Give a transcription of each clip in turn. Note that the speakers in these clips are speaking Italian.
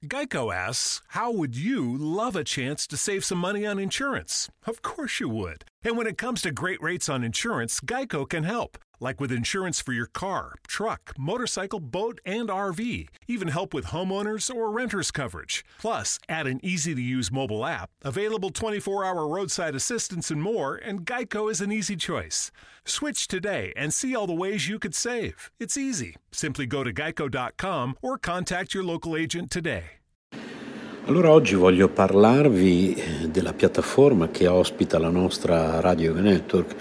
Geico asks, how would you love a chance to save some money on insurance? Of course you would. And when it comes to great rates on insurance, Geico can help. Like with insurance for your car, truck, motorcycle, boat, and RV. Even help with homeowners or renters coverage. Plus, add an easy-to-use mobile app, available 24-hour roadside assistance and more, and Geico is an easy choice. Switch today and see all the ways you could save. It's easy. Simply go to geico.com or contact your local agent today. Allora oggi voglio parlarvi della piattaforma che ospita la nostra Radio Yoga Network,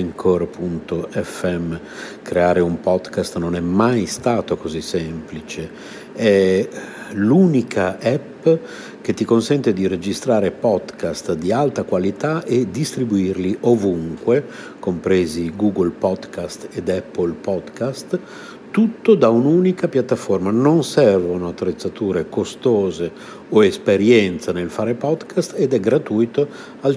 Anchor.fm. Creare un podcast non è mai stato così semplice. È l'unica app che ti consente di registrare podcast di alta qualità e distribuirli ovunque, compresi Google Podcast ed Apple Podcast, tutto da un'unica piattaforma. Non servono attrezzature costose o esperienza nel fare podcast ed è gratuito al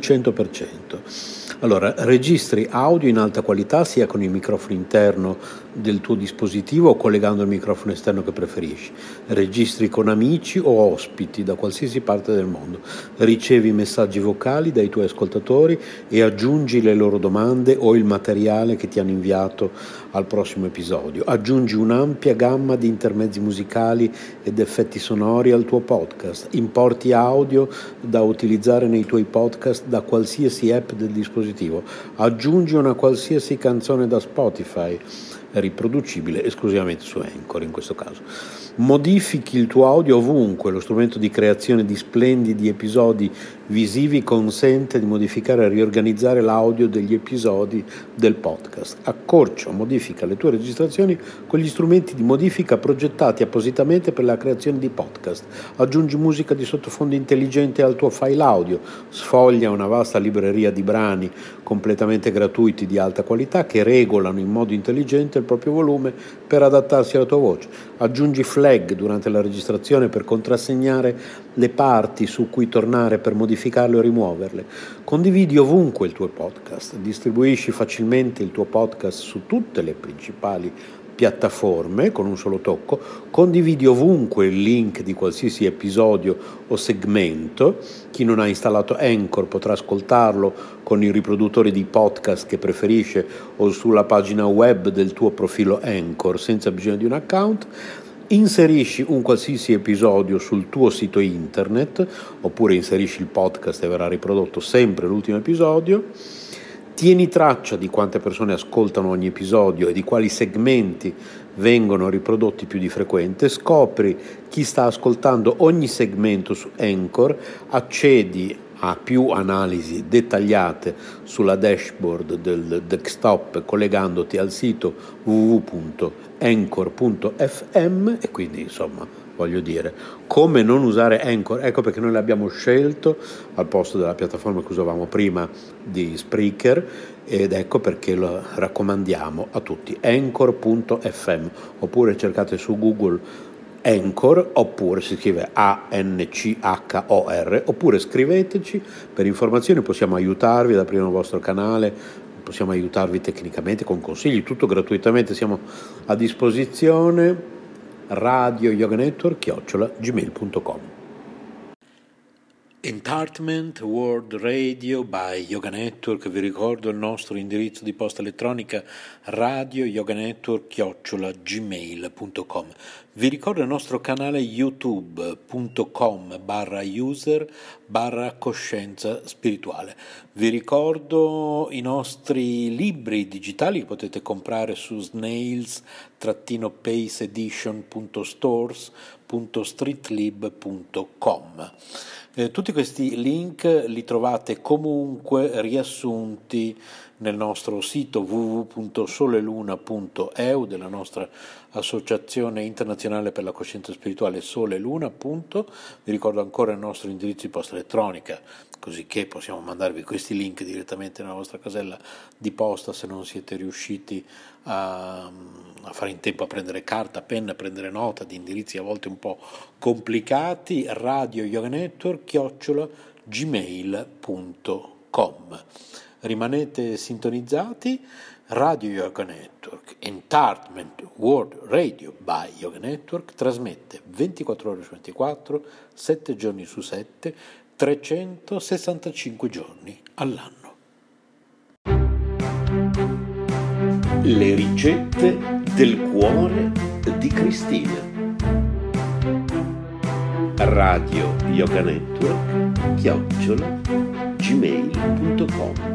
100%. Allora, registri audio in alta qualità sia con il microfono interno del tuo dispositivo o collegando il microfono esterno che preferisci. Registri con amici o ospiti da qualsiasi parte del mondo. Ricevi messaggi vocali dai tuoi ascoltatori e aggiungi le loro domande o il materiale che ti hanno inviato al prossimo episodio. Aggiungi un'ampia gamma di intermezzi musicali ed effetti sonori al tuo podcast. Importi audio da utilizzare nei tuoi podcast da qualsiasi app del dispositivo. Aggiungi una qualsiasi canzone da Spotify, riproducibile esclusivamente su Anchor in questo caso. Modifichi il tuo audio ovunque. Lo strumento di creazione di splendidi episodi visivi consente di modificare e riorganizzare l'audio degli episodi del podcast. Accorcia o modifica le tue registrazioni con gli strumenti di modifica progettati appositamente per la creazione di podcast. Aggiungi musica di sottofondo intelligente al tuo file audio. Sfoglia una vasta libreria di brani completamente gratuiti di alta qualità che regolano in modo intelligente il proprio volume per adattarsi alla tua voce. Aggiungi flag durante la registrazione per contrassegnare le parti su cui tornare per modificarle o rimuoverle. Condividi ovunque il tuo podcast. Distribuisci facilmente il tuo podcast su tutte le principali piattaforme con un solo tocco. Condividi ovunque il link di qualsiasi episodio o segmento. Chi non ha installato Anchor potrà ascoltarlo con i riproduttori di podcast che preferisce o sulla pagina web del tuo profilo Anchor senza bisogno di un account. Inserisci un qualsiasi episodio sul tuo sito internet oppure inserisci il podcast e verrà riprodotto sempre l'ultimo episodio. Tieni traccia di quante persone ascoltano ogni episodio e di quali segmenti vengono riprodotti più di frequente. Scopri chi sta ascoltando ogni segmento su Anchor, accedi a più analisi dettagliate sulla dashboard del desktop collegandoti al sito www.anchor.fm e quindi insomma voglio dire come non usare Anchor. Ecco perché noi l'abbiamo scelto al posto della piattaforma che usavamo prima di Spreaker ed ecco perché lo raccomandiamo a tutti. Anchor.fm oppure cercate su Google Anchor oppure si scrive Anchor oppure scriveteci per informazioni, possiamo aiutarvi ad aprire un vostro canale, possiamo aiutarvi tecnicamente con consigli, tutto gratuitamente, siamo a disposizione. Radio Yoga Network @gmail.com. Entertainment World Radio by Yoga Network. Vi ricordo il nostro indirizzo di posta elettronica radioyoganetwork@gmail.com. Vi ricordo il nostro canale youtube.com/user/coscienza spirituale. Vi ricordo i nostri libri digitali che potete comprare su snails-paceedition.stores.streetlib.com. Tutti questi link li trovate comunque riassunti nel nostro sito www.soleluna.eu della nostra associazione internazionale per la coscienza spirituale Sole Luna. Vi ricordo ancora il nostro indirizzo di posta elettronica, così che possiamo mandarvi questi link direttamente nella vostra casella di posta se non siete riusciti a fare in tempo a prendere carta, penna, a prendere nota di indirizzi a volte un po' complicati. Radio Yoga Network @gmail.com. Rimanete sintonizzati Radio Yoga Network, Entertainment World Radio by Yoga Network, trasmette 24 ore su 24, 7 giorni su 7, 365 giorni all'anno. Le ricette del cuore di Cristina. Radio Yoga Network @gmail.com.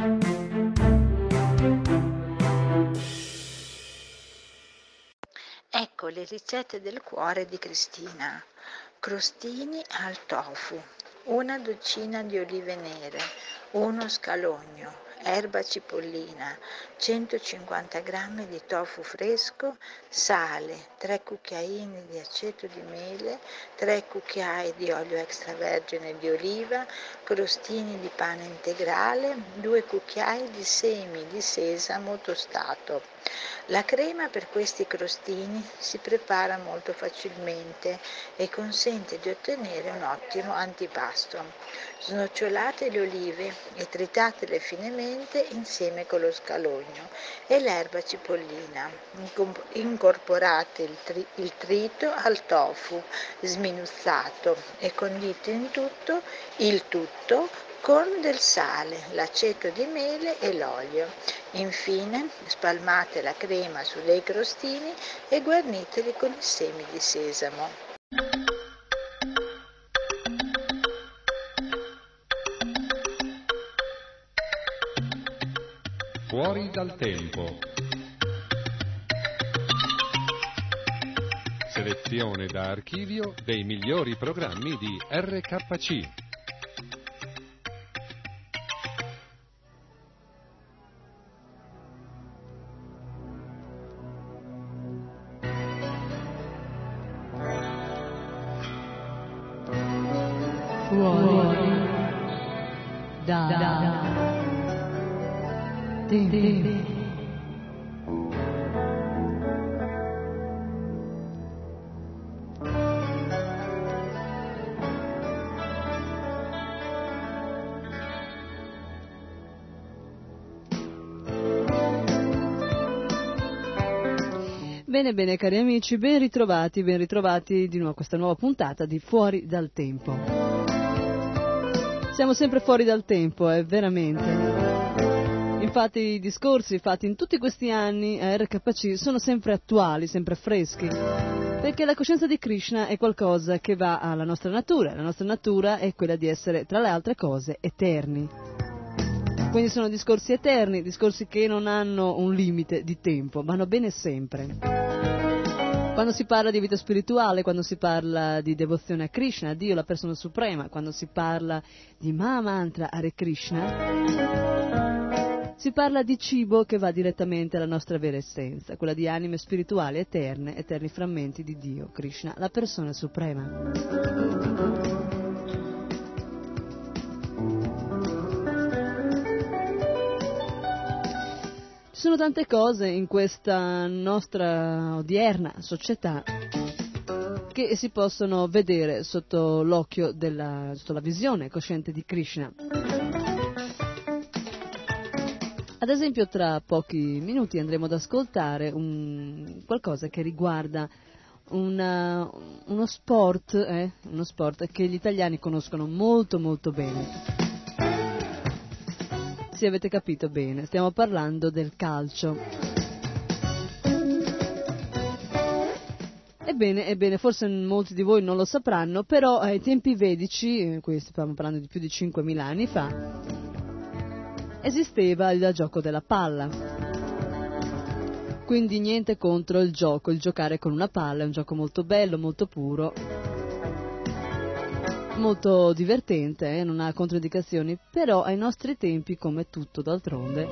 Ecco le ricette del cuore di Cristina. Crostini al tofu, una dozzina di olive nere, uno scalogno, erba cipollina, 150 g di tofu fresco, sale, 3 cucchiaini di aceto di mele, 3 cucchiai di olio extravergine di oliva, crostini di pane integrale, 2 cucchiai di semi di sesamo tostato. La crema per questi crostini si prepara molto facilmente e consente di ottenere un ottimo antipasto. Snocciolate le olive e tritatele finemente insieme con lo scalogno e l'erba cipollina. Incorporate il trito al tofu sminuzzato e condite il tutto con del sale, l'aceto di mele e l'olio. Infine spalmate la crema su dei crostini e guarniteli con i semi di sesamo. Fuori dal tempo. Selezione da archivio dei migliori programmi di RKC. Fuori da tempo. Bene, bene cari amici, ben ritrovati di nuovo a questa nuova puntata di Fuori dal Tempo. Siamo sempre fuori dal tempo, veramente. Infatti i discorsi fatti in tutti questi anni a RKC sono sempre attuali, sempre freschi, perché la coscienza di Krishna è qualcosa che va alla nostra natura. La nostra natura è quella di essere, tra le altre cose, eterni. Quindi sono discorsi eterni, discorsi che non hanno un limite di tempo, vanno bene sempre. Quando si parla di vita spirituale, quando si parla di devozione a Krishna, a Dio, la persona suprema, quando si parla di Mahamantra Hare Krishna, si parla di cibo che va direttamente alla nostra vera essenza, quella di anime spirituali eterne, eterni frammenti di Dio, Krishna, la persona suprema. Ci sono tante cose in questa nostra odierna società che si possono vedere sotto l'occhio sotto la visione cosciente di Krishna. Ad esempio, tra pochi minuti andremo ad ascoltare qualcosa che riguarda uno sport che gli italiani conoscono molto molto bene. Sì, avete capito bene, stiamo parlando del calcio. Ebbene, forse molti di voi non lo sapranno, però ai tempi vedici, qui stiamo parlando di più di 5.000 anni fa, esisteva il gioco della palla. Quindi niente contro il giocare con una palla, è un gioco molto bello, molto puro, molto divertente, non ha controindicazioni, però ai nostri tempi, come tutto d'altronde,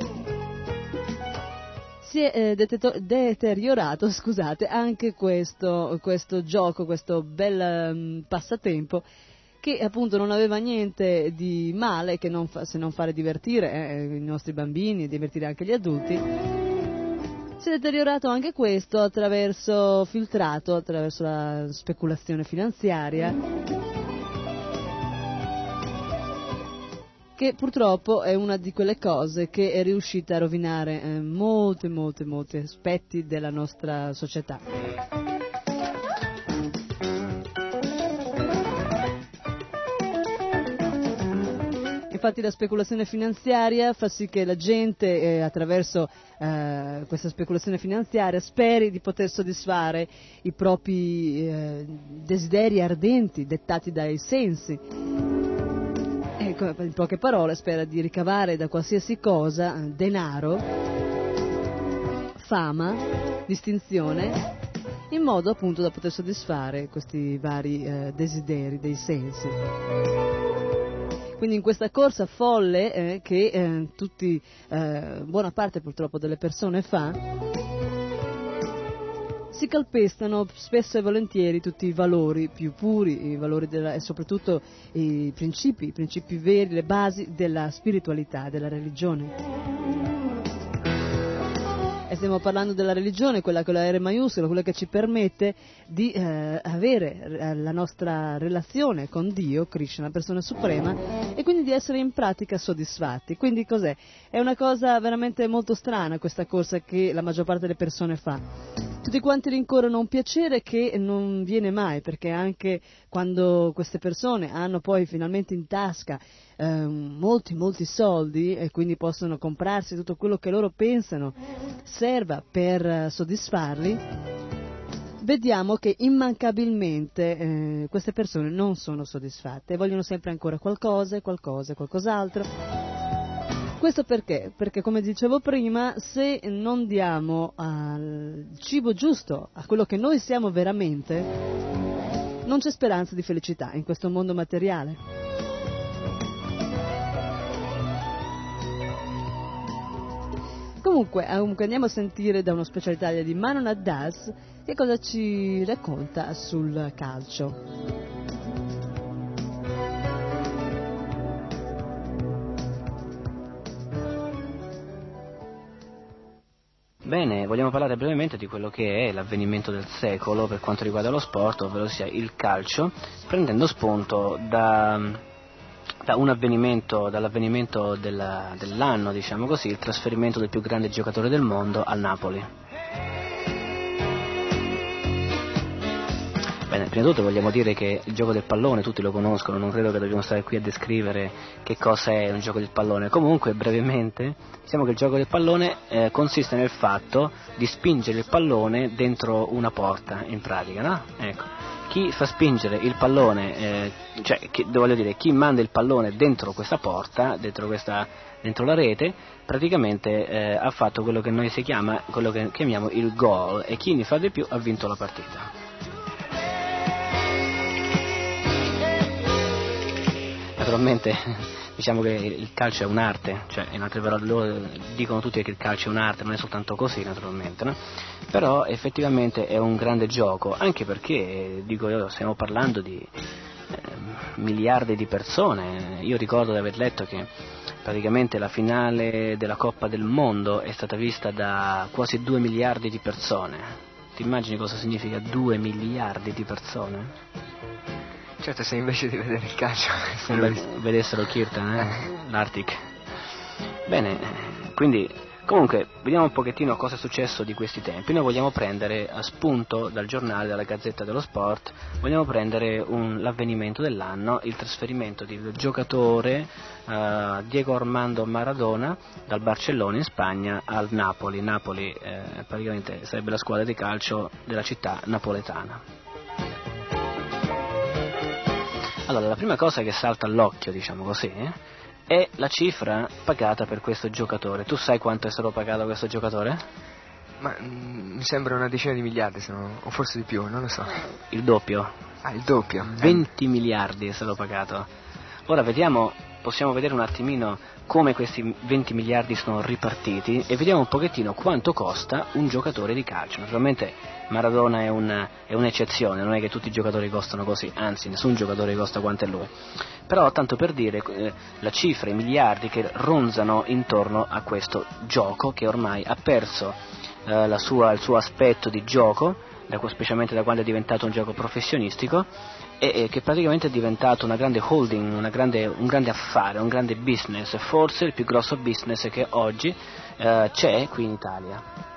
si è deteriorato, anche questo gioco, questo bel passatempo che appunto non aveva niente di male se non fare divertire i nostri bambini e divertire anche gli adulti. Si è deteriorato anche questo filtrato attraverso la speculazione finanziaria. che purtroppo è una di quelle cose che è riuscita a rovinare molti aspetti della nostra società. Infatti la speculazione finanziaria fa sì che la gente attraverso questa speculazione finanziaria speri di poter soddisfare i propri desideri ardenti dettati dai sensi. In poche parole spera di ricavare da qualsiasi cosa denaro, fama, distinzione, in modo appunto da poter soddisfare questi vari desideri dei sensi. Quindi in questa corsa folle che buona parte purtroppo delle persone fa, si calpestano spesso e volentieri tutti i valori più puri, i valori e soprattutto i principi veri, le basi della spiritualità, della religione. E stiamo parlando della religione, quella con la R maiuscola, quella che ci permette di avere la nostra relazione con Dio, Krishna, la persona suprema, e quindi di essere in pratica soddisfatti. Quindi cos'è? È una cosa veramente molto strana questa corsa che la maggior parte delle persone fa. Tutti quanti rincorrono un piacere che non viene mai, perché anche quando queste persone hanno poi finalmente in tasca molti soldi e quindi possono comprarsi tutto quello che loro pensano serva per soddisfarli, vediamo che immancabilmente queste persone non sono soddisfatte, vogliono sempre ancora qualcos'altro. Questo perché? Perché, come dicevo prima, se non diamo il cibo giusto a quello che noi siamo veramente, non c'è speranza di felicità in questo mondo materiale. Comunque andiamo a sentire da uno specialitario di Manonat Das che cosa ci racconta sul calcio. Bene, vogliamo parlare brevemente di quello che è l'avvenimento del secolo per quanto riguarda lo sport, ovvero sia il calcio, prendendo spunto dall'avvenimento dell'anno, diciamo così, il trasferimento del più grande giocatore del mondo al Napoli. Bene, prima di tutto vogliamo dire che il gioco del pallone tutti lo conoscono, non credo che dobbiamo stare qui a descrivere che cosa è un gioco del pallone. Comunque, brevemente, diciamo che il gioco del pallone consiste nel fatto di spingere il pallone dentro una porta, in pratica, no? Ecco. Chi fa spingere il pallone, chi manda il pallone dentro questa porta, dentro la rete, praticamente ha fatto quello che chiamiamo il goal, e chi ne fa di più ha vinto la partita. Naturalmente diciamo che il calcio è un'arte, cioè in altre parole loro dicono tutti che il calcio è un'arte, non è soltanto così naturalmente, no? Però effettivamente è un grande gioco, anche perché, dico io, stiamo parlando di miliardi di persone. Io ricordo di aver letto che praticamente la finale della Coppa del Mondo è stata vista da quasi 2 miliardi di persone. Ti immagini cosa significa 2 miliardi di persone? Certo, se invece di vedere il calcio vedessero Kirtan, l'Arctic. Bene, quindi comunque vediamo un pochettino cosa è successo di questi tempi. Noi vogliamo prendere a spunto dal giornale, dalla Gazzetta dello Sport, vogliamo prendere l'avvenimento dell'anno, il trasferimento del giocatore Diego Armando Maradona dal Barcellona in Spagna al Napoli. Napoli praticamente sarebbe la squadra di calcio della città napoletana. Allora, la prima cosa che salta all'occhio, diciamo così, è la cifra pagata per questo giocatore. Tu sai quanto è stato pagato questo giocatore? Ma mi sembra una decina di miliardi, o forse di più, non lo so. Il doppio. Ah, il doppio. 20 miliardi è stato pagato. Ora possiamo vedere un attimino come questi 20 miliardi sono ripartiti e vediamo un pochettino quanto costa un giocatore di calcio. Naturalmente Maradona è un'eccezione, non è che tutti i giocatori costano così, anzi nessun giocatore costa quanto è lui. Però tanto per dire la cifra, i miliardi che ronzano intorno a questo gioco che ormai ha perso il suo aspetto di gioco, specialmente da quando è diventato un gioco professionistico, e che praticamente è diventato una grande holding, un grande affare, un grande business, forse il più grosso business che oggi c'è qui in Italia.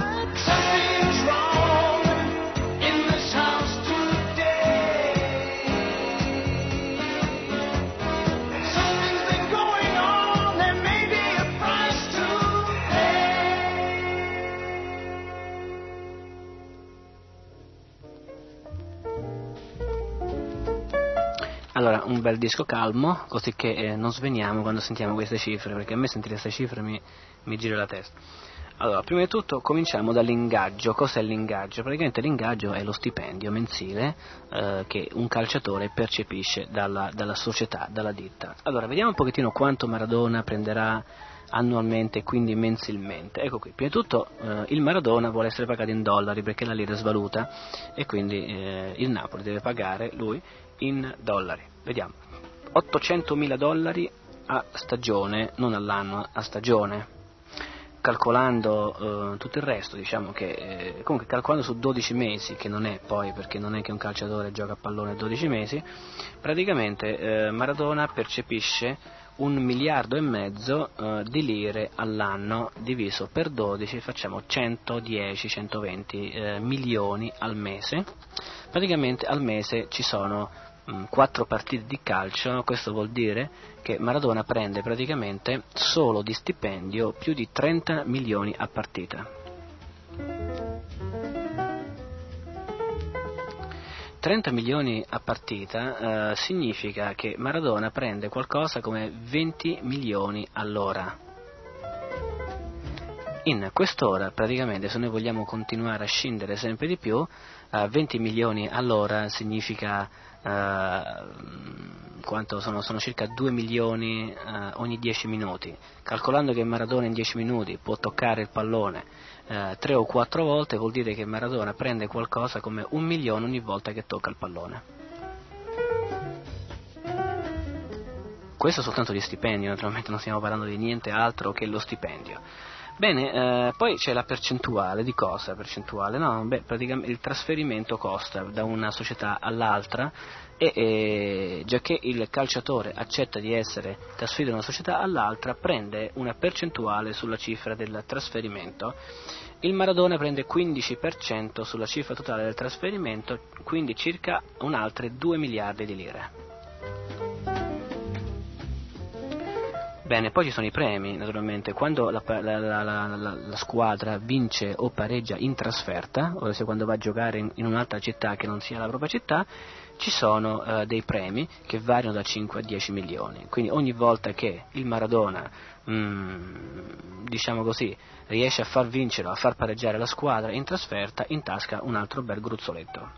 Allora, un bel disco calmo, così che non sveniamo quando sentiamo queste cifre, perché a me sentire queste cifre mi gira la testa. Allora, prima di tutto cominciamo dall'ingaggio. Cos'è l'ingaggio? Praticamente l'ingaggio è lo stipendio mensile che un calciatore percepisce dalla società, dalla ditta. Allora, vediamo un pochettino quanto Maradona prenderà annualmente e quindi mensilmente. Ecco qui, prima di tutto il Maradona vuole essere pagato in dollari perché la lira è svaluta e quindi il Napoli deve pagare lui in dollari. Vediamo, $800.000 a stagione, non all'anno, a stagione. Calcolando tutto il resto, diciamo che comunque calcolando su 12 mesi, che non è poi, perché non è che un calciatore gioca a pallone 12 mesi, praticamente Maradona percepisce 1,5 miliardi di lire all'anno, diviso per 12 facciamo 110-120 milioni al mese. Praticamente al mese ci sono 4 partite di calcio. Questo vuol dire che Maradona prende praticamente solo di stipendio più di 30 milioni a partita. 30 milioni a partita significa che Maradona prende qualcosa come 20 milioni all'ora. In quest'ora, praticamente, se noi vogliamo continuare a scendere sempre di più, 20 milioni all'ora significa quanto sono circa 2 milioni ogni 10 minuti. Calcolando che Maradona in 10 minuti può toccare il pallone 3 o 4 volte, vuol dire che Maradona prende qualcosa come 1 milione ogni volta che tocca il pallone. Questo soltanto di stipendio, naturalmente non stiamo parlando di niente altro che lo stipendio. Bene, poi c'è la percentuale. Di cosa percentuale? No, praticamente il trasferimento costa da una società all'altra e giacché il calciatore accetta di essere trasferito da una società all'altra, prende una percentuale sulla cifra del trasferimento. Il Maradona prende 15% sulla cifra totale del trasferimento, quindi circa un altre 2 miliardi di lire. Bene, poi ci sono i premi, naturalmente. Quando la squadra vince o pareggia in trasferta, ossia quando va a giocare in un'altra città che non sia la propria città, ci sono dei premi che variano da 5 a 10 milioni. Quindi ogni volta che il Maradona, diciamo così, riesce a far vincere o a far pareggiare la squadra in trasferta, intasca un altro bel gruzzoletto.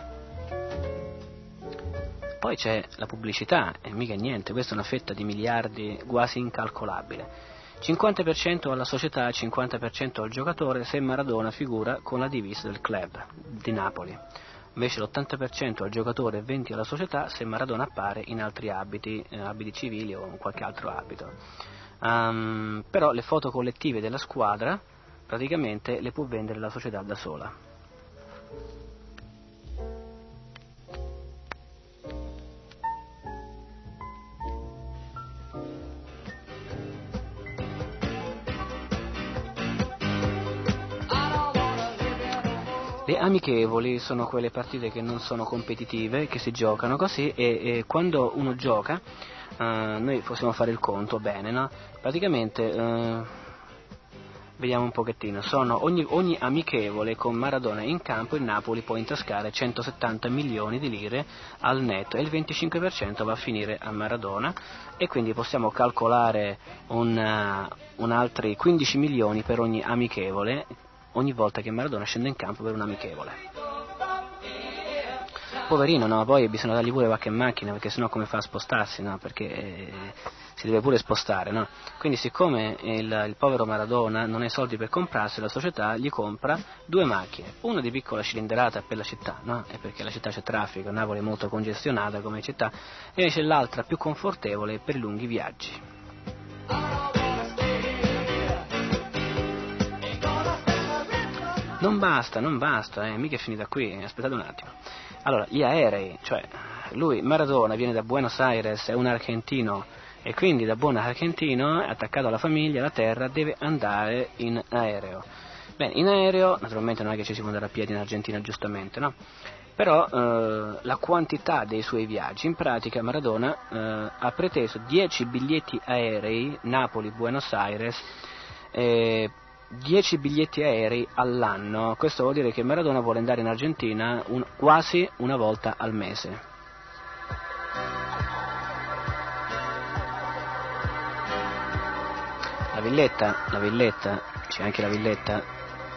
Poi c'è la pubblicità, e mica niente, questa è una fetta di miliardi quasi incalcolabile. 50% alla società, 50% al giocatore se Maradona figura con la divisa del club di Napoli. Invece l'80% al giocatore e 20% alla società se Maradona appare in altri abiti civili o in qualche altro abito. Però le foto collettive della squadra praticamente le può vendere la società da sola. Le amichevoli sono quelle partite che non sono competitive, che si giocano così e quando uno gioca, noi possiamo fare il conto bene, no? Praticamente, vediamo un pochettino, ogni amichevole con Maradona in campo il Napoli può intascare 170 milioni di lire al netto e il 25% va a finire a Maradona e quindi possiamo calcolare un altri 15 milioni per ogni amichevole ogni volta che Maradona scende in campo per un amichevole. Poverino, no? Poi bisogna dargli pure qualche macchina, perché sennò come fa a spostarsi, no? Perché si deve pure spostare, no? Quindi siccome il povero Maradona non ha i soldi per comprarsi, la società gli compra 2 macchine, una di piccola cilindrata per la città, no? E perché la città c'è traffico, Napoli è molto congestionata come città, e invece l'altra più confortevole per lunghi viaggi. Non basta, mica è finita qui, aspettate un attimo. Allora, gli aerei, cioè Maradona viene da Buenos Aires, è un argentino, e quindi da buon argentino, attaccato alla famiglia, alla terra, deve andare in aereo. Bene, in aereo, naturalmente non è che ci si può andare a piedi in Argentina, giustamente, no? Però la quantità dei suoi viaggi, in pratica Maradona ha preteso 10 biglietti aerei, Napoli-Buenos Aires, 10 biglietti aerei all'anno. Questo vuol dire che Maradona vuole andare in Argentina quasi una volta al mese. La villetta, c'è anche la villetta.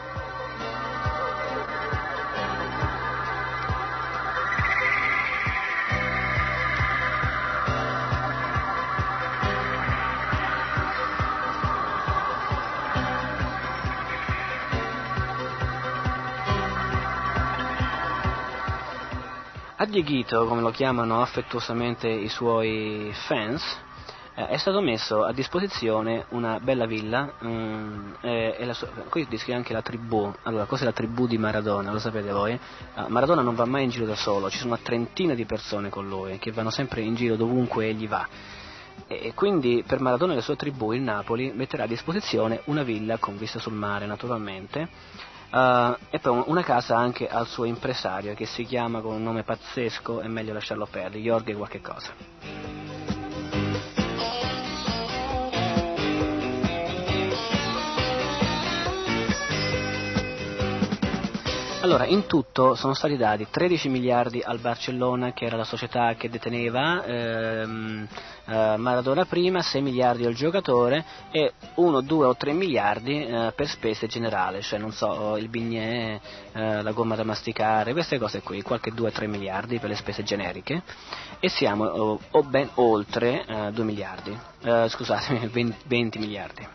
A Dieguito, come lo chiamano affettuosamente i suoi fans, è stato messo a disposizione una bella villa, qui descrive anche la tribù. Allora, cos'è la tribù di Maradona? Lo sapete voi? Maradona non va mai in giro da solo, ci sono una trentina di persone con lui, che vanno sempre in giro dovunque egli va. E quindi per Maradona e la sua tribù il Napoli metterà a disposizione una villa con vista sul mare, naturalmente, e poi una casa anche al suo impresario, che si chiama con un nome pazzesco, è meglio lasciarlo perdere, Jorge qualche cosa. Allora, in tutto sono stati dati 13 miliardi al Barcellona, che era la società che deteneva Maradona prima, 6 miliardi al giocatore e 1, 2 o 3 miliardi per spese generali, cioè non so, il bignè, la gomma da masticare, queste cose qui, qualche 2-3 miliardi per le spese generiche, e siamo ben oltre 2 miliardi, scusatemi, 20 miliardi.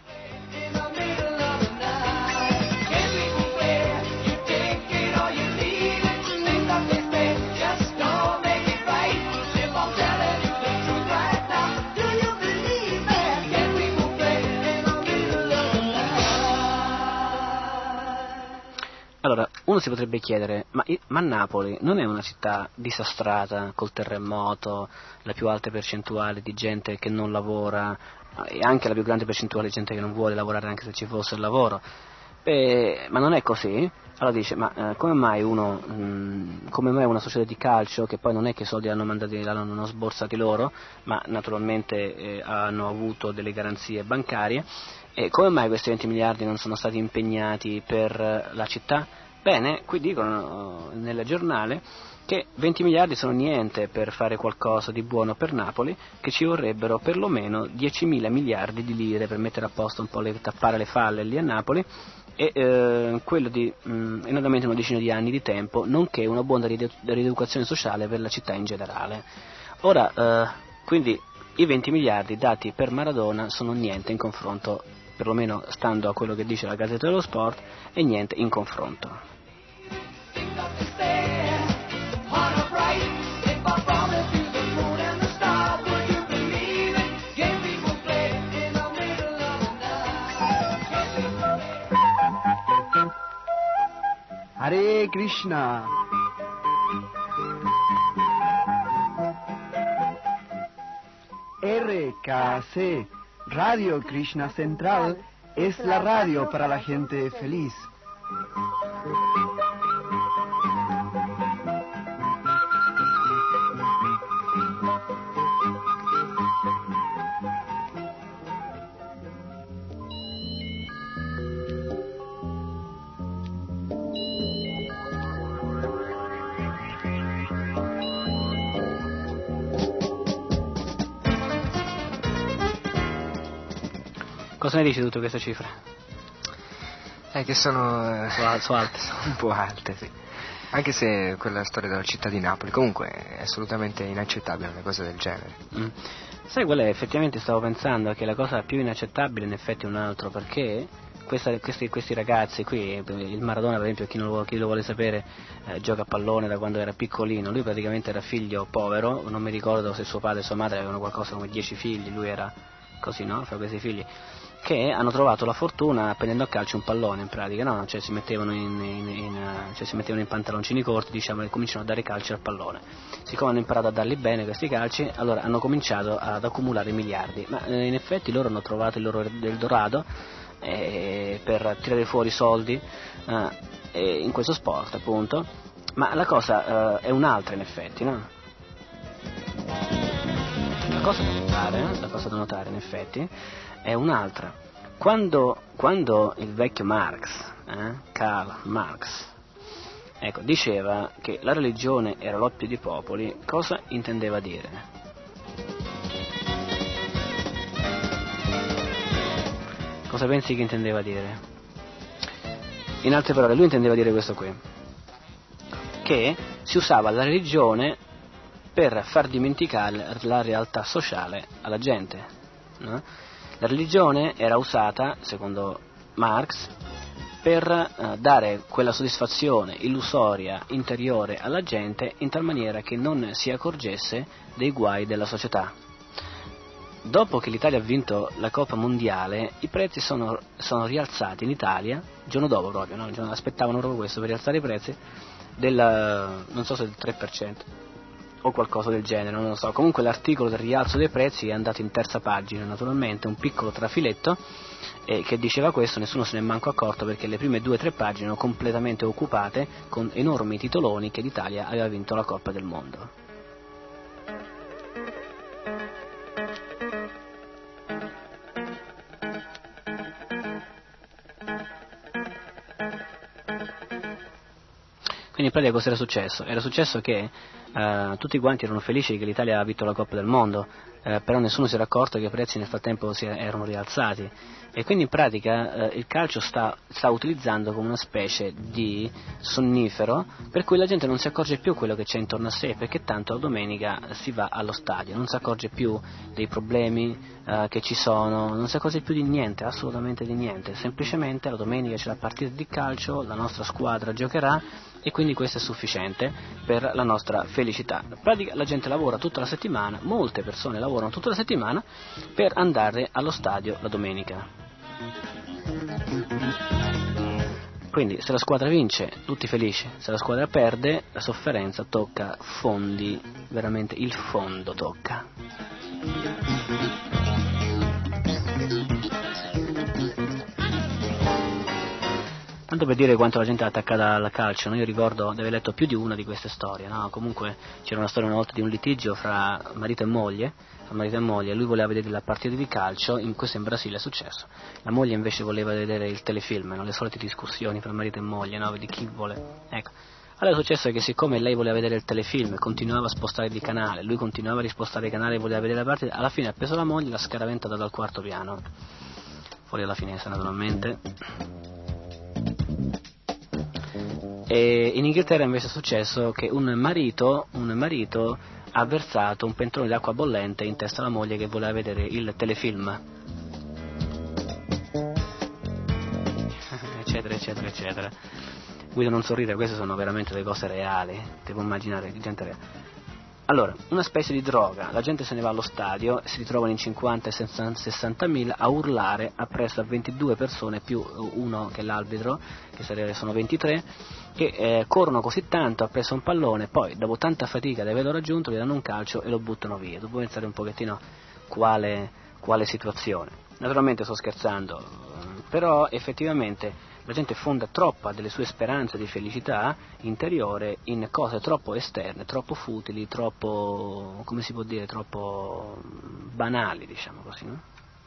Allora, uno si potrebbe chiedere, ma Napoli non è una città disastrata col terremoto, la più alta percentuale di gente che non lavora e anche la più grande percentuale di gente che non vuole lavorare anche se ci fosse il lavoro? Ma non è così? Allora dice, come mai una società di calcio, che poi non è che i soldi l'hanno sborsati loro, ma naturalmente hanno avuto delle garanzie bancarie, e come mai questi 20 miliardi non sono stati impegnati per la città? Bene, qui dicono nel giornale che 20 miliardi sono niente per fare qualcosa di buono per Napoli, che ci vorrebbero perlomeno 10.000 miliardi di lire per mettere a posto un po' tappare le falle lì a Napoli, e quello di enormemente una decina di anni di tempo, nonché una buona rieducazione sociale per la città in generale. Ora, quindi i 20 miliardi dati per Maradona sono niente in confronto, perlomeno stando a quello che dice la Gazzetta dello Sport, e niente in confronto. Hare Krishna. RKC, Radio Krishna Central, es la radio para la gente feliz. Cosa ne dici di tutte queste cifre? Che sono alte. Un po' alte, sì. Anche se quella storia della città di Napoli comunque è assolutamente inaccettabile una cosa del genere. Sai qual è? Effettivamente stavo pensando che la cosa più inaccettabile in effetti è un altro, perché questi ragazzi qui, il Maradona per esempio, chi lo vuole sapere, gioca a pallone da quando era piccolino. Lui praticamente era figlio povero, non mi ricordo se suo padre e sua madre avevano qualcosa come 10 figli, lui era così, no? Fra questi figli. che hanno trovato la fortuna prendendo a calcio un pallone in pratica, no? Cioè si mettevano in pantaloncini corti, diciamo, e cominciano a dare calci al pallone. Siccome hanno imparato a darli bene questi calci, allora hanno cominciato ad accumulare miliardi, ma in effetti loro hanno trovato il loro Eldorado per tirare fuori soldi in questo sport, appunto. Ma la cosa è un'altra, in effetti, no? La cosa da notare in effetti è un'altra. Quando il vecchio Karl Marx, ecco, diceva che la religione era l'oppio dei popoli, cosa intendeva dire? Cosa pensi che intendeva dire? In altre parole, lui intendeva dire questo qui, che si usava la religione per far dimenticare la realtà sociale alla gente, no? La religione era usata, secondo Marx, per dare quella soddisfazione illusoria interiore alla gente, in tal maniera che non si accorgesse dei guai della società. Dopo che l'Italia ha vinto la Coppa Mondiale, i prezzi sono rialzati in Italia, il giorno dopo proprio, no? Aspettavano proprio questo per rialzare i prezzi, non so se del 3% o qualcosa del genere, non lo so. Comunque l'articolo del rialzo dei prezzi è andato in terza pagina, naturalmente, un piccolo trafiletto che diceva questo, nessuno se ne è manco accorto, perché le prime 2 o 3 pagine erano completamente occupate con enormi titoloni che l'Italia aveva vinto la Coppa del Mondo. Quindi in pratica cosa era successo? Era successo che tutti quanti erano felici che l'Italia aveva vinto la Coppa del Mondo, però nessuno si era accorto che i prezzi nel frattempo erano rialzati, e quindi in pratica il calcio sta utilizzando come una specie di sonnifero, per cui la gente non si accorge più quello che c'è intorno a sé, perché tanto la domenica si va allo stadio, non si accorge più dei problemi che ci sono, non si accorge più di niente, assolutamente di niente, semplicemente la domenica c'è la partita di calcio, la nostra squadra giocherà e quindi questo è sufficiente per la nostra felicità. In pratica la gente lavora tutta la settimana, molte persone lavorano tutta la settimana per andare allo stadio la domenica. Quindi se la squadra vince, tutti felici, se la squadra perde, la sofferenza tocca fondi, veramente il fondo tocca. Tanto per dire quanto la gente è attaccata al calcio, no? Io ricordo di aver letto più di una di queste storie, no? Comunque c'era una storia una volta di un litigio fra marito e moglie, lui voleva vedere la partita di calcio, questo in Brasile è successo, la moglie invece voleva vedere il telefilm, no? Le solite discussioni fra marito e moglie, no? Di chi vuole, ecco. Allora è successo che siccome lei voleva vedere il telefilm, continuava a spostare di canale, lui continuava a rispostare i canali e voleva vedere la partita, alla fine ha preso la moglie e l'ha scaraventata dal 4º piano, fuori dalla finestra naturalmente. E in Inghilterra invece è successo che un marito ha versato un pentolone di acqua bollente in testa alla moglie che voleva vedere il telefilm, eccetera eccetera eccetera. Guido, non sorridere, queste sono veramente delle cose reali, ti puoi immaginare, gente reale. Allora, una specie di droga, la gente se ne va allo stadio, si ritrovano in 50 e 60.000 a urlare appresso a 22 persone più uno che è l'arbitro, che sono 23, che corrono così tanto appresso un pallone, poi dopo tanta fatica di averlo raggiunto gli danno un calcio e lo buttano via. Tu puoi pensare un pochettino quale situazione. Naturalmente sto scherzando, però effettivamente la gente fonda troppa delle sue speranze di felicità interiore in cose troppo esterne, troppo futili, troppo, come si può dire, troppo banali, diciamo così, no?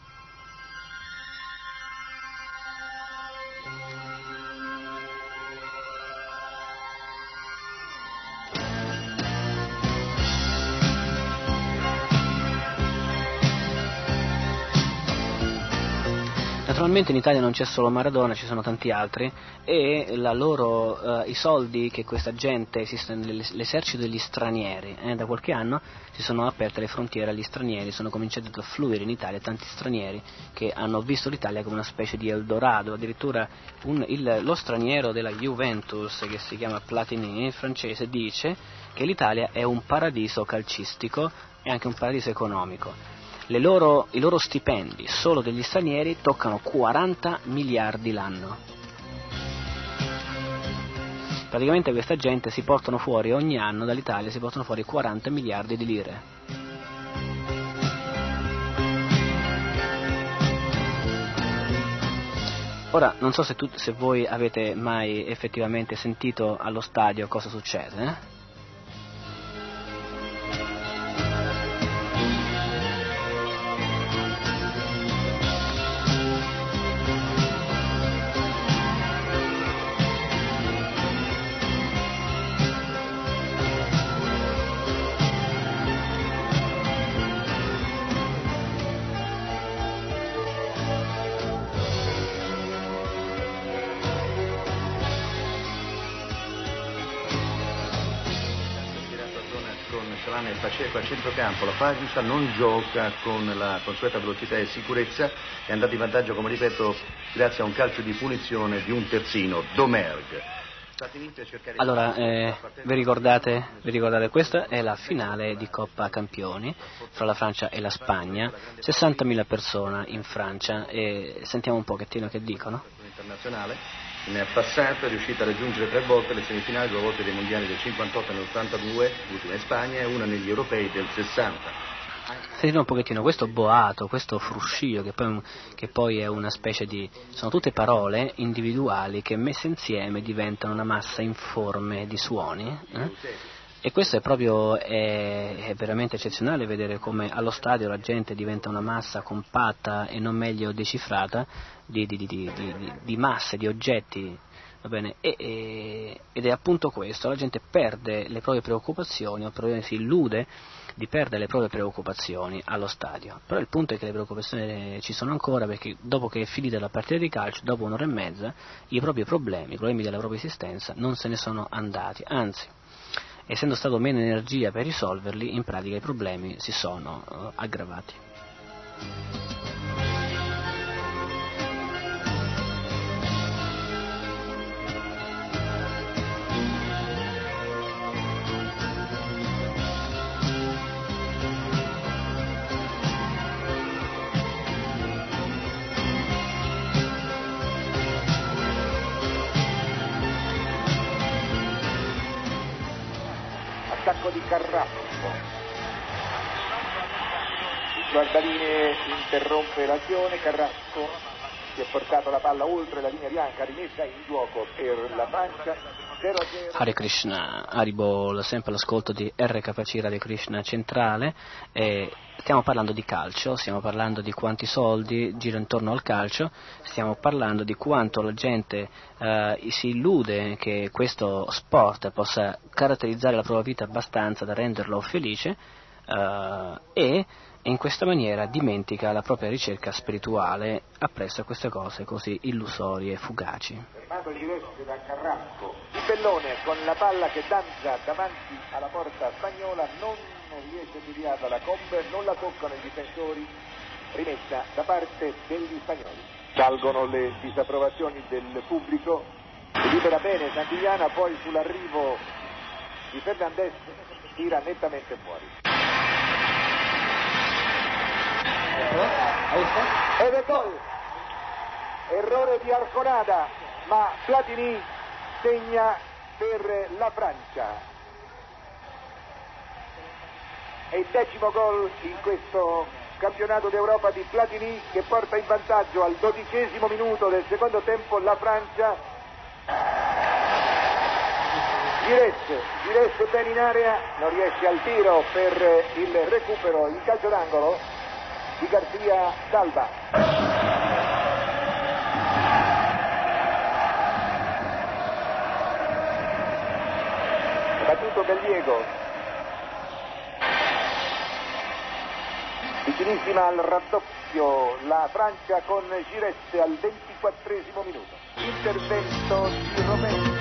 Naturalmente in Italia non c'è solo Maradona, ci sono tanti altri, e i soldi che questa gente, esiste nell'esercito degli stranieri, da qualche anno si sono aperte le frontiere agli stranieri, sono cominciati a fluire in Italia tanti stranieri che hanno visto l'Italia come una specie di Eldorado, addirittura lo straniero della Juventus, che si chiama Platini, francese, dice che l'Italia è un paradiso calcistico e anche un paradiso economico. I loro stipendi solo degli stranieri toccano 40 miliardi l'anno. Praticamente questa gente si portano fuori ogni anno dall'Italia, si portano fuori 40 miliardi di lire. Ora, non so se voi avete mai effettivamente sentito allo stadio cosa succede, Pacheco a centrocampo, la Fagiusa non gioca con la consueta velocità e sicurezza, è andato in vantaggio, come ripeto, grazie a un calcio di punizione di un terzino, Domergue. Allora, vi ricordate, questa è la finale di Coppa Campioni fra la Francia e la Spagna, 60.000 persone in Francia, e sentiamo un pochettino che dicono. Internazionale. Ne è passato, è riuscito a raggiungere 3 volte le semifinali, 2 volte dei mondiali del 58 e nell'82, l'ultima in Spagna, e una negli europei del 60. Sentite un pochettino questo boato, questo fruscio che poi è una specie di... sono tutte parole individuali che messe insieme diventano una massa informe di suoni. E questo è veramente eccezionale, vedere come allo stadio la gente diventa una massa compatta e non meglio decifrata di masse, di oggetti, va bene? Ed è appunto questo, la gente perde le proprie preoccupazioni, o si illude di perdere le proprie preoccupazioni allo stadio. Però il punto è che le preoccupazioni ci sono ancora, perché dopo che è finita la partita di calcio, dopo un'ora e mezza, i problemi della propria esistenza non se ne sono andati, anzi, essendo stato meno energia per risolverli, in pratica i problemi si sono aggravati. Attacco di Carrasco, il guardaline interrompe l'azione, Carrasco si è portato la palla oltre la linea bianca, rimessa in gioco per la Francia. 0-0. Hare Krishna, Haribol, sempre all'ascolto di RKC Radio Krishna Centrale. Stiamo parlando di calcio, stiamo parlando di quanti soldi girano intorno al calcio, stiamo parlando di quanto la gente si illude che questo sport possa caratterizzare la propria vita abbastanza da renderlo felice, e in questa maniera dimentica la propria ricerca spirituale appresso a queste cose così illusorie e fugaci. Fermato il rilevante da Carrasco, il pellone con la palla che danza davanti alla porta spagnola, non riesce a deviarla la Comber, non la toccano i difensori, rimessa da parte degli spagnoli. Salgono le disapprovazioni del pubblico, libera bene Santigliana, poi sull'arrivo di Fernandez tira nettamente fuori. Ed è gol, errore di Arconada, ma Platini segna per la Francia. È il 10° gol in questo campionato d'Europa di Platini, che porta in vantaggio al 12° minuto del secondo tempo la Francia. Gires bene in area, non riesce al tiro per il recupero, il calcio d'angolo di Garcia Salva. Battuto Belliego, vicinissima al raddoppio la Francia con Gires al 24° minuto. Intervento di Romero.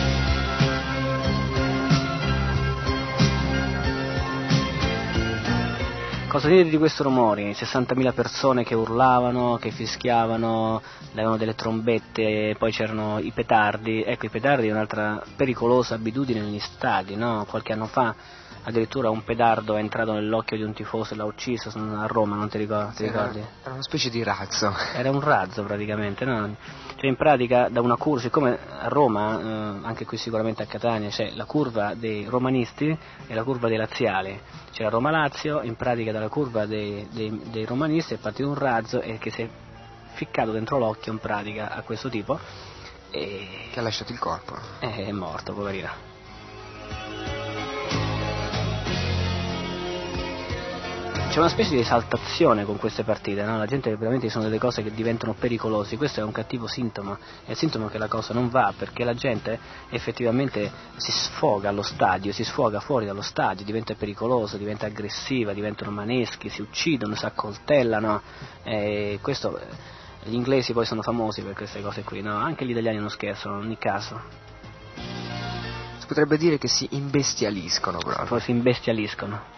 Cosa dire di questo rumore? 60.000 persone che urlavano, che fischiavano, avevano delle trombette, poi c'erano i petardi. Ecco, i petardi è un'altra pericolosa abitudine negli stadi, no? Qualche anno fa addirittura un pedardo è entrato nell'occhio di un tifoso e l'ha ucciso a Roma, non ti ricordi? Era una specie di razzo. Era un razzo praticamente, no? Cioè in pratica da una curva, siccome a Roma, anche qui sicuramente a Catania, c'è la curva dei romanisti e la curva dei laziali, c'è la Roma-Lazio, in pratica dalla curva dei romanisti è partito un razzo e che si è ficcato dentro l'occhio in pratica a questo tipo e che ha lasciato il corpo. È morto, poverino. C'è una specie di esaltazione con queste partite, no? La gente veramente sono delle cose che diventano pericolosi, questo è un cattivo sintomo, è il sintomo che la cosa non va, perché la gente effettivamente si sfoga allo stadio, si sfoga fuori dallo stadio, diventa pericolosa, diventa aggressiva, diventano maneschi, si uccidono, si accoltellano, questo, gli inglesi poi sono famosi per queste cose qui, no? Anche gli italiani non scherzano, in ogni caso. Si potrebbe dire che si imbestialiscono proprio. Poi si imbestialiscono.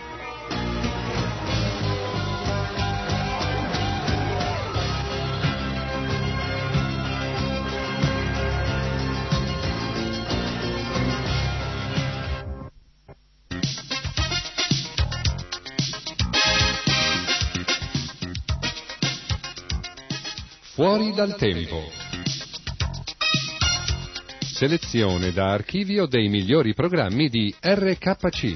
Fuori dal tempo. Selezione da archivio dei migliori programmi di RKC.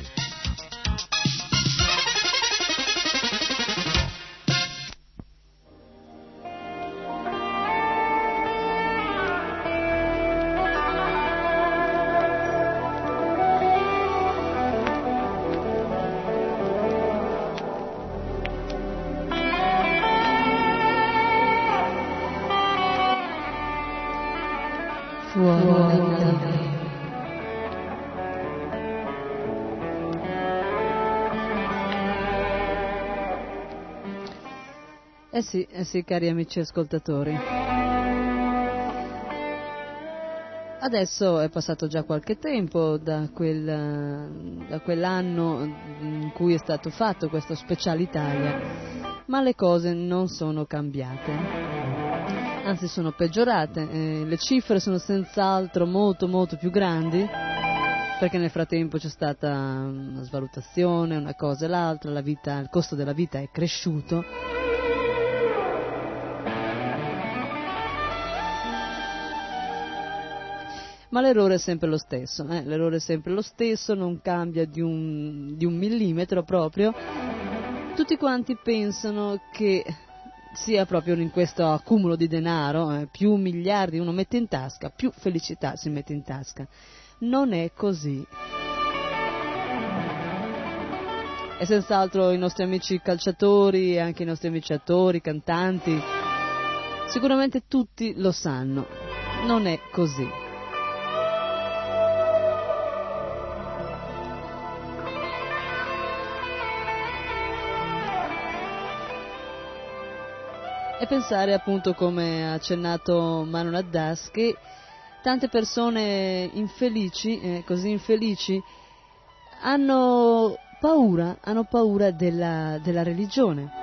Eh sì, cari amici ascoltatori. Adesso è passato già qualche tempo da quell'anno in cui è stato fatto questo Special Italia, ma le cose non sono cambiate, anzi sono peggiorate, le cifre sono senz'altro molto molto più grandi, perché nel frattempo c'è stata una svalutazione, una cosa e l'altra, il costo della vita è cresciuto. Ma l'errore è sempre lo stesso, l'errore è sempre lo stesso, non cambia di un millimetro proprio. Tutti quanti pensano che sia proprio in questo accumulo di denaro, più miliardi uno mette in tasca, più felicità si mette in tasca. Non è così. E senz'altro i nostri amici calciatori e anche i nostri amici attori, cantanti, sicuramente tutti lo sanno. Non è così. E pensare appunto, come ha accennato Manuel Das, che tante persone infelici, così infelici, hanno paura della religione.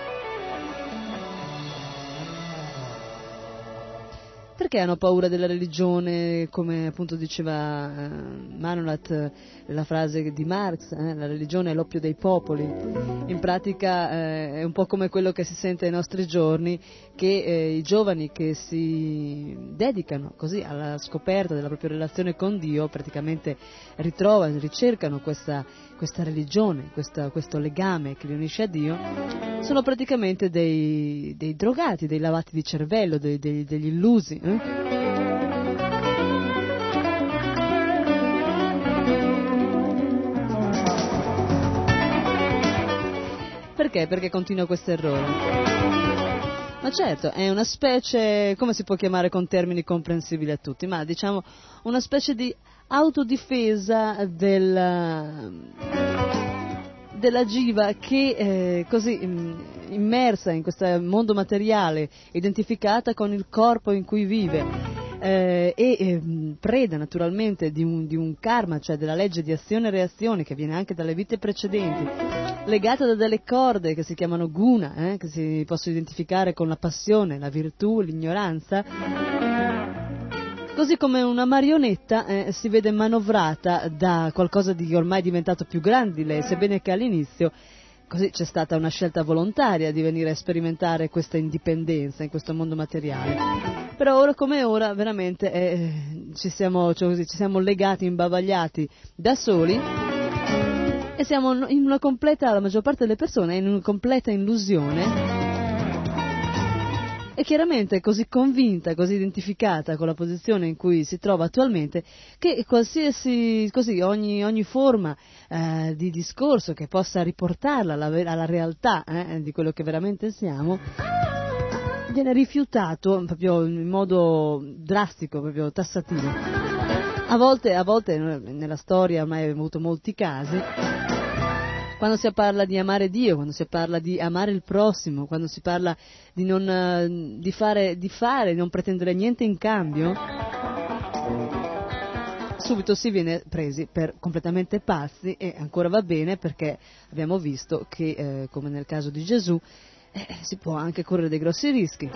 Perché hanno paura della religione, come appunto diceva Manuel, la frase di Marx, la religione è l'oppio dei popoli. In pratica è un po' come quello che si sente ai nostri giorni, che i giovani che si dedicano così alla scoperta della propria relazione con Dio praticamente ricercano questa religione, questo legame che li unisce a Dio, sono praticamente dei drogati, dei lavati di cervello, degli illusi. Perché? Perché continua questo errore. Ma certo, è una specie, come si può chiamare con termini comprensibili a tutti, ma diciamo una specie di autodifesa della giva che così immersa in questo mondo materiale, identificata con il corpo in cui vive, preda naturalmente di un karma, cioè della legge di azione e reazione che viene anche dalle vite precedenti, legata da delle corde che si chiamano guna, che si possono identificare con la passione, la virtù, l'ignoranza. Così come una marionetta si vede manovrata da qualcosa di ormai diventato più grande di lei, sebbene che all'inizio così c'è stata una scelta volontaria di venire a sperimentare questa indipendenza in questo mondo materiale. Però ora come ora veramente ci siamo legati, imbavagliati da soli e siamo in una completa, la maggior parte delle persone è in una completa illusione. E chiaramente è così convinta, così identificata con la posizione in cui si trova attualmente, che qualsiasi, così, ogni forma di discorso che possa riportarla alla realtà di quello che veramente siamo, viene rifiutato proprio in modo drastico, proprio tassativo. A volte nella storia ormai abbiamo avuto molti casi, quando si parla di amare Dio, quando si parla di amare il prossimo, quando si parla di non pretendere niente in cambio, subito si viene presi per completamente pazzi, e ancora va bene, perché abbiamo visto che, come nel caso di Gesù, si può anche correre dei grossi rischi.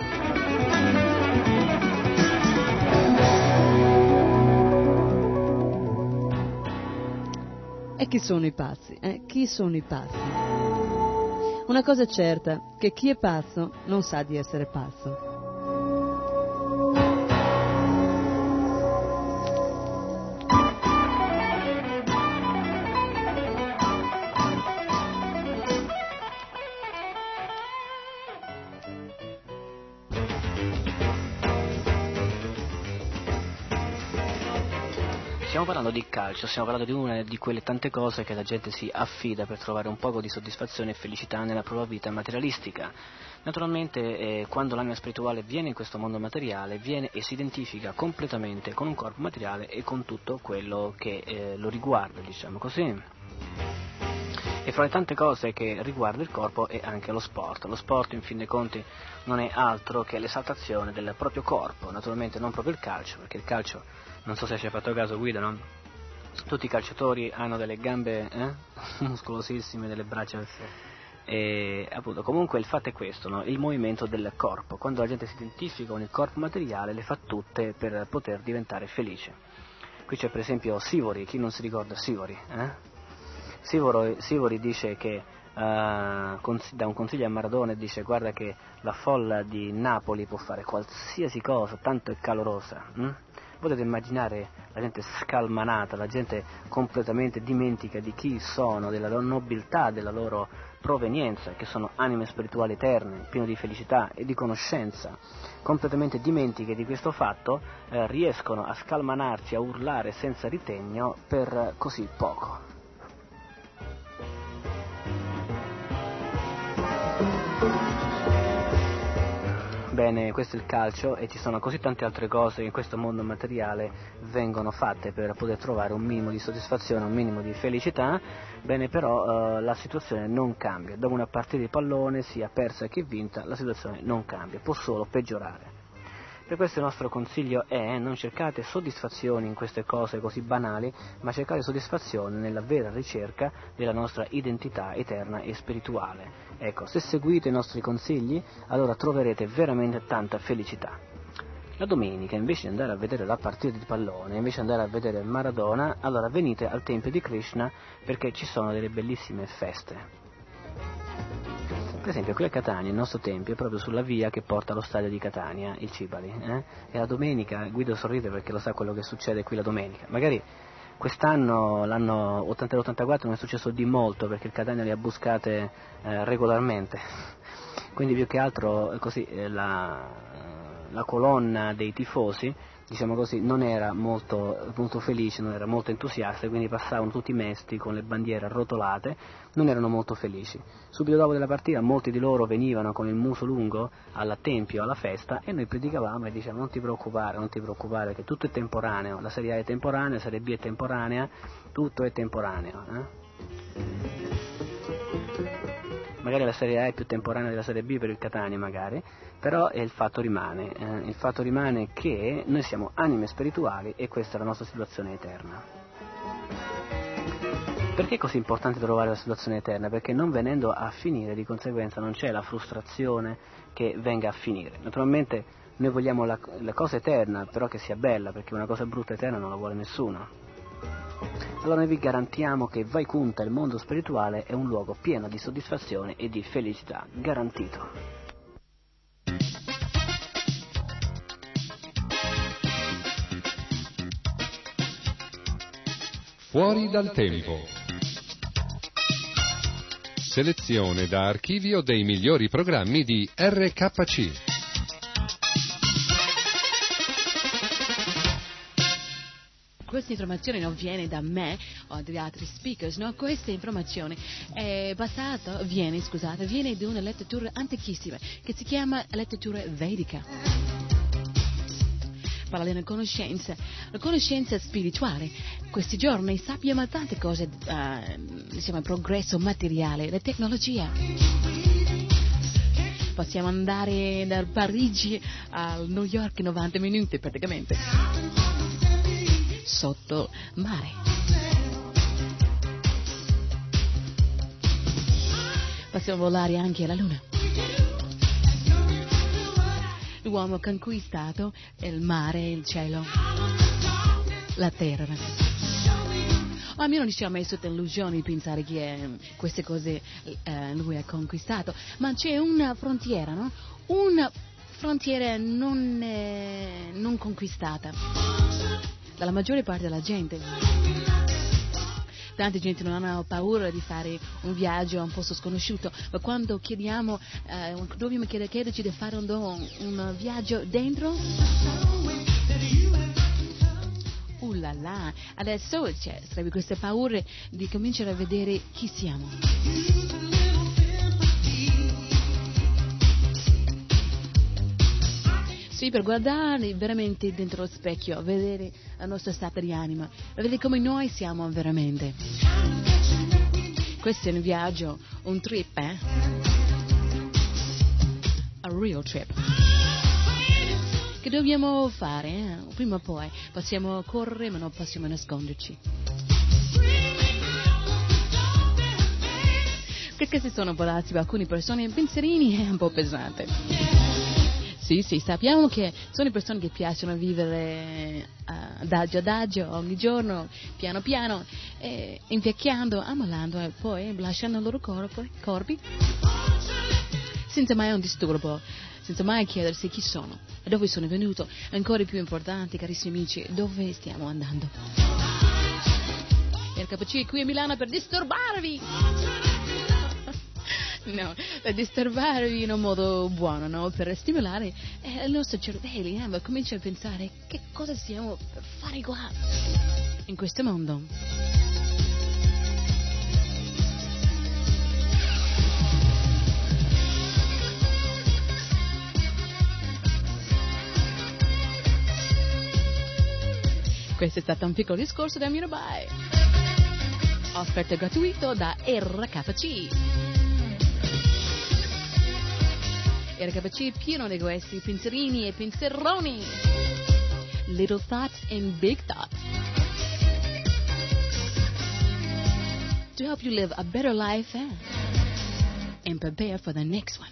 E chi sono i pazzi? Chi sono i pazzi? Una cosa è certa, che chi è pazzo non sa di essere pazzo. Stiamo parlando di calcio, stiamo parlando di una di quelle tante cose che la gente si affida per trovare un poco di soddisfazione e felicità nella propria vita materialistica. Naturalmente quando l'anima spirituale viene in questo mondo materiale, viene e si identifica completamente con un corpo materiale e con tutto quello che lo riguarda, diciamo così. E fra le tante cose che riguarda il corpo è anche lo sport. Lo sport, in fin dei conti, non è altro che l'esaltazione del proprio corpo, naturalmente non proprio il calcio, perché il calcio, non so se ci hai fatto caso, Guido, no? Tutti i calciatori hanno delle gambe muscolosissime, delle braccia, e appunto, comunque il fatto è questo, no? Il movimento del corpo. Quando la gente si identifica con il corpo materiale, le fa tutte per poter diventare felice. Qui c'è per esempio Sivori, chi non si ricorda Sivori? Sivori dice che dà un consiglio a Maradona e dice: guarda che la folla di Napoli può fare qualsiasi cosa, tanto è calorosa. Potete immaginare la gente scalmanata, la gente completamente dimentica di chi sono, della loro nobiltà, della loro provenienza, che sono anime spirituali eterne, piene di felicità e di conoscenza, completamente dimentiche di questo fatto, riescono a scalmanarsi, a urlare senza ritegno per così poco. Bene, questo è il calcio e ci sono così tante altre cose che in questo mondo materiale vengono fatte per poter trovare un minimo di soddisfazione, un minimo di felicità. Bene, però la situazione non cambia. Dopo una partita di pallone, sia persa che vinta, la situazione non cambia, può solo peggiorare. Per questo il nostro consiglio è: non cercate soddisfazioni in queste cose così banali, ma cercate soddisfazione nella vera ricerca della nostra identità eterna e spirituale. Ecco, se seguite i nostri consigli, allora troverete veramente tanta felicità. La domenica, invece di andare a vedere la partita di pallone, invece di andare a vedere Maradona, allora venite al Tempio di Krishna, perché ci sono delle bellissime feste. Per esempio, qui a Catania il nostro tempio è proprio sulla via che porta allo stadio di Catania, il Cipali, e la domenica, Guido sorride perché lo sa quello che succede qui la domenica. Magari quest'anno, l'anno 83-84, non è successo di molto perché il Catania le ha buscate regolarmente, quindi più che altro così la colonna dei tifosi, diciamo così, non era molto felice, non era molto entusiasta, quindi passavano tutti mesti con le bandiere arrotolate, non erano molto felici. Subito dopo della partita molti di loro venivano con il muso lungo al tempio, alla festa, e noi predicavamo e dicevamo: non ti preoccupare, che tutto è temporaneo, la Serie A è temporanea, la Serie B è temporanea, tutto è temporaneo. Magari la Serie A è più temporanea della Serie B per il Catania, magari, però il fatto rimane che noi siamo anime spirituali e questa è la nostra situazione eterna. Perché è così importante trovare la situazione eterna? Perché non venendo a finire, di conseguenza non c'è la frustrazione che venga a finire. Naturalmente Noi vogliamo la cosa eterna, però che sia bella, perché una cosa brutta eterna non la vuole nessuno. Allora noi vi garantiamo che Vaikunta, il mondo spirituale, è un luogo pieno di soddisfazione e di felicità, garantito. Fuori dal tempo. Selezione da archivio dei migliori programmi di RKC. Questa informazione non viene da me o dagli altri speakers, no? Questa informazione viene da una letteratura antichissima che si chiama letteratura vedica. Parla di una conoscenza, la conoscenza spirituale. Questi giorni sappiamo tante cose, il progresso materiale, la tecnologia. Possiamo andare da Parigi a New York in 90 minuti praticamente, sotto mare. Possiamo volare anche alla Luna. L'uomo ha conquistato il mare, il cielo, la terra. A me non ci ha messo illusioni di pensare che queste cose lui ha conquistato, ma c'è una frontiera, no? Una frontiera non conquistata dalla maggiore parte della gente. Tanta gente non ha paura di fare un viaggio a un posto sconosciuto, ma quando chiediamo, dobbiamo chiederci di fare un viaggio dentro, là là, adesso sarebbe questa paura di cominciare a vedere chi siamo. Sì, per guardare veramente dentro lo specchio, vedere la nostra stato di anima, vedere come noi siamo veramente. Questo è un viaggio, un trip, A real trip. Che dobbiamo fare, prima o poi. Possiamo correre, ma non possiamo nasconderci. Perché si sono volati alcune persone in pensierini è un po' pesante. Sì, sappiamo che sono persone che piacciono vivere adagio adagio, ogni giorno, piano piano, invecchiando, ammalando e poi lasciando il loro corpi senza mai un disturbo, senza mai chiedersi chi sono e dove sono venuto. Ancora più importante, carissimi amici, dove stiamo andando. RKC qui a Milano per disturbarvi. No, per disturbarvi in un modo buono, no? Per stimolare il nostro cervello, ma comincia a pensare che cosa stiamo per fare qua, in questo mondo. Questo è stato un piccolo discorso da Mirabai, offerto gratuito da RKC. RKC è pieno di questi pensierini e pensieroni. Little thoughts and big thoughts. To help you live a better life and prepare for the next one.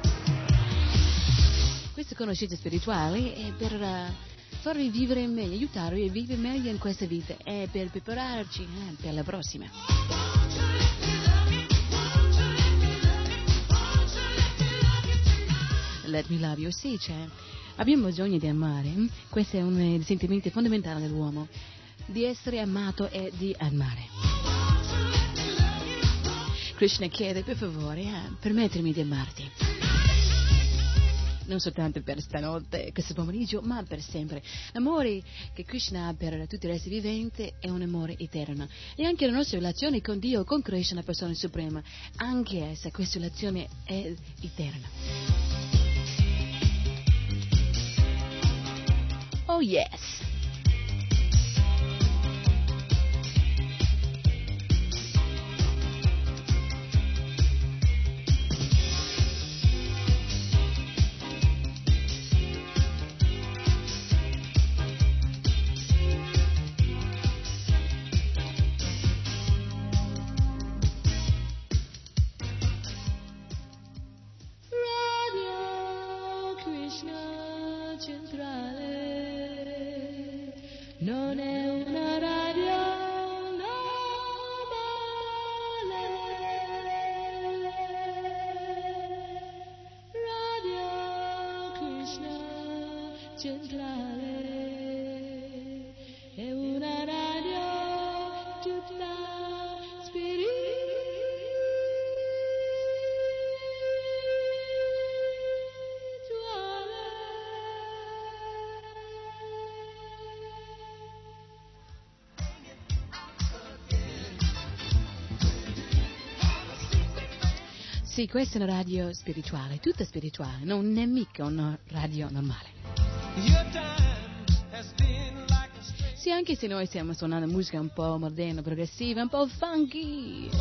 Queste conoscenze spirituali è per farvi vivere meglio, aiutarvi a vivere meglio in questa vita e per prepararci per la prossima. Let me love you, sì, abbiamo bisogno di amare, questo è uno dei sentimenti fondamentali dell'uomo, di essere amato e di amare. Krishna chiede, per favore, permettermi di amarti. Non soltanto per stanotte, questo pomeriggio, ma per sempre. L'amore che Krishna ha per tutti i resti viventi è un amore eterno. E anche la nostra relazione con Dio, con Krishna, la persona suprema, anche essa, questa relazione è eterna. Oh yes. Radio Krishna centrale non è una radio normale. Radio Krishna centrale è una radio tutta Sì, questa è una radio spirituale, tutta spirituale, non è mica una radio normale. Sì, anche se noi stiamo suonando musica un po' moderna, progressiva, un po' funky.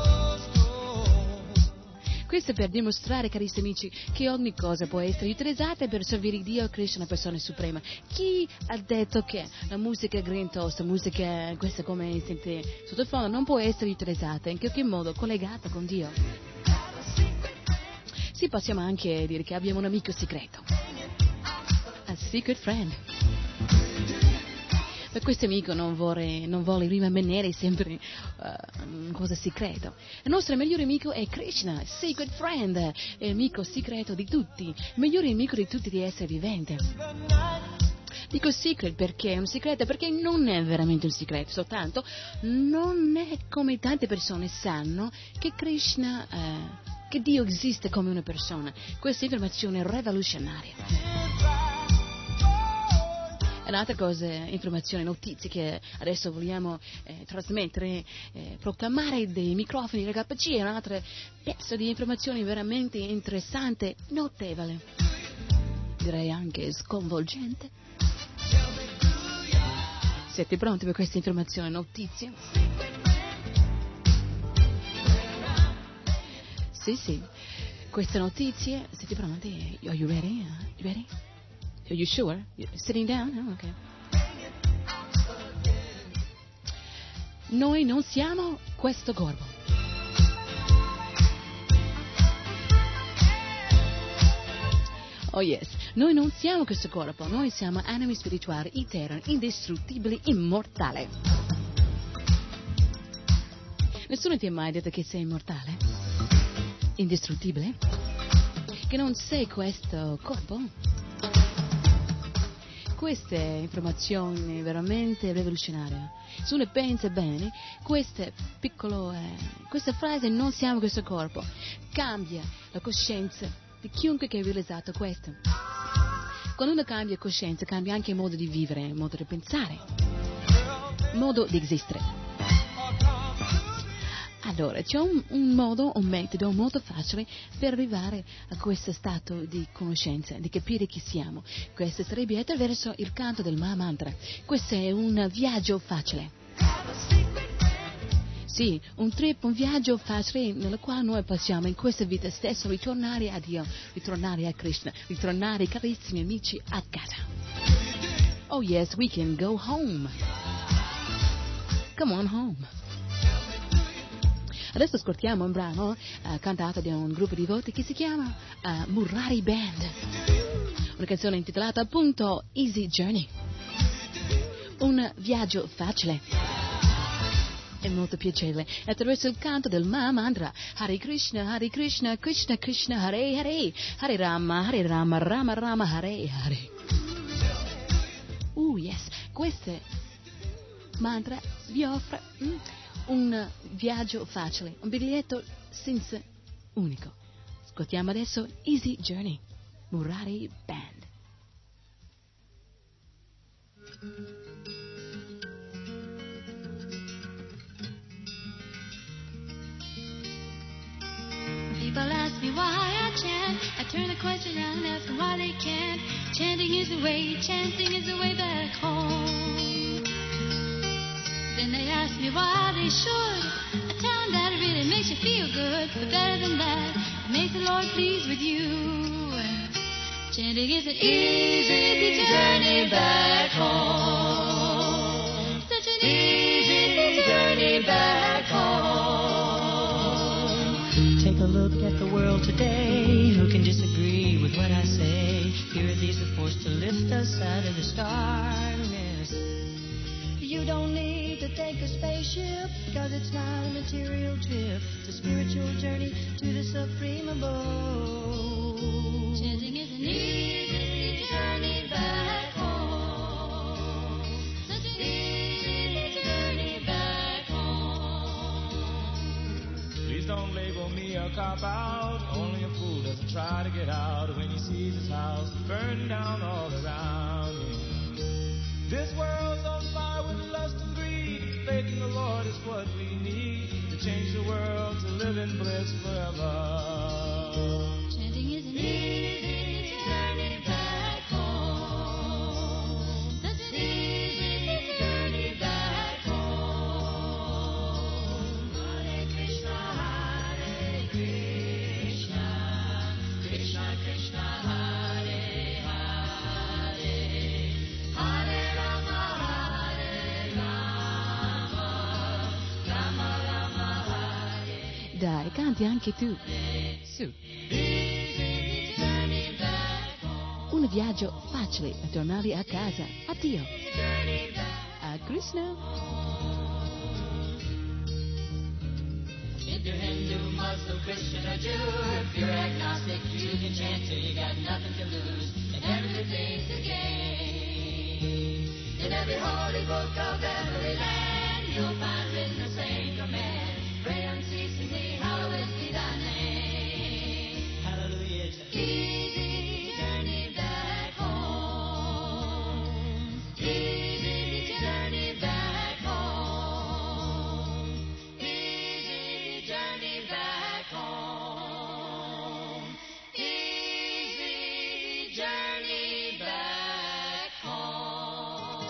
Questo è per dimostrare, carissimi amici, che ogni cosa può essere utilizzata per servire Dio, Krishna, persona suprema. Chi ha detto che la musica green toast, la musica, questa come sente sottofondo, non può essere utilizzata in qualche modo collegata con Dio? Sì, possiamo anche dire che abbiamo un amico segreto. A secret friend. Ma questo amico non vuole rimanere sempre una cosa segreta. Il nostro migliore amico è Krishna, secret friend, è l'amico segreto di tutti, il migliore amico di tutti di essere vivente. Dico secret perché è un segreto, perché non è veramente un segreto, soltanto non è come tante persone sanno che Krishna, che Dio esiste come una persona. Questa informazione è rivoluzionaria. Un'altra cosa, informazione, notizie che adesso vogliamo trasmettere, proclamare dei microfoni RKC, è un altro pezzo di informazione veramente interessante, notevole, direi anche sconvolgente. Siete pronti per questa informazione, notizie? Sì, queste notizie, siete pronti? Are you ready? You ready? Are you sure? You're sitting down? Oh, okay. Noi non siamo questo corpo. Oh yes, noi non siamo questo corpo, noi siamo animi spirituali, eterni, indistruttibili, immortali. Nessuno ti ha mai detto che sei immortale? Indistruttibile? Che non sei questo corpo? Questa è informazione veramente rivoluzionaria. Se uno pensa bene, questa frase non siamo questo corpo cambia la coscienza di chiunque che ha realizzato questo. Quando uno cambia coscienza, cambia anche il modo di vivere, il modo di pensare, il modo di esistere. Allora, c'è un modo, un metodo molto facile per arrivare a questo stato di conoscenza, di capire chi siamo. Questo sarebbe attraverso il canto del Mahamantra. Questo è un viaggio facile. Sì, un trip, un viaggio facile nel quale noi possiamo in questa vita stessa ritornare a Dio, ritornare a Krishna, ritornare, carissimi amici, a casa. Oh yes, we can go home. Come on home. Adesso ascoltiamo un brano cantato da un gruppo di voti che si chiama Murari Band. Una canzone intitolata appunto Easy Journey. Un viaggio facile. È molto piacevole. Attraverso il canto del Mahamantra. Hare Krishna, Krishna Krishna, Hare Hare. Hare Rama, Rama Rama, Hare Hare. Yes. Questo mantra vi offre un viaggio facile, un biglietto senza unico. Ascoltiamo adesso Easy Journey, Murari Band. People ask me why I chant. I turn the question around and ask them why they can't. Chanting is the way, chanting is the way back home. Then they ask me why they should. I tell them that it really makes you feel good. But better than that, it makes the Lord pleased with you. Chanting is an easy journey back home. Such an easy journey back home. Take a look at the world today. Who can disagree with what I say? Purity is the force to lift us out of the darkness. You don't need to take a spaceship, cause it's not a material trip. It's a spiritual journey to the supreme abode. Chanting is an easy journey back home. Such an easy journey back home. Please don't label me a cop-out. Only a fool doesn't try to get out when he sees his house burned down all around him. This world's on fire with lust and greed. Faith in the Lord is what we need to change the world, to live in bliss forever. Chanting is an easy journey back home. Such an easy journey back home. Hare Krishna, Hare Krishna, Krishna Krishna, Hare Hare, Hare Rama, Rama Rama, Hare. Dai, canti anche tu. Su. Un viaggio facile a tornare a casa. Addio. A Krishna. If you're Hindu, Muslim, Christian, or Jew, if you're agnostic, you can chant till you got nothing to lose and everything to gain. In every holy book of every land, you'll find written the same command. Pray unceasingly, hallowed be thy name. Hallelujah. Easy journey back home. Easy journey back home. Easy journey back home. Easy journey back home.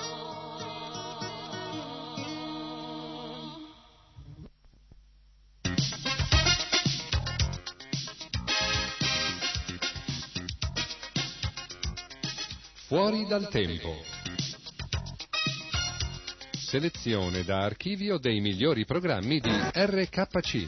Fuori dal tempo. Selezione da archivio dei migliori programmi di RKC.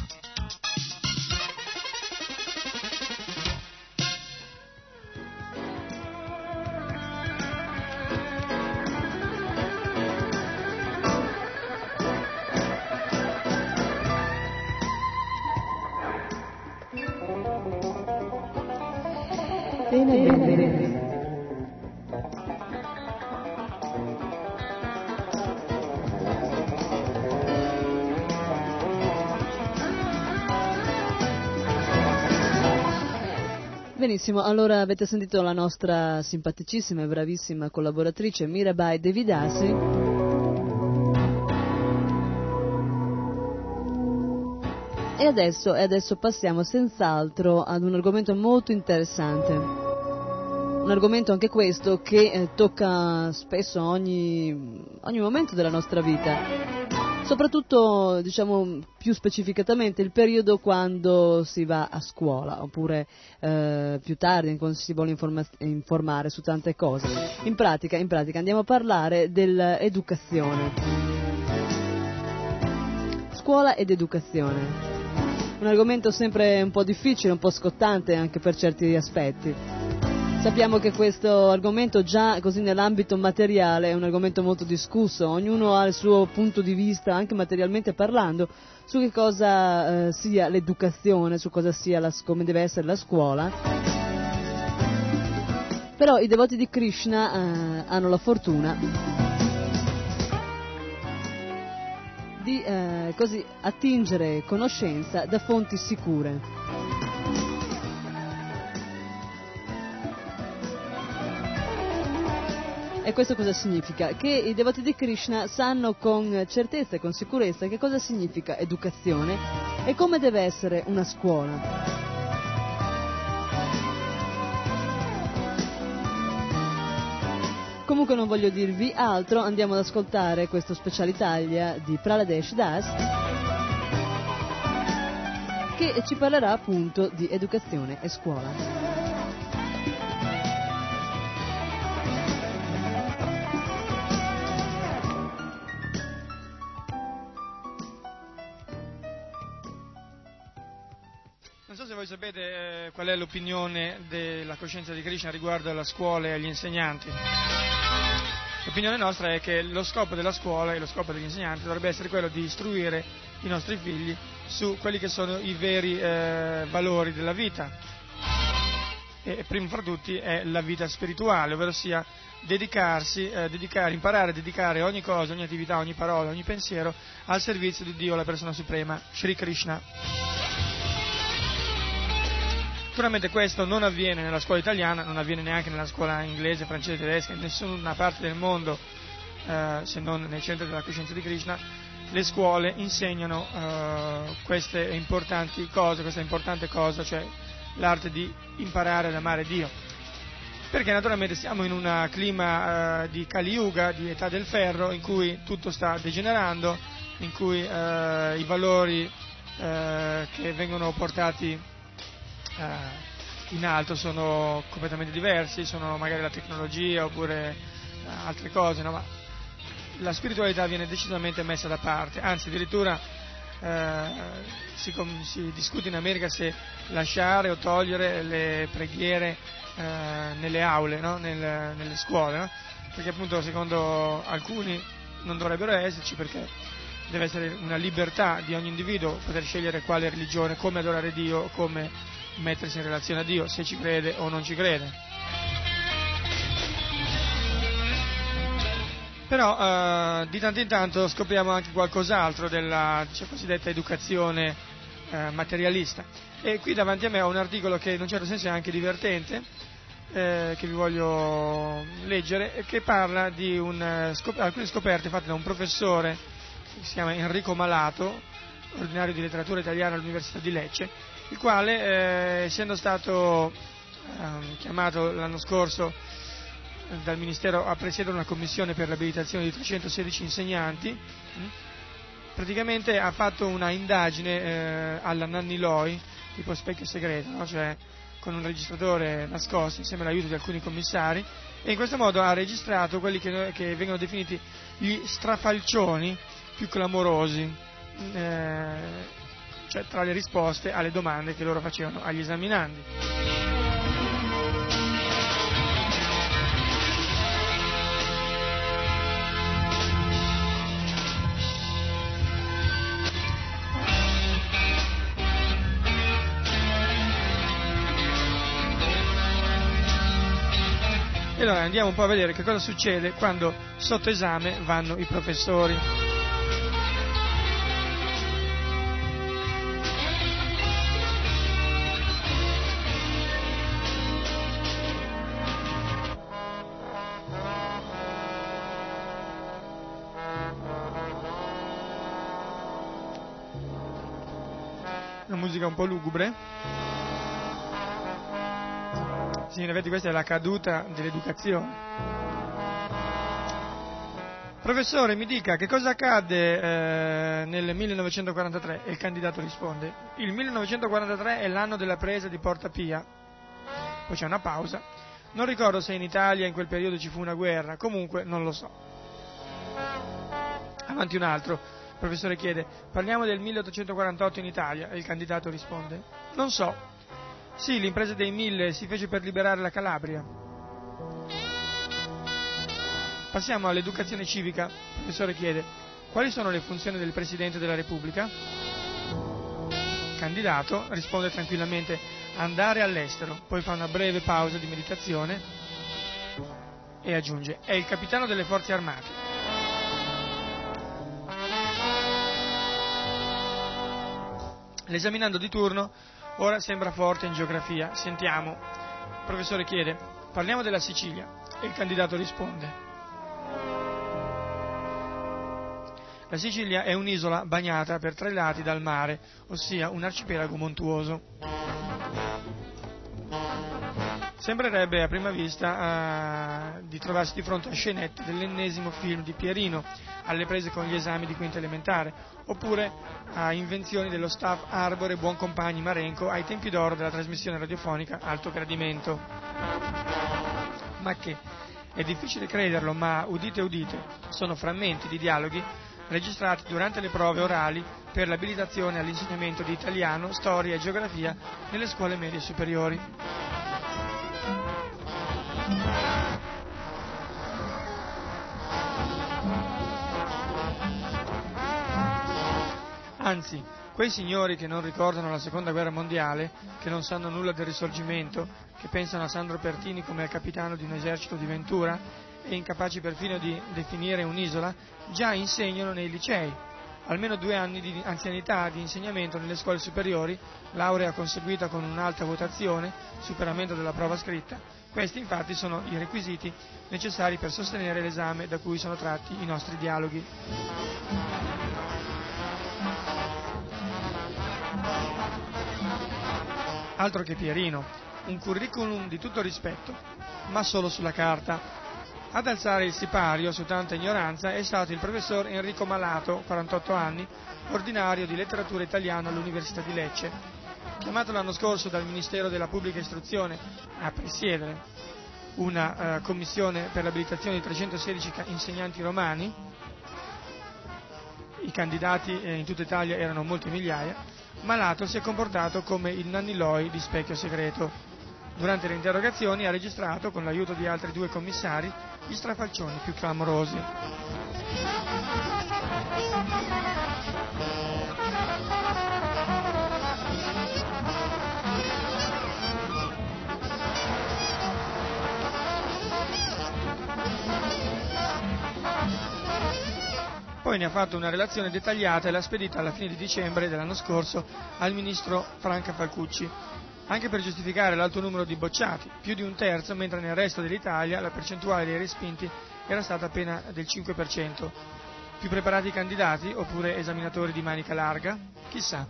Benissimo, allora avete sentito la nostra simpaticissima e bravissima collaboratrice Mirabai Devidasi. E adesso passiamo senz'altro ad un argomento molto interessante. Un argomento anche questo che tocca spesso ogni momento della nostra vita. Soprattutto, diciamo, più specificatamente il periodo quando si va a scuola, oppure più tardi quando si vuole informare su tante cose. In pratica andiamo a parlare dell'educazione. Scuola ed educazione. Un argomento sempre un po' difficile, un po' scottante anche per certi aspetti. Sappiamo che questo argomento già così nell'ambito materiale è un argomento molto discusso, ognuno ha il suo punto di vista, anche materialmente parlando, su che cosa sia l'educazione, su cosa sia come deve essere la scuola. Però i devoti di Krishna hanno la fortuna di così attingere conoscenza da fonti sicure. E questo cosa significa? Che i devoti di Krishna sanno con certezza e con sicurezza che cosa significa educazione e come deve essere una scuola. Comunque non voglio dirvi altro, andiamo ad ascoltare questo Special Italia di Praladesh Das, che ci parlerà appunto di educazione e scuola. so se voi sapete qual è l'opinione della coscienza di Krishna riguardo alla scuola e agli insegnanti. L'opinione nostra è che lo scopo della scuola e lo scopo degli insegnanti dovrebbe essere quello di istruire i nostri figli su quelli che sono i veri valori della vita. E primo fra tutti è la vita spirituale, ovvero sia imparare a dedicare ogni cosa, ogni attività, ogni parola, ogni pensiero al servizio di Dio, la persona suprema, Sri Krishna. Naturalmente questo non avviene nella scuola italiana, non avviene neanche nella scuola inglese, francese, tedesca, in nessuna parte del mondo, se non nei centri della coscienza di Krishna. Le scuole insegnano questa importante cosa, cioè l'arte di imparare ad amare Dio. Perché naturalmente siamo in un clima di Kali Yuga, di età del ferro, in cui tutto sta degenerando, in cui i valori che vengono portati in alto sono completamente diversi, sono magari la tecnologia oppure altre cose, no? Ma la spiritualità viene decisamente messa da parte, anzi addirittura si discute in America se lasciare o togliere le preghiere nelle aule, no? nelle scuole, no? Perché appunto secondo alcuni non dovrebbero esserci, perché deve essere una libertà di ogni individuo poter scegliere quale religione, come adorare Dio, come mettersi in relazione a Dio, se ci crede o non ci crede. Però di tanto in tanto scopriamo anche qualcos'altro della cosiddetta educazione materialista. E qui davanti a me ho un articolo che in un certo senso è anche divertente, che vi voglio leggere, che parla di alcune scoperte fatte da un professore che si chiama Enrico Malato, ordinario di letteratura italiana all'Università di Lecce, il quale, essendo stato chiamato l'anno scorso dal Ministero a presiedere una commissione per l'abilitazione di 316 insegnanti, praticamente ha fatto una indagine alla Nanni Loi, tipo specchio segreto, no? Cioè con un registratore nascosto insieme all'aiuto di alcuni commissari, e in questo modo ha registrato quelli che vengono definiti gli strafalcioni più clamorosi, cioè tra le risposte alle domande che loro facevano agli esaminandi. E allora andiamo un po' a vedere che cosa succede quando sotto esame vanno i professori. Una musica un po' lugubre. Sì, in effetti questa è la caduta dell'educazione. Professore, mi dica che cosa accadde nel 1943? E il candidato risponde: il 1943 è l'anno della presa di Porta Pia. Poi c'è una pausa. Non ricordo se in Italia in quel periodo ci fu una guerra, comunque non lo so. Avanti un altro. Il professore chiede: parliamo del 1848 in Italia? E il candidato risponde: non so. Sì, l'impresa dei 1000 si fece per liberare la Calabria. Passiamo all'educazione civica. Il professore chiede: quali sono le funzioni del Presidente della Repubblica? Il candidato risponde tranquillamente: andare all'estero. Poi fa una breve pausa di meditazione e aggiunge: è il capitano delle forze armate. L'esaminando di turno ora sembra forte in geografia. Sentiamo. Il professore chiede: parliamo della Sicilia. E il candidato risponde: la Sicilia è un'isola bagnata per 3 lati dal mare, ossia un arcipelago montuoso. Sembrerebbe a prima vista di trovarsi di fronte a scenette dell'ennesimo film di Pierino, alle prese con gli esami di quinta elementare, oppure a invenzioni dello staff Arbore Buoncompagni Marenco ai tempi d'oro della trasmissione radiofonica Alto Gradimento. Ma che? È difficile crederlo, ma udite udite, sono frammenti di dialoghi registrati durante le prove orali per l'abilitazione all'insegnamento di italiano, storia e geografia nelle scuole medie superiori. Anzi, quei signori che non ricordano la Seconda Guerra Mondiale, che non sanno nulla del Risorgimento, che pensano a Sandro Pertini come al capitano di un esercito di Ventura e incapaci perfino di definire un'isola, già insegnano nei licei. Almeno 2 anni di anzianità di insegnamento nelle scuole superiori, laurea conseguita con un'alta votazione, superamento della prova scritta. Questi infatti sono i requisiti necessari per sostenere l'esame da cui sono tratti i nostri dialoghi. Altro che Pierino, un curriculum di tutto rispetto, ma solo sulla carta. Ad alzare il sipario su tanta ignoranza è stato il professor Enrico Malato, 48 anni, ordinario di letteratura italiana all'Università di Lecce, chiamato l'anno scorso dal Ministero della Pubblica Istruzione a presiedere una commissione per l'abilitazione di 316 insegnanti romani. I candidati in tutta Italia erano molte migliaia. Malato si è comportato come il Nanni Loi di Specchio Segreto. Durante le interrogazioni ha registrato, con l'aiuto di altri 2 commissari, gli strafalcioni più clamorosi. Poi ne ha fatto una relazione dettagliata e l'ha spedita alla fine di dicembre dell'anno scorso al ministro Franca Falcucci, anche per giustificare l'alto numero di bocciati, più di un terzo, mentre nel resto dell'Italia la percentuale dei respinti era stata appena del 5%. Più preparati i candidati, oppure esaminatori di manica larga? Chissà.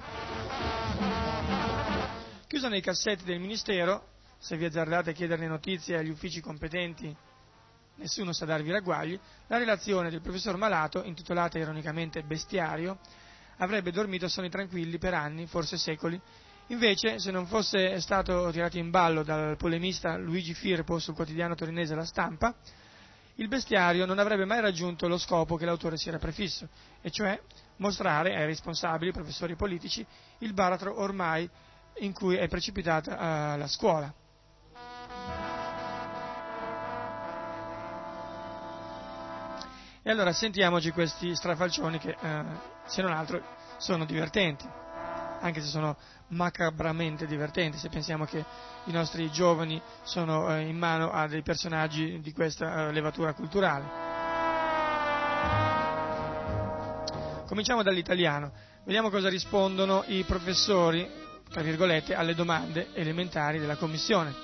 Chiusa nei cassetti del Ministero, se vi azzardate a chiederne notizie agli uffici competenti, nessuno sa darvi ragguagli, la relazione del professor Malato, intitolata ironicamente Bestiario, avrebbe dormito sonni tranquilli per anni, forse secoli. Invece, se non fosse stato tirato in ballo dal polemista Luigi Firpo sul quotidiano torinese La Stampa, il Bestiario non avrebbe mai raggiunto lo scopo che l'autore si era prefisso, e cioè mostrare ai responsabili, professori politici, il baratro ormai in cui è precipitata la scuola. E allora sentiamoci questi strafalcioni che, se non altro, sono divertenti, anche se sono macabramente divertenti, se pensiamo che i nostri giovani sono in mano a dei personaggi di questa levatura culturale. Cominciamo dall'italiano, vediamo cosa rispondono i professori, tra virgolette, alle domande elementari della commissione.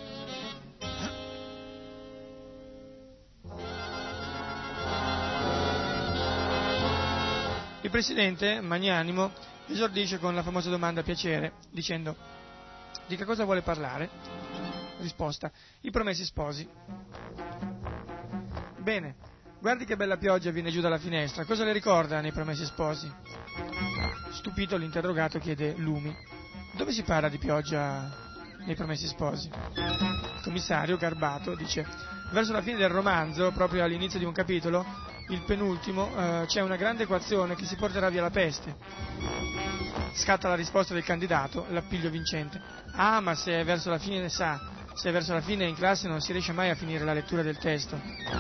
Il presidente, magnanimo, esordisce con la famosa domanda a piacere, dicendo: di che cosa vuole parlare? Risposta: i promessi sposi. Bene, guardi che bella pioggia viene giù dalla finestra, cosa le ricorda nei promessi sposi? Stupito l'interrogato chiede lumi: dove si parla di pioggia nei promessi sposi? Il commissario, garbato, dice: verso la fine del romanzo, proprio all'inizio di un capitolo, il penultimo, c'è una grande equazione che si porterà via la peste. Scatta la risposta del candidato, l'appiglio vincente: ah, ma se è verso la fine ne sa, se è verso la fine in classe non si riesce mai a finire la lettura del testo.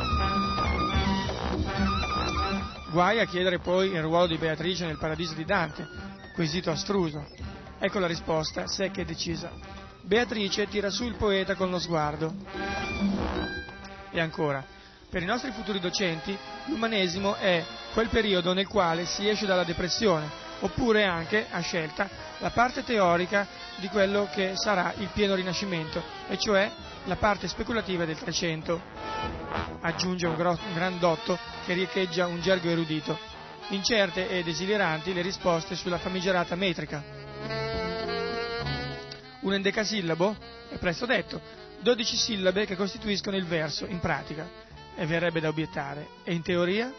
Guai a chiedere poi il ruolo di Beatrice nel Paradiso di Dante, quesito astruso. Ecco la risposta, secca e decisa: Beatrice tira su il poeta con lo sguardo. E ancora: per i nostri futuri docenti, l'umanesimo è quel periodo nel quale si esce dalla depressione, oppure anche, a scelta, la parte teorica di quello che sarà il pieno rinascimento, e cioè la parte speculativa del Trecento. Aggiunge un gran dotto che riecheggia un gergo erudito. Incerte ed esiliranti le risposte sulla famigerata metrica. Un endecasillabo? È presto detto. 12 sillabe che costituiscono il verso, in pratica. E verrebbe da obiettare: e in teoria?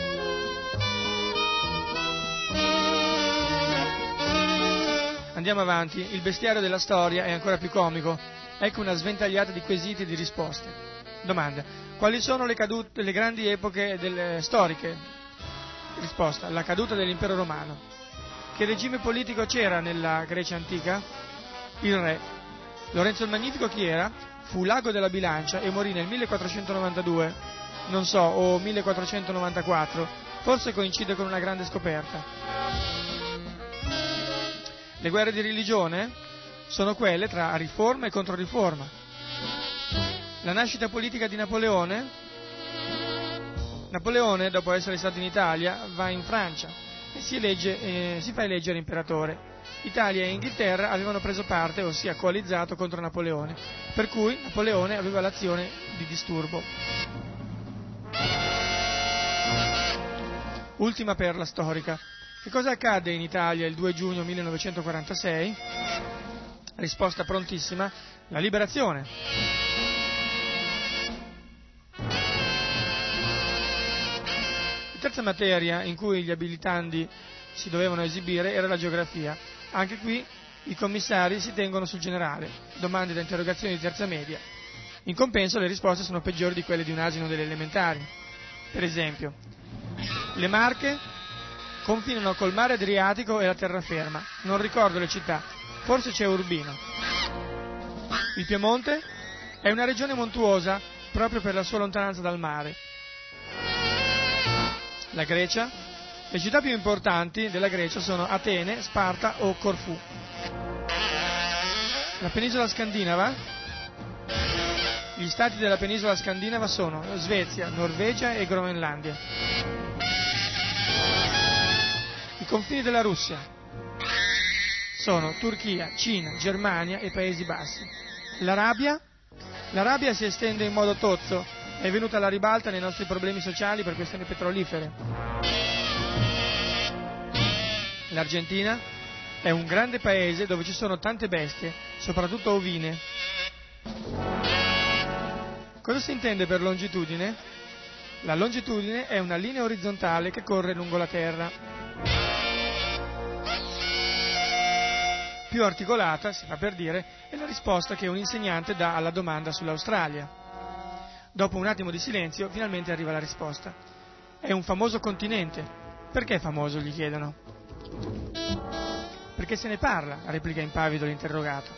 Andiamo avanti, il bestiario della storia è ancora più comico. Ecco una sventagliata di quesiti e di risposte. Domanda: quali sono le grandi epoche storiche? Risposta: la caduta dell'impero romano. Che regime politico c'era nella Grecia antica? Il re. Lorenzo il Magnifico chi era? Fu l'ago della bilancia e morì nel 1492, non so, o 1494, forse coincide con una grande scoperta. Le guerre di religione sono quelle tra riforma e controriforma. La nascita politica di Napoleone? Napoleone, dopo essere stato in Italia, va in Francia e si fa eleggere imperatore. Italia e Inghilterra avevano preso parte, ossia coalizzato contro Napoleone, per cui Napoleone aveva l'azione di disturbo. Ultima perla storica. Che cosa accadde in Italia il 2 giugno 1946? Risposta prontissima: la liberazione. La terza materia in cui gli abilitandi si dovevano esibire era la geografia. Anche qui i commissari si tengono sul generale, domande da interrogazioni di terza media. In compenso le risposte sono peggiori di quelle di un asino delle elementari. Per esempio, le Marche confinano col mare Adriatico e la terraferma, non ricordo le città, forse c'è Urbino. Il Piemonte è una regione montuosa proprio per la sua lontananza dal mare. La Grecia? Le città più importanti della Grecia sono Atene, Sparta o Corfù. La penisola scandinava? Gli stati della penisola scandinava sono Svezia, Norvegia e Groenlandia. I confini della Russia sono Turchia, Cina, Germania e Paesi Bassi. L'Arabia? L'Arabia si estende in modo tozzo, è venuta alla ribalta nei nostri problemi sociali per questioni petrolifere. L'Argentina è un grande paese dove ci sono tante bestie, soprattutto ovine. Cosa si intende per longitudine? La longitudine è una linea orizzontale che corre lungo la Terra. Più articolata, si fa per dire, è la risposta che un insegnante dà alla domanda sull'Australia. Dopo un attimo di silenzio, finalmente arriva la risposta. È un famoso continente. Perché è famoso, gli chiedono. Perché se ne parla, replica impavido l'interrogato.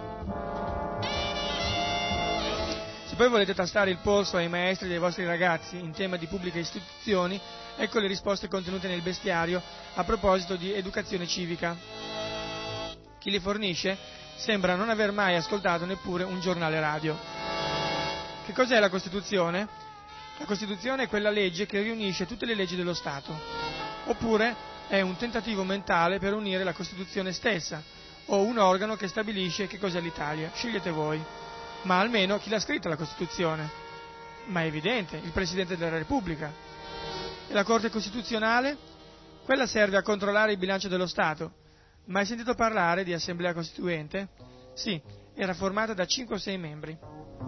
Se poi volete tastare il polso ai maestri dei vostri ragazzi in tema di pubbliche istituzioni, ecco le risposte contenute nel bestiario a proposito di educazione civica. Chi li fornisce sembra non aver mai ascoltato neppure un giornale radio. Che cos'è la Costituzione? La Costituzione è quella legge che riunisce tutte le leggi dello Stato. Oppure è un tentativo mentale per unire la Costituzione stessa, o un organo che stabilisce che cos'è l'Italia. Scegliete voi. Ma almeno chi l'ha scritta la Costituzione? Ma è evidente, il Presidente della Repubblica. E la Corte Costituzionale? Quella serve a controllare il bilancio dello Stato. Ma hai sentito parlare di Assemblea Costituente? Sì, era formata da 5 o 6 membri.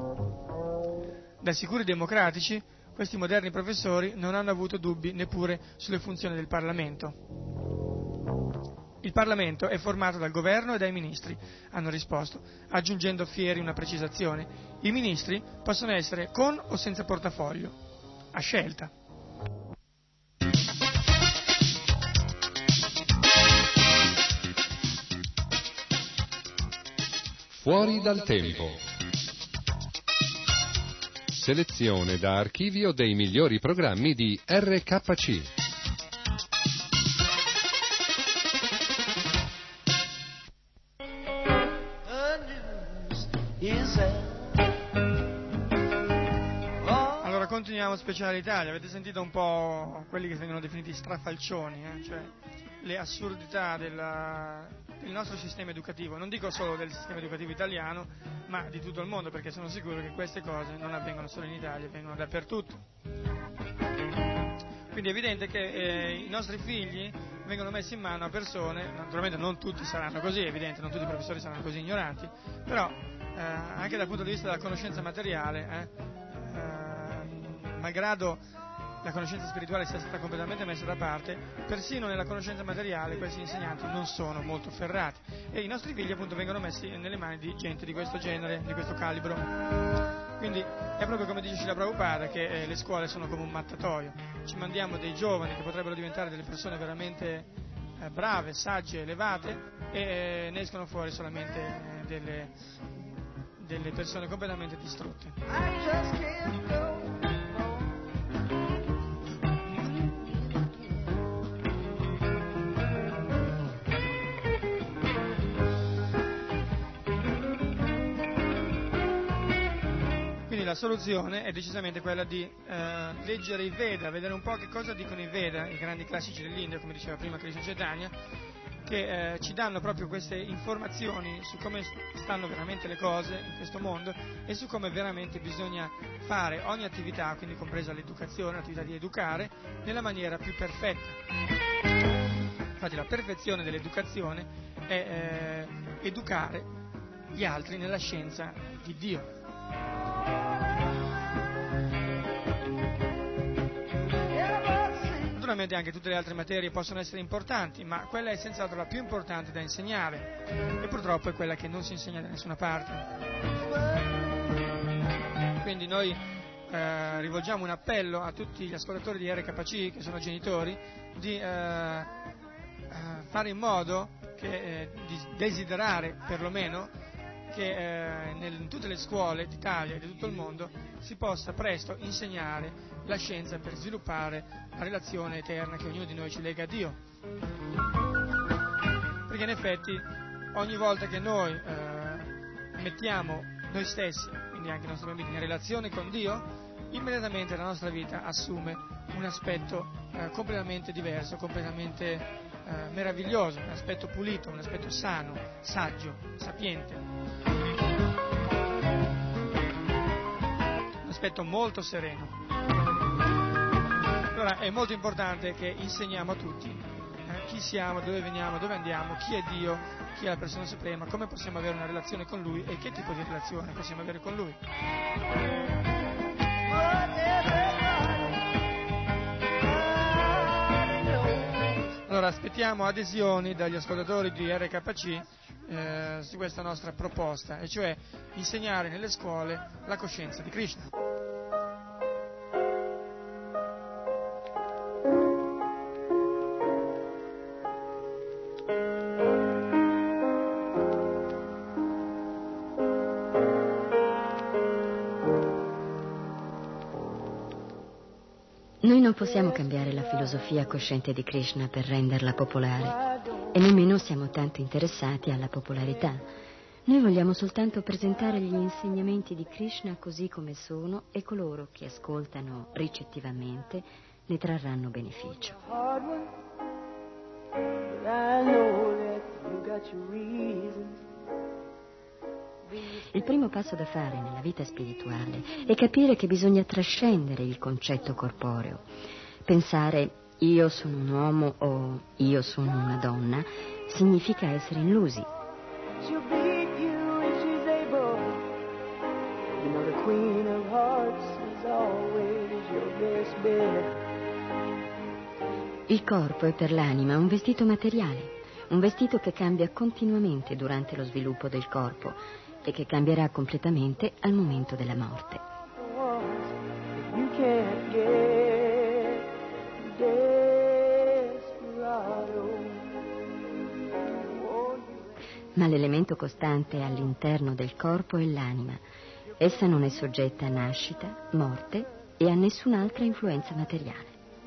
Da sicuri democratici, questi moderni professori non hanno avuto dubbi neppure sulle funzioni del Parlamento. Il Parlamento è formato dal governo e dai ministri, hanno risposto, aggiungendo fieri una precisazione. I ministri possono essere con o senza portafoglio, a scelta. Fuori dal tempo. Selezione da archivio dei migliori programmi di RKC. Allora continuiamo Speciale Italia. Avete sentito un po' quelli che vengono definiti strafalcioni, cioè le assurdità del nostro sistema educativo, non dico solo del sistema educativo italiano, ma di tutto il mondo, perché sono sicuro che queste cose non avvengono solo in Italia, avvengono dappertutto. Quindi è evidente che i nostri figli vengono messi in mano a persone, naturalmente non tutti saranno così, è evidente, non tutti i professori saranno così ignoranti, però anche dal punto di vista della conoscenza materiale, malgrado la conoscenza spirituale sia stata completamente messa da parte, persino nella conoscenza materiale questi insegnanti non sono molto ferrati e i nostri figli appunto vengono messi nelle mani di gente di questo genere, di questo calibro. Quindi è proprio come dice Srila Prabhupada che le scuole sono come un mattatoio, ci mandiamo dei giovani che potrebbero diventare delle persone veramente brave, sagge, elevate, e ne escono fuori solamente delle persone completamente distrutte. La soluzione è decisamente quella di leggere i Veda, vedere un po' che cosa dicono i Veda, i grandi classici dell'India, come diceva prima Krishna Chaitanya, che ci danno proprio queste informazioni su come stanno veramente le cose in questo mondo e su come veramente bisogna fare ogni attività, quindi compresa l'educazione, l'attività di educare, nella maniera più perfetta. Infatti la perfezione dell'educazione è educare gli altri nella scienza di Dio. Naturalmente anche tutte le altre materie possono essere importanti, ma quella è senz'altro la più importante da insegnare e purtroppo è quella che non si insegna da nessuna parte. Quindi noi rivolgiamo un appello a tutti gli ascoltatori di RKC, che sono genitori, di fare in modo di desiderare perlomeno che in tutte le scuole d'Italia e di tutto il mondo si possa presto insegnare la scienza per sviluppare la relazione eterna che ognuno di noi ci lega a Dio. Perché in effetti ogni volta che noi mettiamo noi stessi, quindi anche i nostri bambini, in relazione con Dio, immediatamente la nostra vita assume un aspetto completamente diverso, completamente meraviglioso, un aspetto pulito, un aspetto sano, saggio, sapiente, un aspetto molto sereno. Allora è molto importante che insegniamo a tutti chi siamo, dove veniamo, dove andiamo, chi è Dio, chi è la persona suprema, come possiamo avere una relazione con Lui e che tipo di relazione possiamo avere con Lui. Allora aspettiamo adesioni dagli ascoltatori di RKC su questa nostra proposta, e cioè insegnare nelle scuole la coscienza di Krishna. Noi non possiamo cambiare la filosofia cosciente di Krishna per renderla popolare e nemmeno siamo tanto interessati alla popolarità. Noi vogliamo soltanto presentare gli insegnamenti di Krishna così come sono e coloro che ascoltano ricettivamente ne trarranno beneficio. Il primo passo da fare nella vita spirituale è capire che bisogna trascendere il concetto corporeo. Pensare io sono un uomo o io sono una donna significa essere illusi. Il corpo è per l'anima un vestito materiale, un vestito che cambia continuamente durante lo sviluppo del corpo e che cambierà completamente al momento della morte. Ma l'elemento costante all'interno del corpo è l'anima. Essa non è soggetta a nascita, morte e a nessun'altra influenza materiale.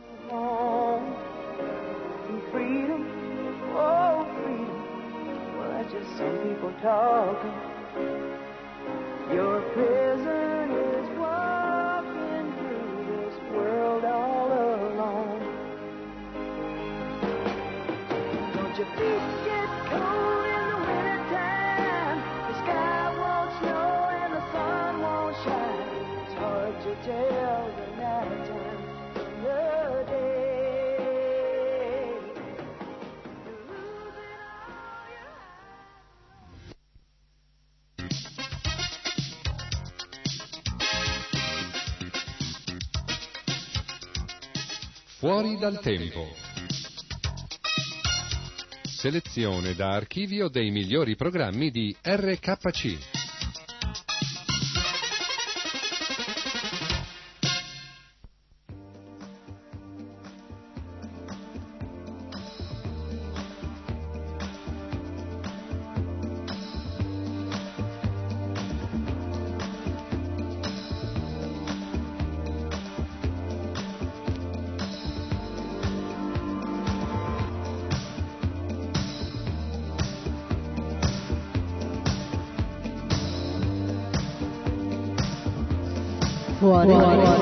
Some people talking. Your prison is walking through this world all alone. Don't your feet get cold in the wintertime? The sky won't snow and the sun won't shine. It's hard to tell the night time from the day. Fuori dal tempo. Selezione da archivio dei migliori programmi di RKC. Fuori.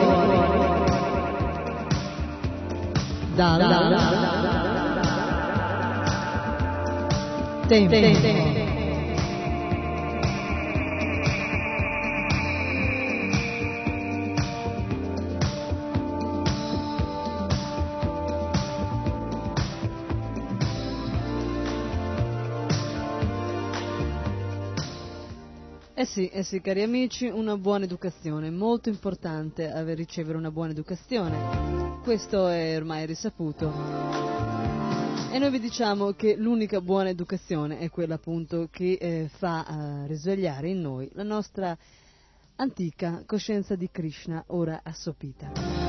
Tempo. Eh sì, cari amici, una buona educazione, è molto importante ricevere una buona educazione, questo è ormai risaputo. E noi vi diciamo che l'unica buona educazione è quella appunto che fa risvegliare in noi la nostra antica coscienza di Krishna, ora assopita.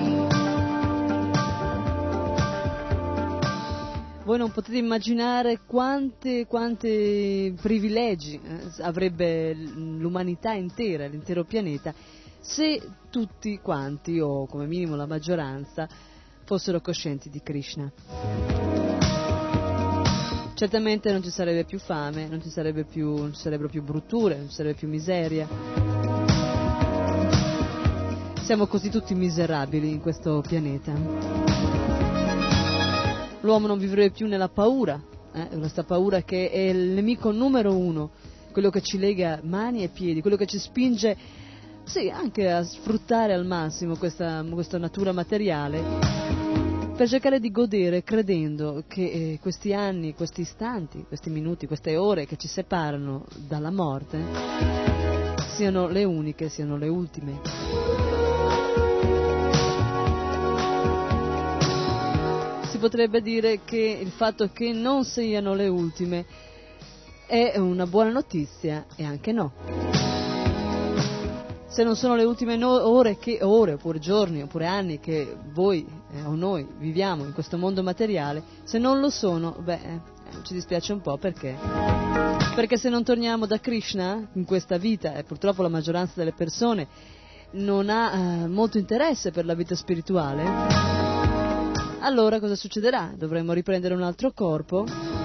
Voi non potete immaginare quanti privilegi avrebbe l'umanità intera, l'intero pianeta, se tutti quanti, o come minimo la maggioranza, fossero coscienti di Krishna. Certamente non ci sarebbe più fame, non ci sarebbero più brutture, non ci sarebbe più miseria. Siamo così tutti miserabili in questo pianeta. L'uomo non vivrebbe più nella paura, questa paura che è il nemico numero uno, quello che ci lega mani e piedi, quello che ci spinge sì, anche a sfruttare al massimo questa natura materiale per cercare di godere credendo che questi anni, questi istanti, questi minuti, queste ore che ci separano dalla morte siano le uniche, siano le ultime. Potrebbe dire che il fatto che non siano le ultime è una buona notizia e anche no. Se non sono le ultime ore oppure giorni oppure anni che voi o noi viviamo in questo mondo materiale, se non lo sono, ci dispiace un po', perché se non torniamo da Krishna in questa vita, e purtroppo la maggioranza delle persone non ha molto interesse per la vita spirituale, allora cosa succederà? Dovremo riprendere un altro corpo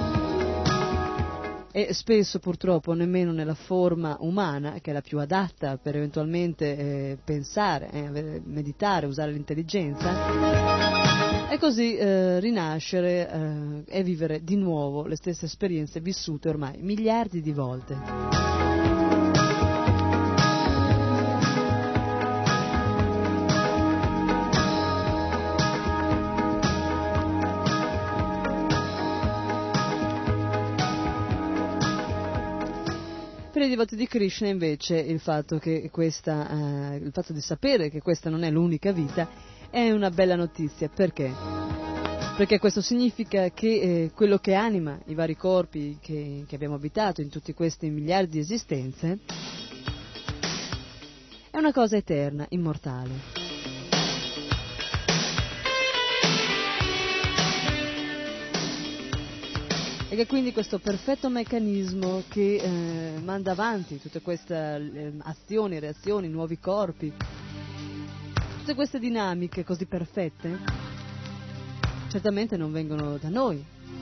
e spesso purtroppo nemmeno nella forma umana, che è la più adatta per eventualmente pensare, meditare, usare l'intelligenza, e così rinascere e vivere di nuovo le stesse esperienze vissute ormai miliardi di volte. Per i devoti di Krishna invece il fatto di sapere che questa non è l'unica vita è una bella notizia. Perché? Perché questo significa che quello che anima i vari corpi che abbiamo abitato in tutti questi miliardi di esistenze è una cosa eterna, immortale. E che quindi questo perfetto meccanismo che manda avanti tutte queste azioni, reazioni, nuovi corpi, tutte queste dinamiche così perfette, certamente non vengono da noi,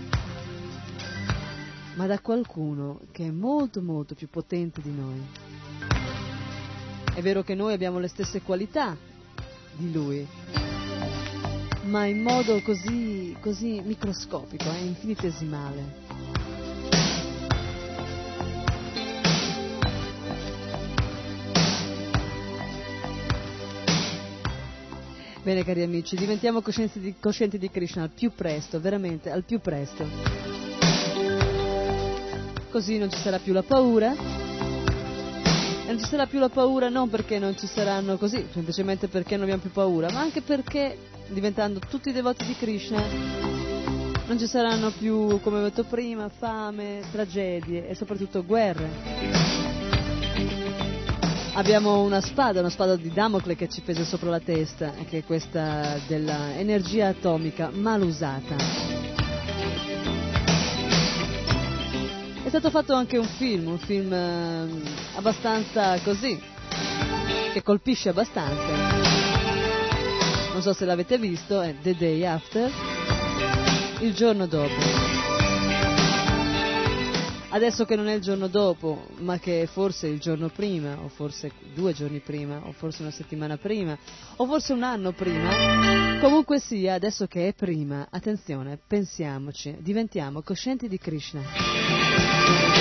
ma da qualcuno che è molto molto più potente di noi. È vero che noi abbiamo le stesse qualità di lui, ma in modo così microscopico, infinitesimale. Bene cari amici, diventiamo coscienti di Krishna al più presto, veramente al più presto. Così non ci sarà più la paura. E non ci sarà più la paura non perché non ci saranno così, semplicemente perché non abbiamo più paura, ma anche perché diventando tutti devoti di Krishna non ci saranno più, come ho detto prima, fame, tragedie e soprattutto guerre. Abbiamo una spada di Damocle che ci pesa sopra la testa, che è questa dell'energia atomica mal usata. È stato fatto anche un film abbastanza così, che colpisce abbastanza. Non so se l'avete visto, è The Day After, il giorno dopo. adesso che non è il giorno dopo, ma che è forse il giorno prima, o forse 2 giorni prima, o forse una settimana prima, o forse un anno prima, comunque sia, adesso che è prima, attenzione, pensiamoci, diventiamo coscienti di Krishna.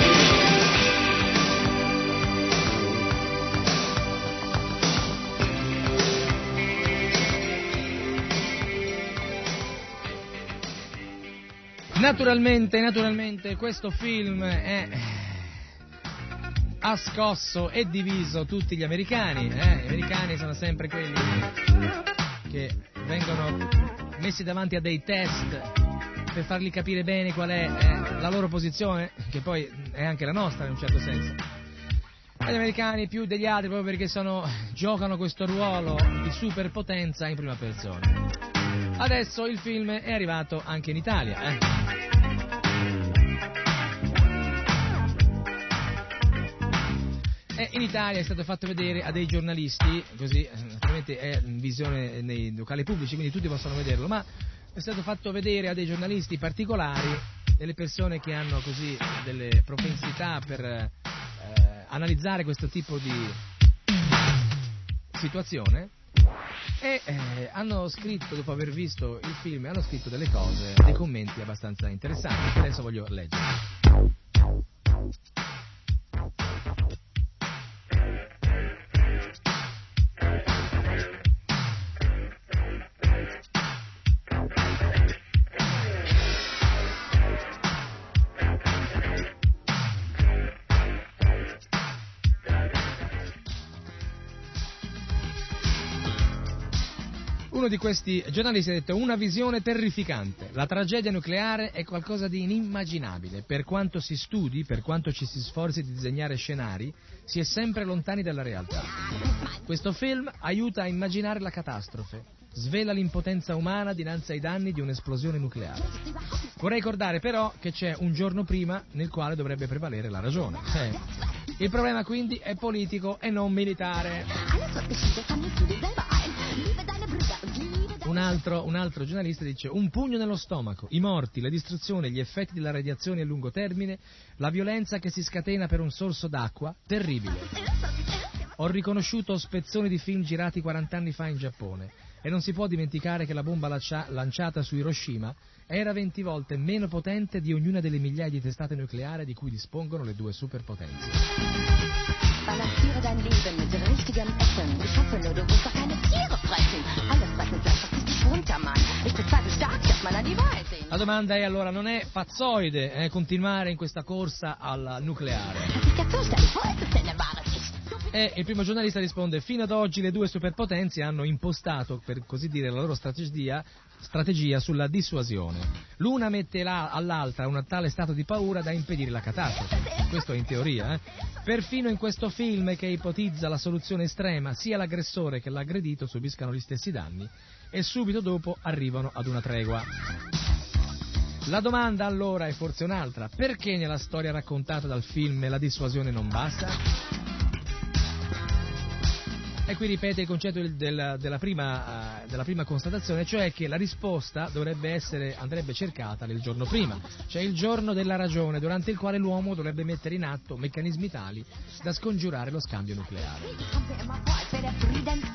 Naturalmente questo film ha scosso e diviso tutti gli americani. Gli americani sono sempre quelli che vengono messi davanti a dei test per fargli capire bene qual è la loro posizione, che poi è anche la nostra in un certo senso. E gli americani più degli altri proprio perché giocano questo ruolo di superpotenza in prima persona. Adesso il film è arrivato anche in Italia. E in Italia è stato fatto vedere a dei giornalisti, così naturalmente è in visione nei locali pubblici, quindi tutti possono vederlo, ma è stato fatto vedere a dei giornalisti particolari, delle persone che hanno così delle propensità per analizzare questo tipo di situazione. E hanno scritto, dopo aver visto il film, hanno scritto delle cose, dei commenti abbastanza interessanti che adesso voglio leggere. Uno di questi giornalisti ha detto: una visione terrificante, la tragedia nucleare è qualcosa di inimmaginabile, per quanto si studi, per quanto ci si sforzi di disegnare scenari, si è sempre lontani dalla realtà. Questo film aiuta a immaginare la catastrofe, svela l'impotenza umana dinanzi ai danni di un'esplosione nucleare. Vorrei ricordare però che c'è un giorno prima nel quale dovrebbe prevalere la ragione. Il problema quindi è politico e non militare. Un altro giornalista dice: un pugno nello stomaco, i morti, la distruzione, gli effetti della radiazione a lungo termine, la violenza che si scatena per un sorso d'acqua, terribile. Ho riconosciuto spezzoni di film girati 40 anni fa in Giappone e non si può dimenticare che la bomba lanciata su Hiroshima era 20 volte meno potente di ognuna delle migliaia di testate nucleari di cui dispongono le due superpotenze. Balanciere dein Leben mit richtigem Essen. Ich hoffe nur, du wirst doch keine Tiere fressen. Alles fressen gleich, verpiss dich runter, Mann. Ich bezweifle stark, dass man an die Wahrheit sehen. La domanda è allora: non è pazzoide continuare in questa corsa al nucleare? E il primo giornalista risponde: fino ad oggi le due superpotenze hanno impostato, per così dire, la loro strategia sulla dissuasione. L'una mette all'altra un tale stato di paura da impedire la catastrofe. Questo è in teoria. Perfino in questo film, che ipotizza la soluzione estrema, sia l'aggressore che l'aggredito subiscano gli stessi danni e subito dopo arrivano ad una tregua. La domanda allora è forse un'altra: perché nella storia raccontata dal film la dissuasione non basta? E qui ripete il concetto della prima constatazione, cioè che la risposta andrebbe cercata nel giorno prima, cioè il giorno della ragione, durante il quale l'uomo dovrebbe mettere in atto meccanismi tali da scongiurare lo scambio nucleare.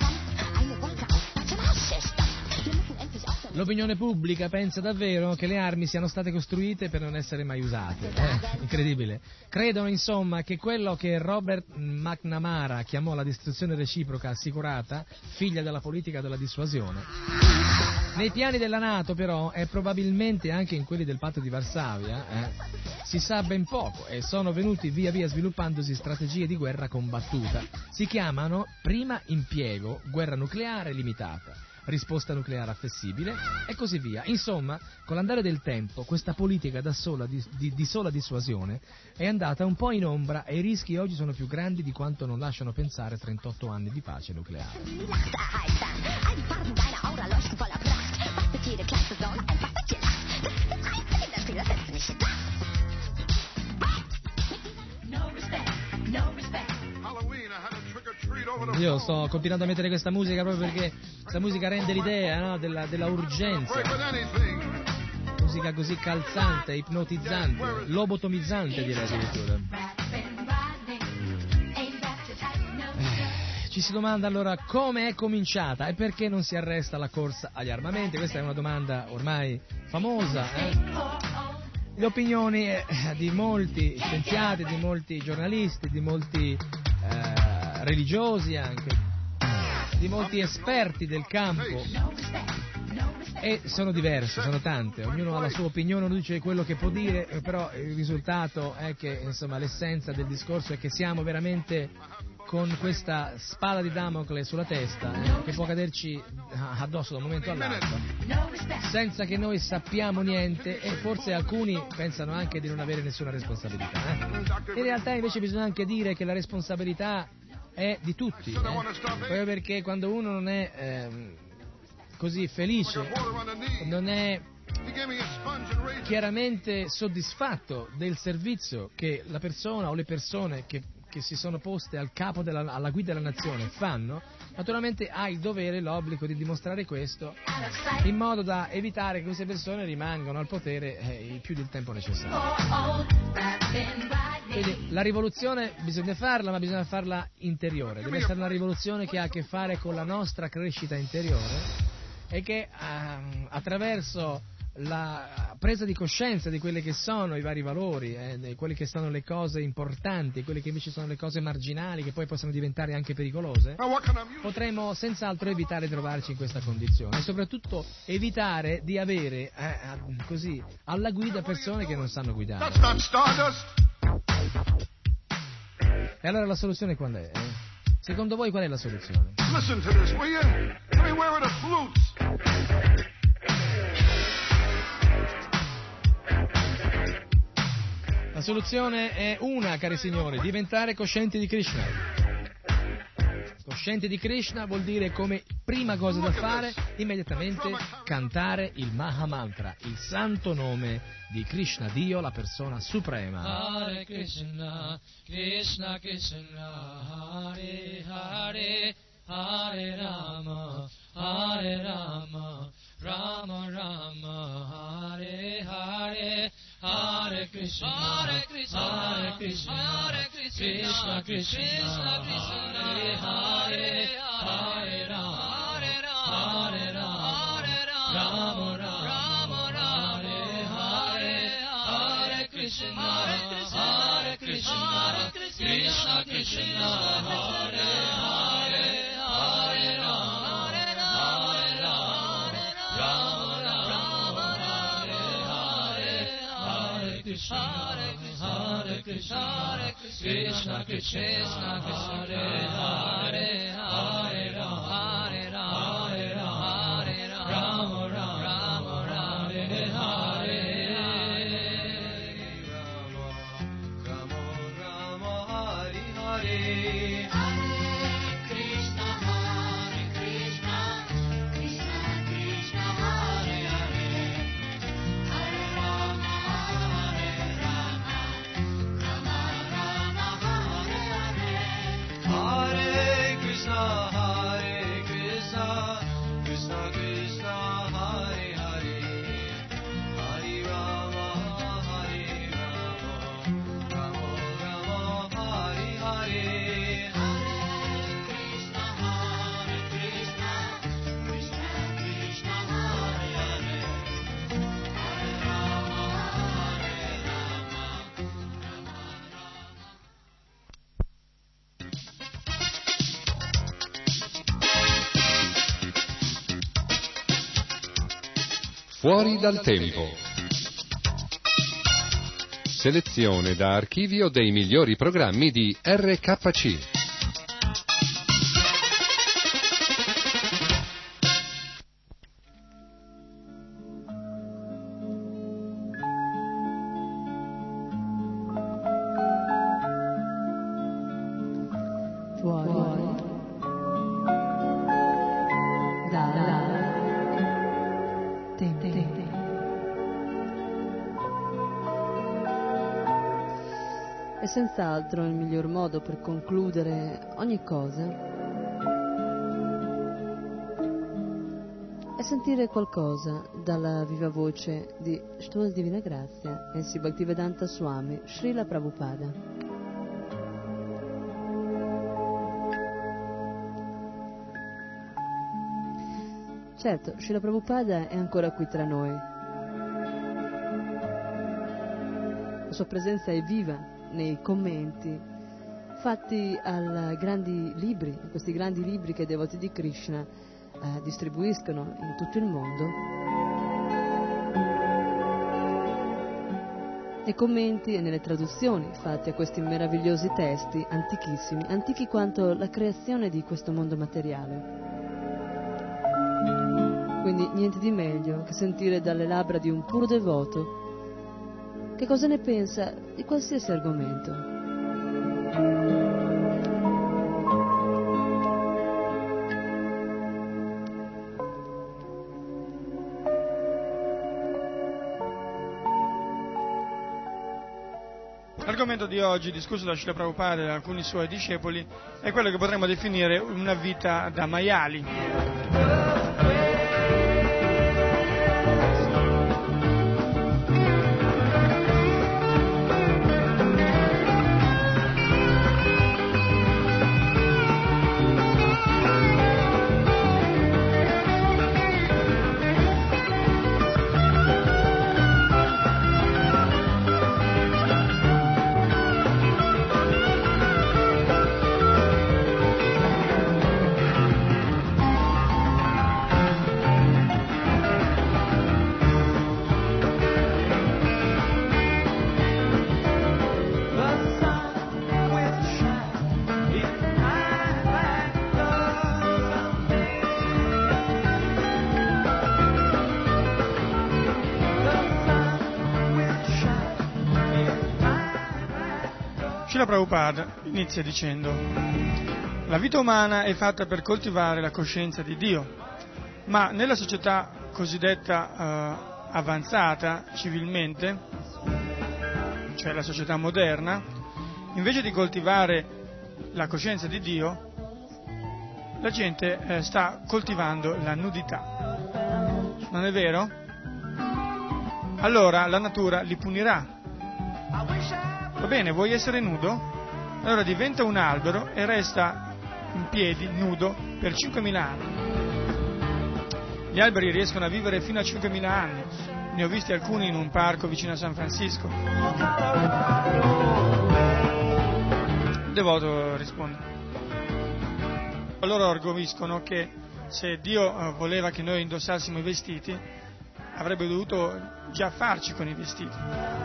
L'opinione pubblica pensa davvero che le armi siano state costruite per non essere mai usate. Incredibile. Credono insomma che quello che Robert McNamara chiamò la distruzione reciproca assicurata, figlia della politica della dissuasione, nei piani della NATO però, e probabilmente anche in quelli del patto di Varsavia, si sa ben poco e sono venuti via via sviluppandosi strategie di guerra combattuta. Si chiamano prima impiego, guerra nucleare limitata, risposta nucleare flessibile e così via. Insomma, con l'andare del tempo, questa politica da sola di sola dissuasione è andata un po' in ombra e i rischi oggi sono più grandi di quanto non lasciano pensare 38 anni di pace nucleare. Io sto continuando a mettere questa musica proprio perché questa musica rende l'idea, no, della urgenza. musica così calzante, ipnotizzante, lobotomizzante direi addirittura. Ci si domanda allora come è cominciata e perché non si arresta la corsa agli armamenti. Questa è una domanda ormai famosa. Le opinioni di molti scienziati, di molti giornalisti, di molti religiosi anche, di molti esperti del campo, e sono diverse, sono tante, ognuno ha la sua opinione, ognuno dice quello che può dire, però il risultato è che, insomma, l'essenza del discorso è che siamo veramente con questa spada di Damocle sulla testa, che può caderci addosso da un momento all'altro, senza che noi sappiamo niente, e forse alcuni pensano anche di non avere nessuna responsabilità. In realtà invece bisogna anche dire che la responsabilità è di tutti, proprio perché quando uno non è così felice, non è chiaramente soddisfatto del servizio che la persona o le persone che si sono poste al capo alla guida della nazione fanno, naturalmente ha il dovere e l'obbligo di dimostrare questo in modo da evitare che queste persone rimangano al potere il più del tempo necessario. Quindi la rivoluzione bisogna farla, ma bisogna farla interiore, deve essere una rivoluzione che ha a che fare con la nostra crescita interiore e che attraverso la presa di coscienza di quelle che sono i vari valori, di quelle che sono le cose importanti, quelle che invece sono le cose marginali, che poi possono diventare anche pericolose, potremo senz'altro evitare di trovarci in questa condizione e soprattutto evitare di avere così alla guida persone che non sanno guidare. E allora la soluzione qual è? Secondo voi qual è la soluzione? Listen to this, will you? Let me wear the flutes. La soluzione è una, cari signori, diventare coscienti di Krishna. Coscienti di Krishna vuol dire, come prima cosa da fare, immediatamente cantare il Maha Mantra, il santo nome di Krishna, Dio, la persona suprema. Hare Krishna, Krishna Krishna, Hare Hare, Hare Rama, Rama Rama, Hare Hare, Hare Krishna, Hare Krishna, Krishna Krishna, Hare Hare, Hare Rama, Rama Rama, Hare Hare, Hare Krishna, Krishna Krishna, Hare Hare, Hare Rama, Hare Krishna, Krishna Krishna, Hare Hare, Hare Rama, Rama Rama, Hare Hare. Fuori dal tempo. Selezione da archivio dei migliori programmi di RKC. E senz'altro il miglior modo per concludere ogni cosa e sentire qualcosa dalla viva voce di Sua Divina Grazia e Bhaktivedanta Swami Srila Prabhupada. Certo, Srila Prabhupada è ancora qui tra noi. La sua presenza è viva nei commenti fatti a questi grandi libri che i devoti di Krishna distribuiscono in tutto il mondo. Nei commenti e nelle traduzioni fatte a questi meravigliosi testi antichissimi, antichi quanto la creazione di questo mondo materiale. Quindi niente di meglio che sentire dalle labbra di un puro devoto che cosa ne pensa di qualsiasi argomento. L'argomento di oggi, discusso da Srila Prabhupada e da alcuni suoi discepoli, è quello che potremmo definire una vita da maiali. Srila Prabhupada inizia dicendo: la vita umana è fatta per coltivare la coscienza di Dio, ma nella società cosiddetta avanzata civilmente, cioè la società moderna, invece di coltivare la coscienza di Dio, la gente sta coltivando la nudità. Non è vero? Allora la natura li punirà. Va bene, vuoi essere nudo? Allora diventa un albero e resta in piedi, nudo, per 5.000 anni. Gli alberi riescono a vivere fino a 5.000 anni. Ne ho visti alcuni in un parco vicino a San Francisco. Il devoto risponde: loro argomescono che se Dio voleva che noi indossassimo i vestiti, avrebbe dovuto già farci con i vestiti.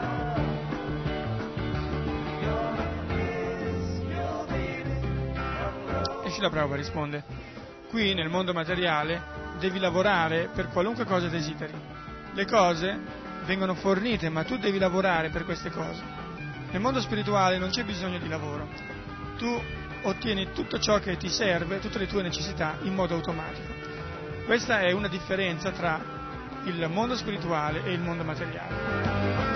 E Srila Prabhupada risponde: qui nel mondo materiale devi lavorare per qualunque cosa desideri. Le cose vengono fornite, ma tu devi lavorare per queste cose. Nel mondo spirituale non c'è bisogno di lavoro. Tu ottieni tutto ciò che ti serve, tutte le tue necessità, in modo automatico. Questa è una differenza tra il mondo spirituale e il mondo materiale.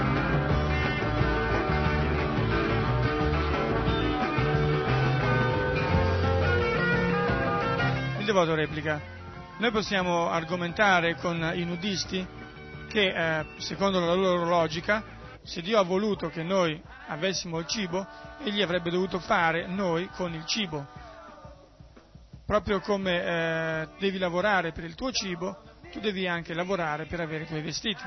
Il devoto replica: noi possiamo argomentare con i nudisti che, secondo la loro logica, se Dio ha voluto che noi avessimo il cibo, Egli avrebbe dovuto fare noi con il cibo. Proprio come devi lavorare per il tuo cibo, tu devi anche lavorare per avere i tuoi vestiti.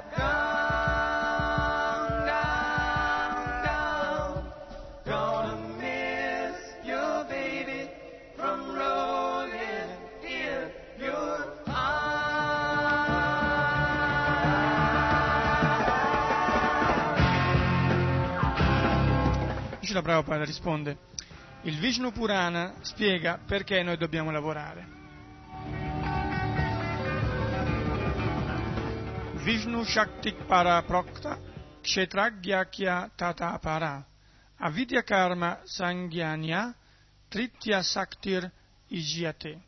Srila Prabhupada risponde: il Vishnu Purana spiega perché noi dobbiamo lavorare. Vishnu Shaktik Para Prokta Kshetragyakya Tata Para Avidya Karma Sangyanya Tritya Saktir Ijyate.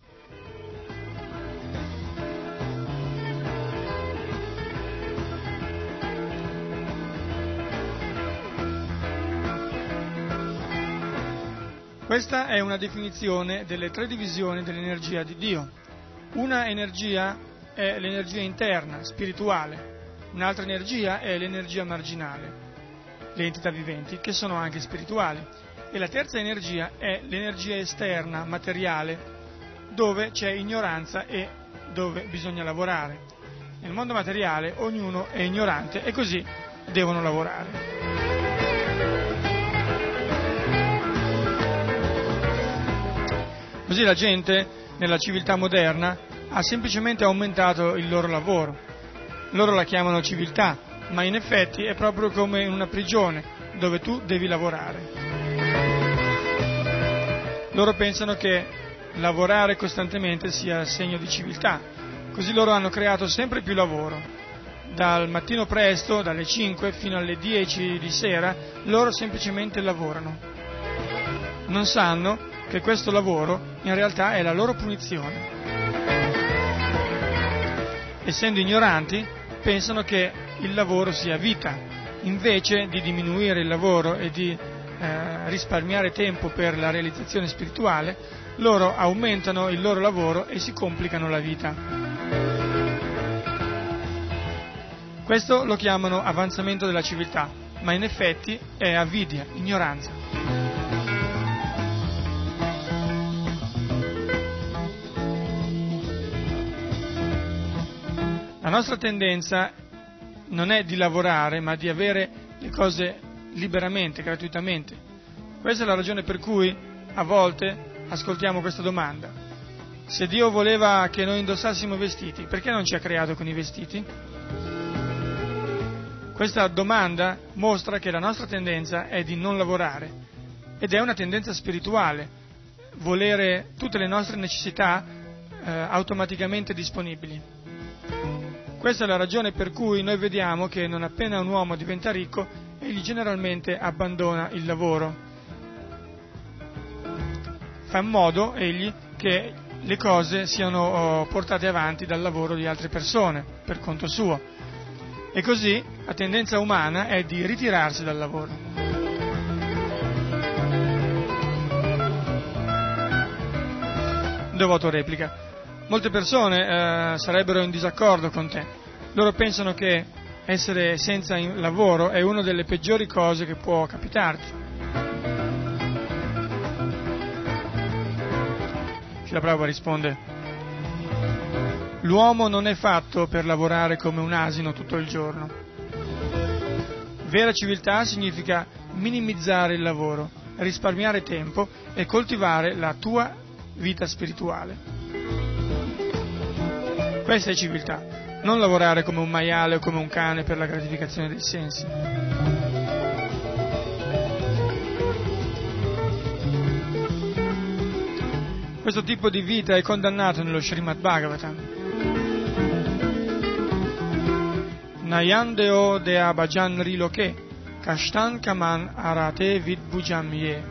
Questa è una definizione delle tre divisioni dell'energia di Dio. Una energia è l'energia interna, spirituale, un'altra energia è l'energia marginale, le entità viventi, che sono anche spirituali, e la terza energia è l'energia esterna, materiale, dove c'è ignoranza e dove bisogna lavorare. Nel mondo materiale ognuno è ignorante e così devono lavorare. Così la gente nella civiltà moderna ha semplicemente aumentato il loro lavoro. Loro la chiamano civiltà, ma in effetti è proprio come in una prigione dove tu devi lavorare. Loro pensano che lavorare costantemente sia segno di civiltà, così loro hanno creato sempre più lavoro. Dal mattino presto, dalle 5 fino alle 10 di sera, loro semplicemente lavorano. Non sanno che questo lavoro in realtà è la loro punizione. Essendo ignoranti, pensano che il lavoro sia vita, invece di diminuire il lavoro e di risparmiare tempo per la realizzazione spirituale, loro aumentano il loro lavoro e si complicano la vita. Questo lo chiamano avanzamento della civiltà, ma in effetti è avidya, ignoranza. La nostra tendenza non è di lavorare, ma di avere le cose liberamente, gratuitamente. Questa è la ragione per cui a volte ascoltiamo questa domanda: se Dio voleva che noi indossassimo vestiti, perché non ci ha creato con i vestiti? Questa domanda mostra che la nostra tendenza è di non lavorare, ed è una tendenza spirituale, volere tutte le nostre necessità automaticamente disponibili. Questa è la ragione per cui noi vediamo che non appena un uomo diventa ricco, egli generalmente abbandona il lavoro. Fa in modo, egli, che le cose siano portate avanti dal lavoro di altre persone, per conto suo. E così la tendenza umana è di ritirarsi dal lavoro. Devoto replica. Molte persone sarebbero in disaccordo con te. Loro pensano che essere senza lavoro è una delle peggiori cose che può capitarti. Srila Prabhupada risponde: l'uomo non è fatto per lavorare come un asino tutto il giorno. Vera civiltà significa minimizzare il lavoro, risparmiare tempo e coltivare la tua vita spirituale. Questa è civiltà, non lavorare come un maiale o come un cane per la gratificazione dei sensi. Questo tipo di vita è condannato nello Srimad Bhagavatam. Nayandeo de abhajan riloke, kashtan kaman arate vidbujam ye.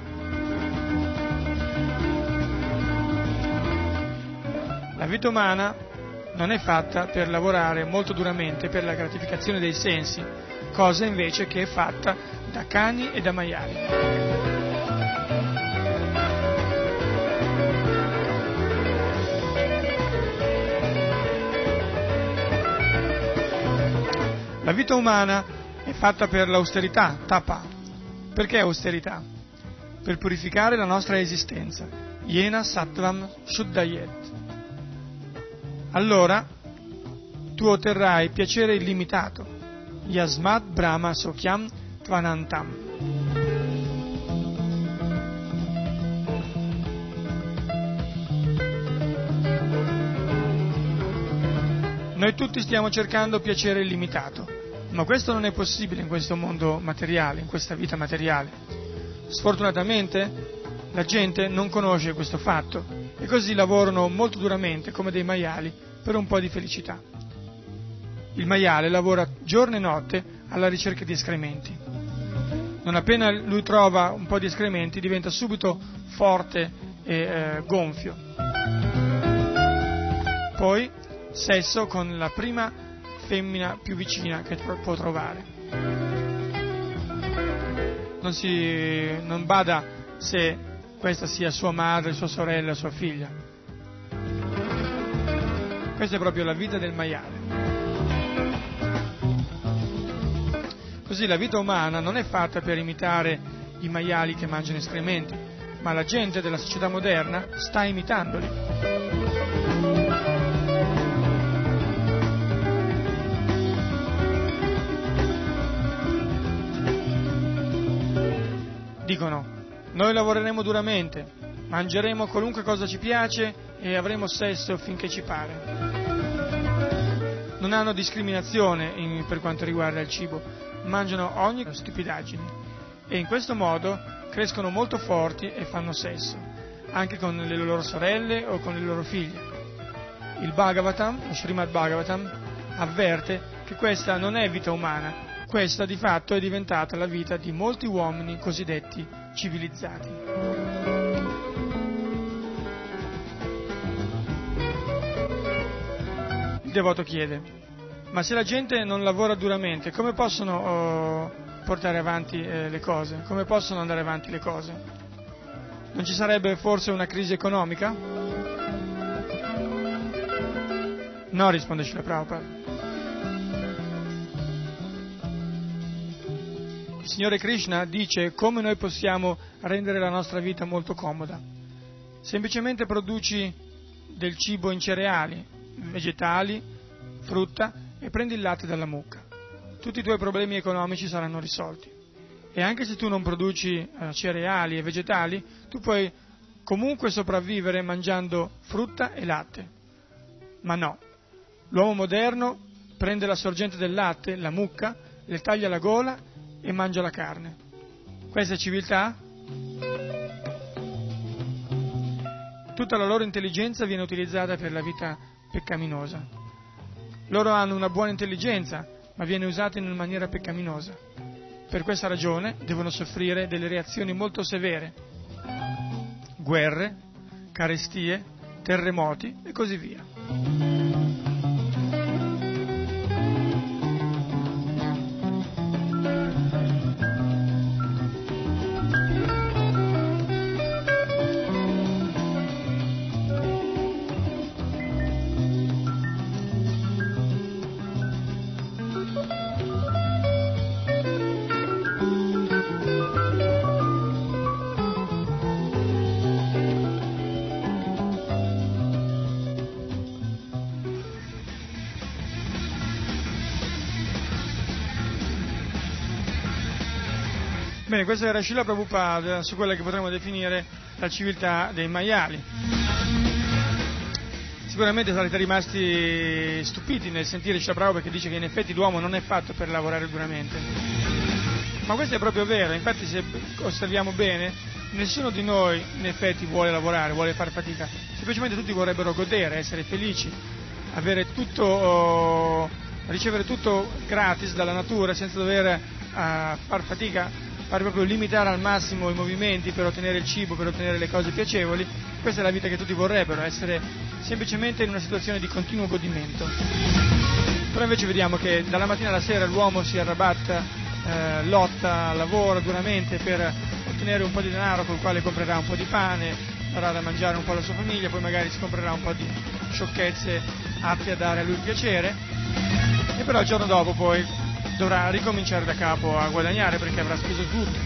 La vita umana non è fatta per lavorare molto duramente per la gratificazione dei sensi, cosa invece che è fatta da cani e da maiali. La vita umana è fatta per l'austerità, tapa. Perché austerità? Per purificare la nostra esistenza. Yena sattvam shuddhayet. Allora tu otterrai piacere illimitato. Yasmad Brahma Sokyam Tvanantam. Noi tutti stiamo cercando piacere illimitato, ma questo non è possibile in questo mondo materiale, in questa vita materiale. Sfortunatamente la gente non conosce questo fatto e così lavorano molto duramente come dei maiali per un po' di felicità. Il maiale lavora giorno e notte alla ricerca di escrementi. Non appena lui trova un po' di escrementi diventa subito forte e gonfio. Poi sesso con la prima femmina più vicina che può trovare. Non bada se questa sia sua madre, sua sorella, sua figlia. Questa è proprio la vita del maiale. Così la vita umana non è fatta per imitare i maiali che mangiano escrementi, ma la gente della società moderna sta imitandoli. Dicono, noi lavoreremo duramente, mangeremo qualunque cosa ci piace e avremo sesso finché ci pare. Non hanno discriminazione per quanto riguarda il cibo, mangiano ogni stupidaggine e in questo modo crescono molto forti e fanno sesso, anche con le loro sorelle o con le loro figlie. Il Bhagavatam, lo Srimad Bhagavatam, avverte che questa non è vita umana, questa di fatto è diventata la vita di molti uomini cosiddetti civilizzati. Il devoto chiede, ma se la gente non lavora duramente, come possono portare avanti le cose? Come possono andare avanti le cose? Non ci sarebbe forse una crisi economica? No, risponde Srila Prabhupada. Il Signore Krishna dice come noi possiamo rendere la nostra vita molto comoda. Semplicemente produci del cibo in cereali, vegetali, frutta e prendi il latte dalla mucca. Tutti i tuoi problemi economici saranno risolti. E anche se tu non produci cereali e vegetali, tu puoi comunque sopravvivere mangiando frutta e latte. Ma no, l'uomo moderno prende la sorgente del latte, la mucca, le taglia alla gola e mangia la carne. Questa è civiltà? Tutta la loro intelligenza viene utilizzata per la vita peccaminosa. Loro hanno una buona intelligenza, ma viene usata in una maniera peccaminosa. Per questa ragione devono soffrire delle reazioni molto severe. Guerre, carestie, terremoti e così via. Bene, questo era Srila Prabhupada su quella che potremmo definire la civiltà dei maiali. Sicuramente sarete rimasti stupiti nel sentire Srila Prabhupada che dice che in effetti l'uomo non è fatto per lavorare duramente. Ma questo è proprio vero, infatti se osserviamo bene, nessuno di noi in effetti vuole lavorare, vuole fare fatica, semplicemente tutti vorrebbero godere, essere felici, avere tutto, ricevere tutto gratis dalla natura senza dover far fatica, fare proprio limitare al massimo i movimenti per ottenere il cibo, per ottenere le cose piacevoli. Questa è la vita che tutti vorrebbero, essere semplicemente in una situazione di continuo godimento. Però invece vediamo che dalla mattina alla sera l'uomo si arrabatta, lotta, lavora duramente per ottenere un po' di denaro col quale comprerà un po' di pane, darà da mangiare un po' alla sua famiglia, poi magari si comprerà un po' di sciocchezze atte a dare a lui piacere, e però il giorno dopo poi dovrà ricominciare da capo a guadagnare perché avrà speso tutto.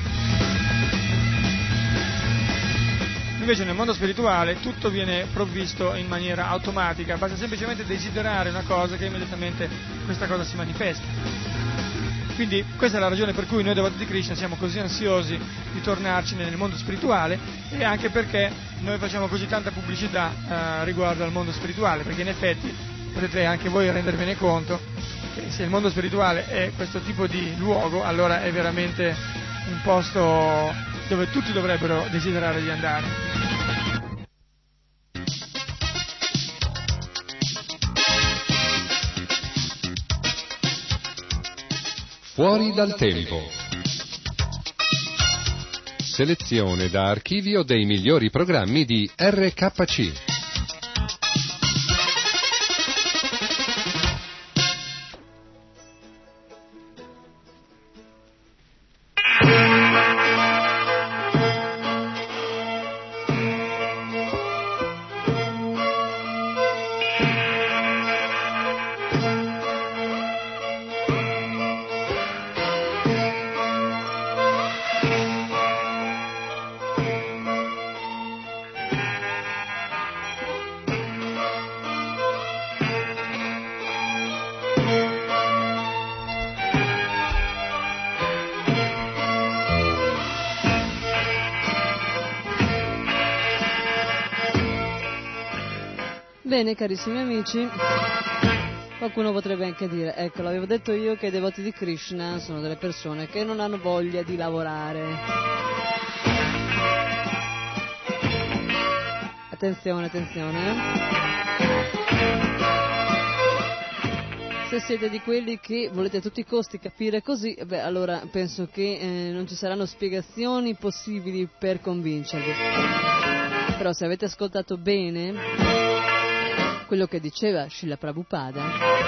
Invece nel mondo spirituale tutto viene provvisto in maniera automatica, basta semplicemente desiderare una cosa che immediatamente questa cosa si manifesta. Quindi questa è la ragione per cui noi devoti di Krishna siamo così ansiosi di tornarci nel mondo spirituale, e anche perché noi facciamo così tanta pubblicità riguardo al mondo spirituale, perché in effetti potete anche voi rendervene conto che se il mondo spirituale è questo tipo di luogo, allora è veramente un posto dove tutti dovrebbero desiderare di andare. Fuori dal tempo. Selezione da archivio dei migliori programmi di RKC. Bene, carissimi amici, qualcuno potrebbe anche dire, ecco, l'avevo detto io che i devoti di Krishna sono delle persone che non hanno voglia di lavorare. Attenzione, Se siete di quelli che volete a tutti i costi capire così, beh, allora penso che non ci saranno spiegazioni possibili per convincervi. Però se avete ascoltato bene quello che diceva Srila Prabhupada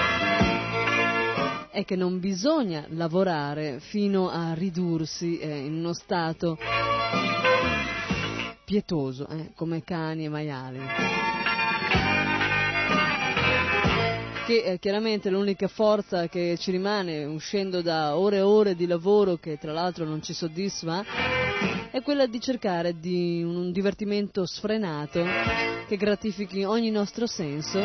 è che non bisogna lavorare fino a ridursi in uno stato pietoso, come cani e maiali. Che chiaramente l'unica forza che ci rimane uscendo da ore e ore di lavoro, che tra l'altro non ci soddisfa, è quella di cercare di un divertimento sfrenato che gratifichi ogni nostro senso,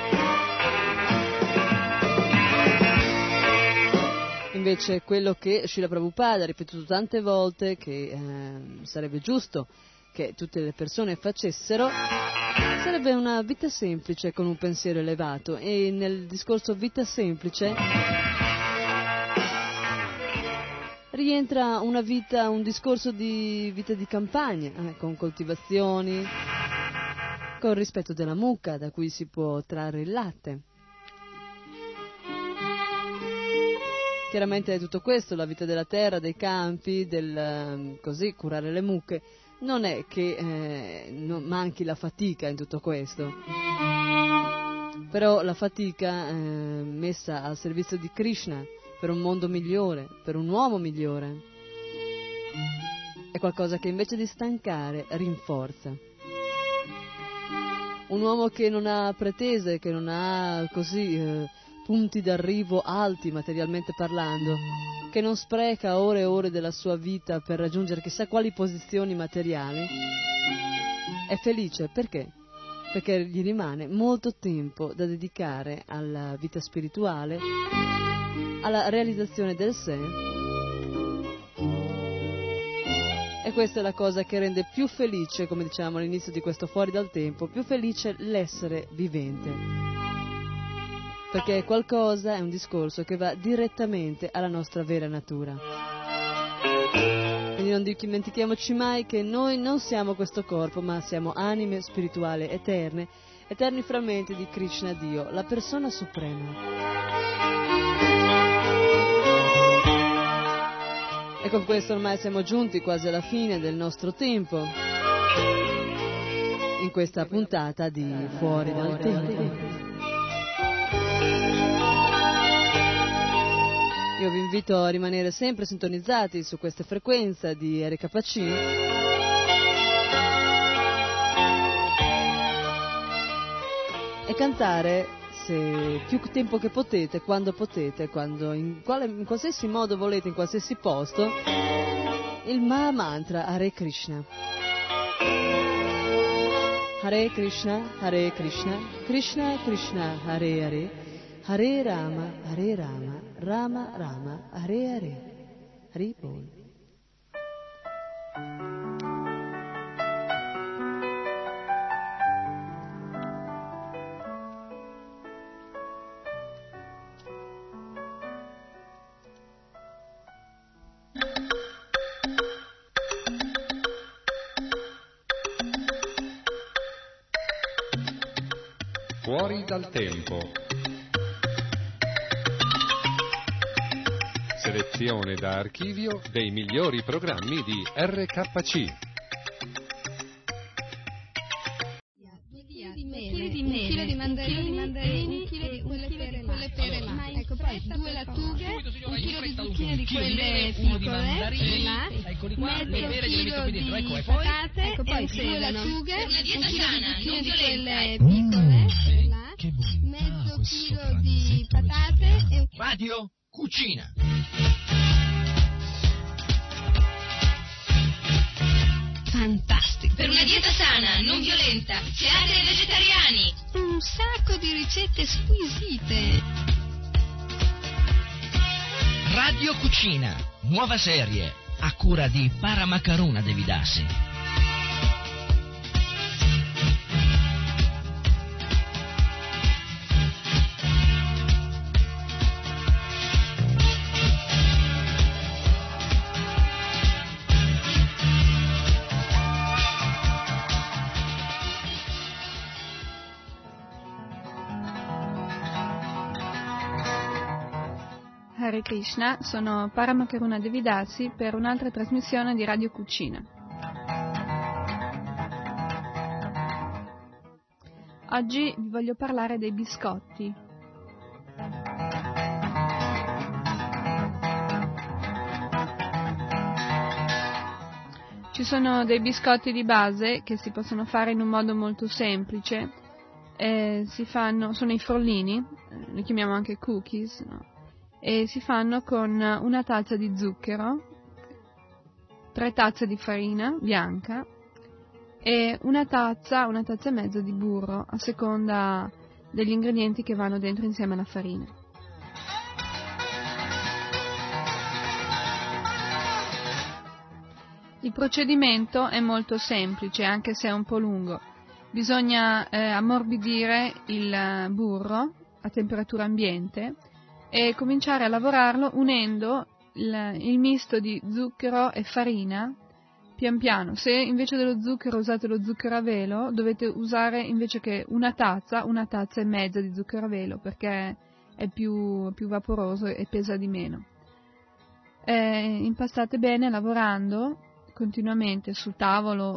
invece quello che Srila Prabhupada ha ripetuto tante volte che sarebbe giusto che tutte le persone facessero, sarebbe una vita semplice con un pensiero elevato. E nel discorso vita semplice rientra un discorso di vita di campagna, con coltivazioni, con rispetto della mucca da cui si può trarre il latte. Chiaramente è tutto questo, la vita della terra, dei campi, così curare le mucche. Non è che non manchi la fatica in tutto questo, però la fatica messa al servizio di Krishna per un mondo migliore, per un uomo migliore, è qualcosa che invece di stancare rinforza. Un uomo che non ha pretese, che non ha così punti d'arrivo alti materialmente parlando, che non spreca ore e ore della sua vita per raggiungere chissà quali posizioni materiali, è felice. Perché? Perché gli rimane molto tempo da dedicare alla vita spirituale, alla realizzazione del sé, e questa è la cosa che rende più felice, come dicevamo all'inizio di questo Fuori dal Tempo, più felice l'essere vivente. Perché è qualcosa, è un discorso che va direttamente alla nostra vera natura. Quindi non dimentichiamoci mai che noi non siamo questo corpo, ma siamo anime spirituali eterne, eterni frammenti di Krishna Dio, la persona suprema. E con questo ormai siamo giunti quasi alla fine del nostro tempo, in questa puntata di Fuori dal Tempo. Io vi invito a rimanere sempre sintonizzati su queste frequenze di RKC e cantare, se più tempo che potete, quando in qualsiasi modo volete, in qualsiasi posto, il Maha Mantra Hare Krishna. Hare Krishna, Krishna Krishna, Hare Hare, Hare Rama, Rama Rama, Hare Hare. Hari Bol. Fuori dal tempo. Selezione da archivio dei migliori programmi di RKC. Un chilo di mandarini, un chilo di quelle pere là. Ecco, poi 2 lattughe, un chilo di zucchine di quelle piccole là, mezzo chilo di patate, ecco, poi 2 lattughe, un chilo di zucchine di quelle piccole là, mezzo chilo di patate e Radio Cucina. Fantastico! Per una dieta sana, non violenta, siate vegetariani! Un sacco di ricette squisite! Radio Cucina, nuova serie, a cura di Paramacaruna Devidasi. Hare Krishna, sono Paramakaruna Devidasi per un'altra trasmissione di Radio Cucina. Oggi vi voglio parlare dei biscotti. Ci sono dei biscotti di base che si possono fare in un modo molto semplice. Sono i frollini, li chiamiamo anche cookies, no? E si fanno con una tazza di zucchero, 3 tazze di farina bianca e una tazza e mezza di burro, a seconda degli ingredienti che vanno dentro insieme alla farina. Il procedimento è molto semplice, anche se è un po' lungo. Bisogna ammorbidire il burro a temperatura ambiente e cominciare a lavorarlo unendo il misto di zucchero e farina pian piano. Se invece dello zucchero usate lo zucchero a velo, dovete usare invece che una tazza e mezza di zucchero a velo, perché è più vaporoso e pesa di meno. Impastate bene lavorando continuamente sul tavolo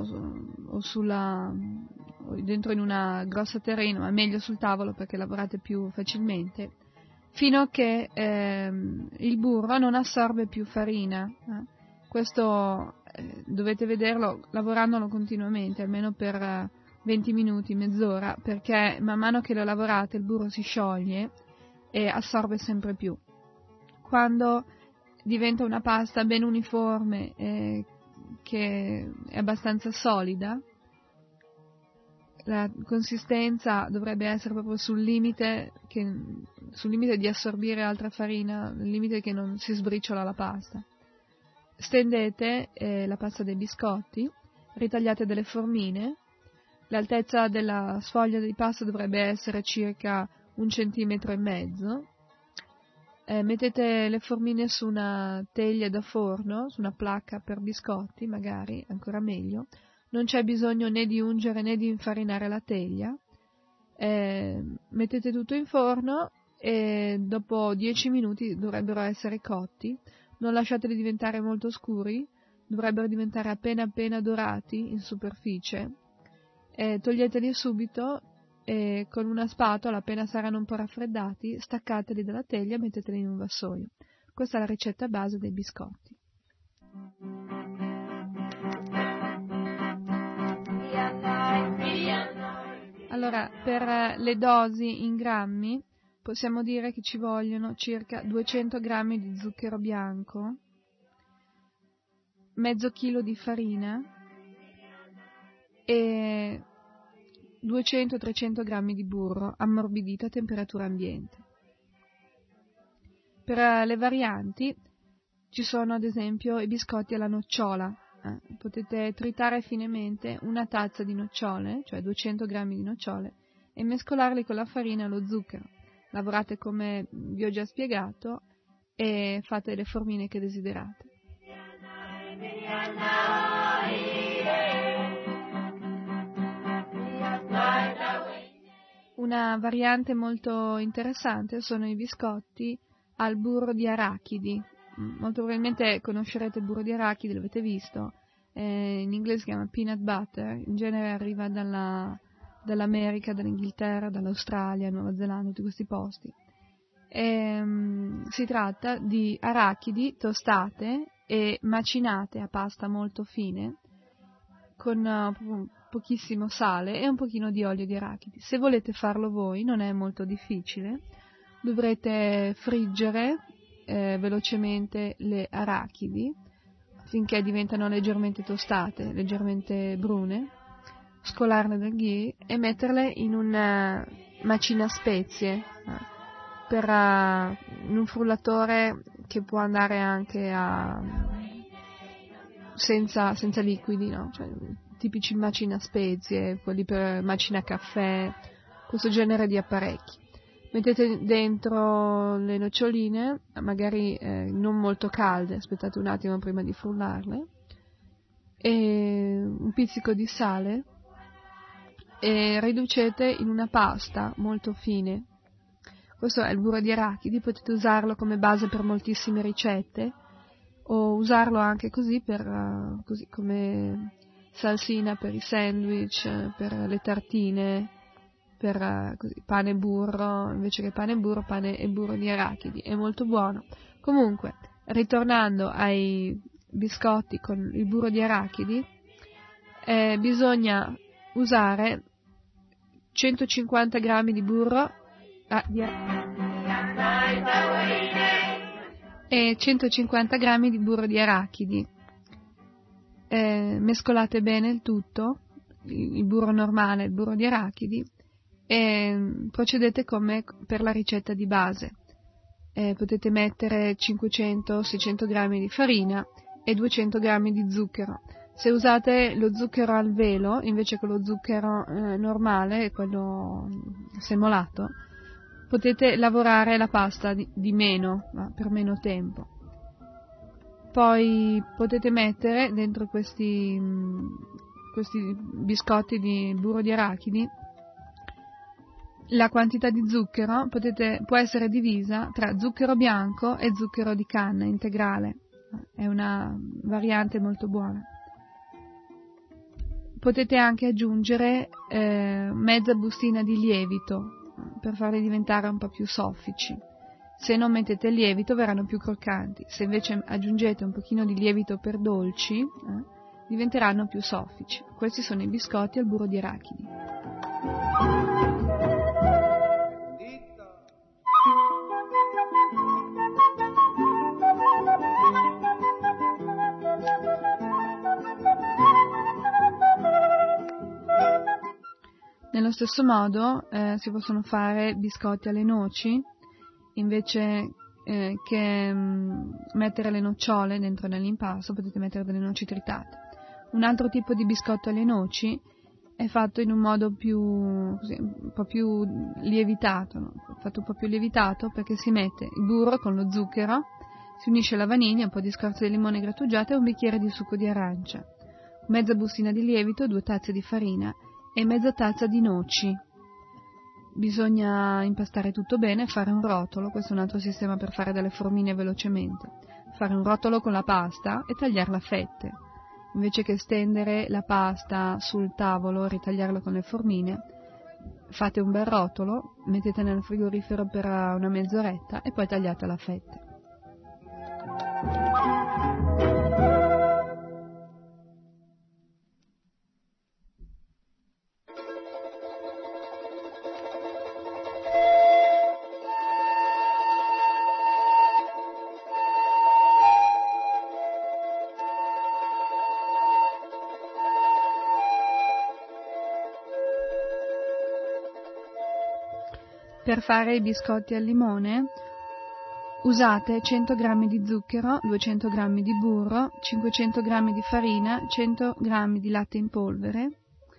o dentro in una grossa terrina, ma meglio sul tavolo perché lavorate più facilmente, fino a che il burro non assorbe più farina. Questo dovete vederlo lavorandolo continuamente, almeno per 20 minuti, mezz'ora, perché man mano che lo lavorate il burro si scioglie e assorbe sempre più. Quando diventa una pasta ben uniforme, che è abbastanza solida, la consistenza dovrebbe essere proprio sul limite di assorbire altra farina, il limite che non si sbriciola la pasta. Stendete la pasta dei biscotti, ritagliate delle formine, l'altezza della sfoglia di pasta dovrebbe essere circa 1,5 centimetri. Mettete le formine su una teglia da forno, su una placca per biscotti, magari, ancora meglio. Non c'è bisogno né di ungere né di infarinare la teglia. Mettete tutto in forno e dopo 10 minuti dovrebbero essere cotti. Non lasciateli diventare molto scuri, dovrebbero diventare appena dorati in superficie. Toglieteli subito e con una spatola, appena saranno un po' raffreddati, staccateli dalla teglia e metteteli in un vassoio. Questa è la ricetta base dei biscotti. Allora, per le dosi in grammi, possiamo dire che ci vogliono circa 200 grammi di zucchero bianco, mezzo chilo di farina e 200-300 grammi di burro ammorbidito a temperatura ambiente. Per le varianti ci sono ad esempio i biscotti alla nocciola. Potete tritare finemente una tazza di nocciole, cioè 200 grammi di nocciole, e mescolarli con la farina e lo zucchero. Lavorate come vi ho già spiegato e fate le formine che desiderate. Una variante molto interessante sono i biscotti al burro di arachidi. Molto probabilmente conoscerete il burro di arachidi, l'avete visto. In inglese si chiama peanut butter, in genere arriva dall'America, dall'Inghilterra, dall'Australia, Nuova Zelanda, tutti questi posti. Si tratta di arachidi tostate e macinate a pasta molto fine, con pochissimo sale e un pochino di olio di arachidi. Se volete farlo voi, non è molto difficile, dovrete friggere velocemente le arachidi finché diventano leggermente tostate, leggermente brune, scolarle dal ghee e metterle in un macina-spezie, in un frullatore che può andare anche senza liquidi, no? Cioè, tipici macina-spezie, quelli per macina-caffè, questo genere di apparecchi. Mettete dentro le noccioline, magari non molto calde, aspettate un attimo prima di frullarle, e un pizzico di sale, e riducete in una pasta molto fine. Questo è il burro di arachidi, potete usarlo come base per moltissime ricette o usarlo anche così così come salsina per i sandwich, per le tartine, per così, pane e burro, invece che pane e burro, pane e burro di arachidi. È molto buono. Comunque, ritornando ai biscotti con il burro di arachidi, bisogna usare 150 grammi di burro e 150 grammi di burro di arachidi. Mescolate bene il tutto, il burro normale e il burro di arachidi, e procedete come per la ricetta di base. Potete mettere 500-600 grammi di farina e 200 grammi di zucchero. Se usate lo zucchero al velo invece che lo zucchero normale, quello semolato, potete lavorare la pasta di meno, per meno tempo. Poi potete mettere dentro questi biscotti di burro di arachidi la quantità di zucchero, può essere divisa tra zucchero bianco e zucchero di canna integrale. È una variante molto buona. Potete anche aggiungere mezza bustina di lievito per farli diventare un po' più soffici. Se non mettete il lievito verranno più croccanti. Se invece aggiungete un pochino di lievito per dolci, diventeranno più soffici. Questi sono i biscotti al burro di arachidi. Nello stesso modo si possono fare biscotti alle noci, invece che mettere le nocciole dentro nell'impasto potete mettere delle noci tritate. Un altro tipo di biscotto alle noci è fatto in un modo un po' più lievitato, no? Fatto un po' più lievitato perché si mette il burro con lo zucchero, si unisce la vaniglia, un po' di scorza di limone grattugiata e un bicchiere di succo di arancia, mezza bustina di lievito, 2 tazze di farina e mezza tazza di noci. Bisogna impastare tutto bene e fare un rotolo. Questo è un altro sistema per fare delle formine velocemente. Fare un rotolo con la pasta e tagliarla a fette. Invece che stendere la pasta sul tavolo e ritagliarla con le formine, fate un bel rotolo, mettete nel frigorifero per una mezz'oretta e poi tagliatela a fette. Per fare i biscotti al limone usate 100 g di zucchero, 200 g di burro, 500 g di farina, 100 g di latte in polvere,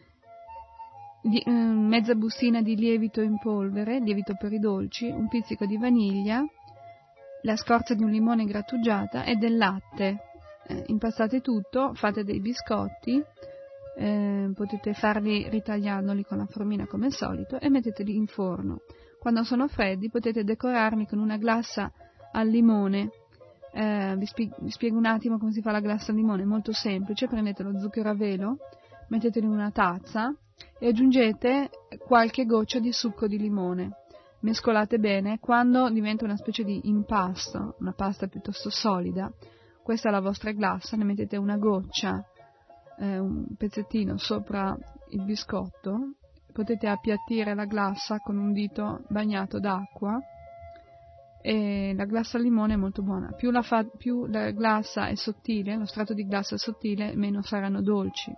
mezza bustina di lievito in polvere, lievito per i dolci, un pizzico di vaniglia, la scorza di un limone grattugiata e del latte. Impastate tutto, fate dei biscotti, potete farli ritagliandoli con la formina come al solito e metteteli in forno. Quando sono freddi potete decorarli con una glassa al limone. Vi spiego un attimo come si fa la glassa al limone, è molto semplice. Prendete lo zucchero a velo, mettetelo in una tazza e aggiungete qualche goccia di succo di limone. Mescolate bene. Quando diventa una specie di impasto, una pasta piuttosto solida, questa è la vostra glassa, ne mettete una goccia, un pezzettino sopra il biscotto. Potete appiattire la glassa con un dito bagnato d'acqua e la glassa al limone è molto buona. Più la glassa è sottile, lo strato di glassa è sottile, meno saranno dolci.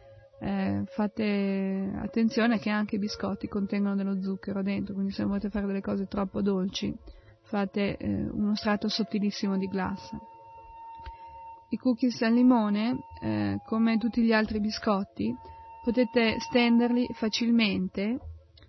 Fate attenzione che anche i biscotti contengono dello zucchero dentro, quindi se non volete fare delle cose troppo dolci fate uno strato sottilissimo di glassa. I cookies al limone, come tutti gli altri biscotti, potete stenderli facilmente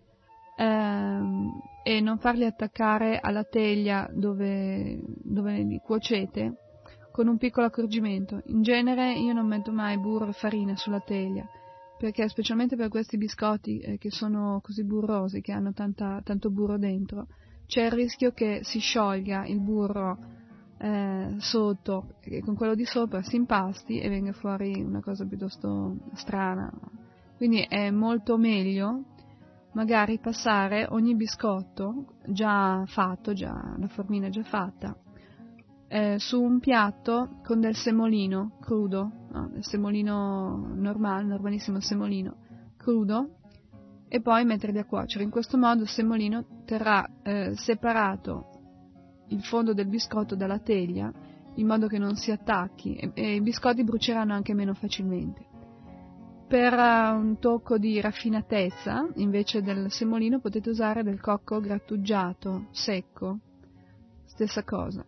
e non farli attaccare alla teglia dove li cuocete, con un piccolo accorgimento. In genere io non metto mai burro e farina sulla teglia, perché specialmente per questi biscotti che sono così burrosi, che hanno tanto burro dentro, c'è il rischio che si sciolga il burro sotto e con quello di sopra si impasti e venga fuori una cosa piuttosto strana. Quindi è molto meglio magari passare ogni biscotto già fatto, già la formina già fatta, su un piatto con del semolino crudo, del semolino normalissimo semolino crudo, e poi metterli a cuocere. In questo modo il semolino terrà separato il fondo del biscotto dalla teglia, in modo che non si attacchi, e i biscotti bruceranno anche meno facilmente. Per un tocco di raffinatezza, invece del semolino, potete usare del cocco grattugiato, secco, stessa cosa.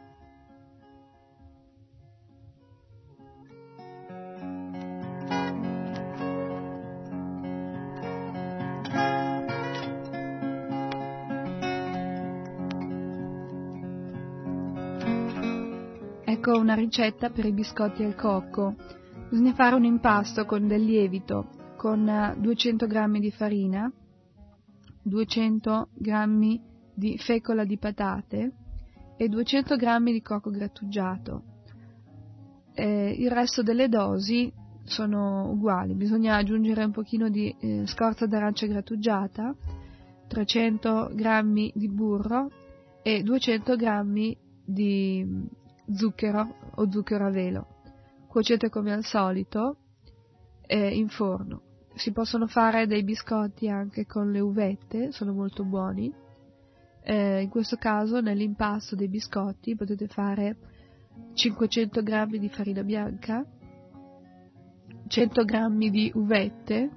Ecco una ricetta per i biscotti al cocco. Bisogna fare un impasto con del lievito, con 200 g di farina, 200 g di fecola di patate e 200 g di cocco grattugiato. Il resto delle dosi sono uguali. Bisogna aggiungere un pochino di scorza d'arancia grattugiata, 300 g di burro e 200 g di zucchero o zucchero a velo. Cuocete come al solito in forno. Si possono fare dei biscotti anche con le uvette, sono molto buoni. In questo caso nell'impasto dei biscotti potete fare 500 g di farina bianca, 100 g di uvette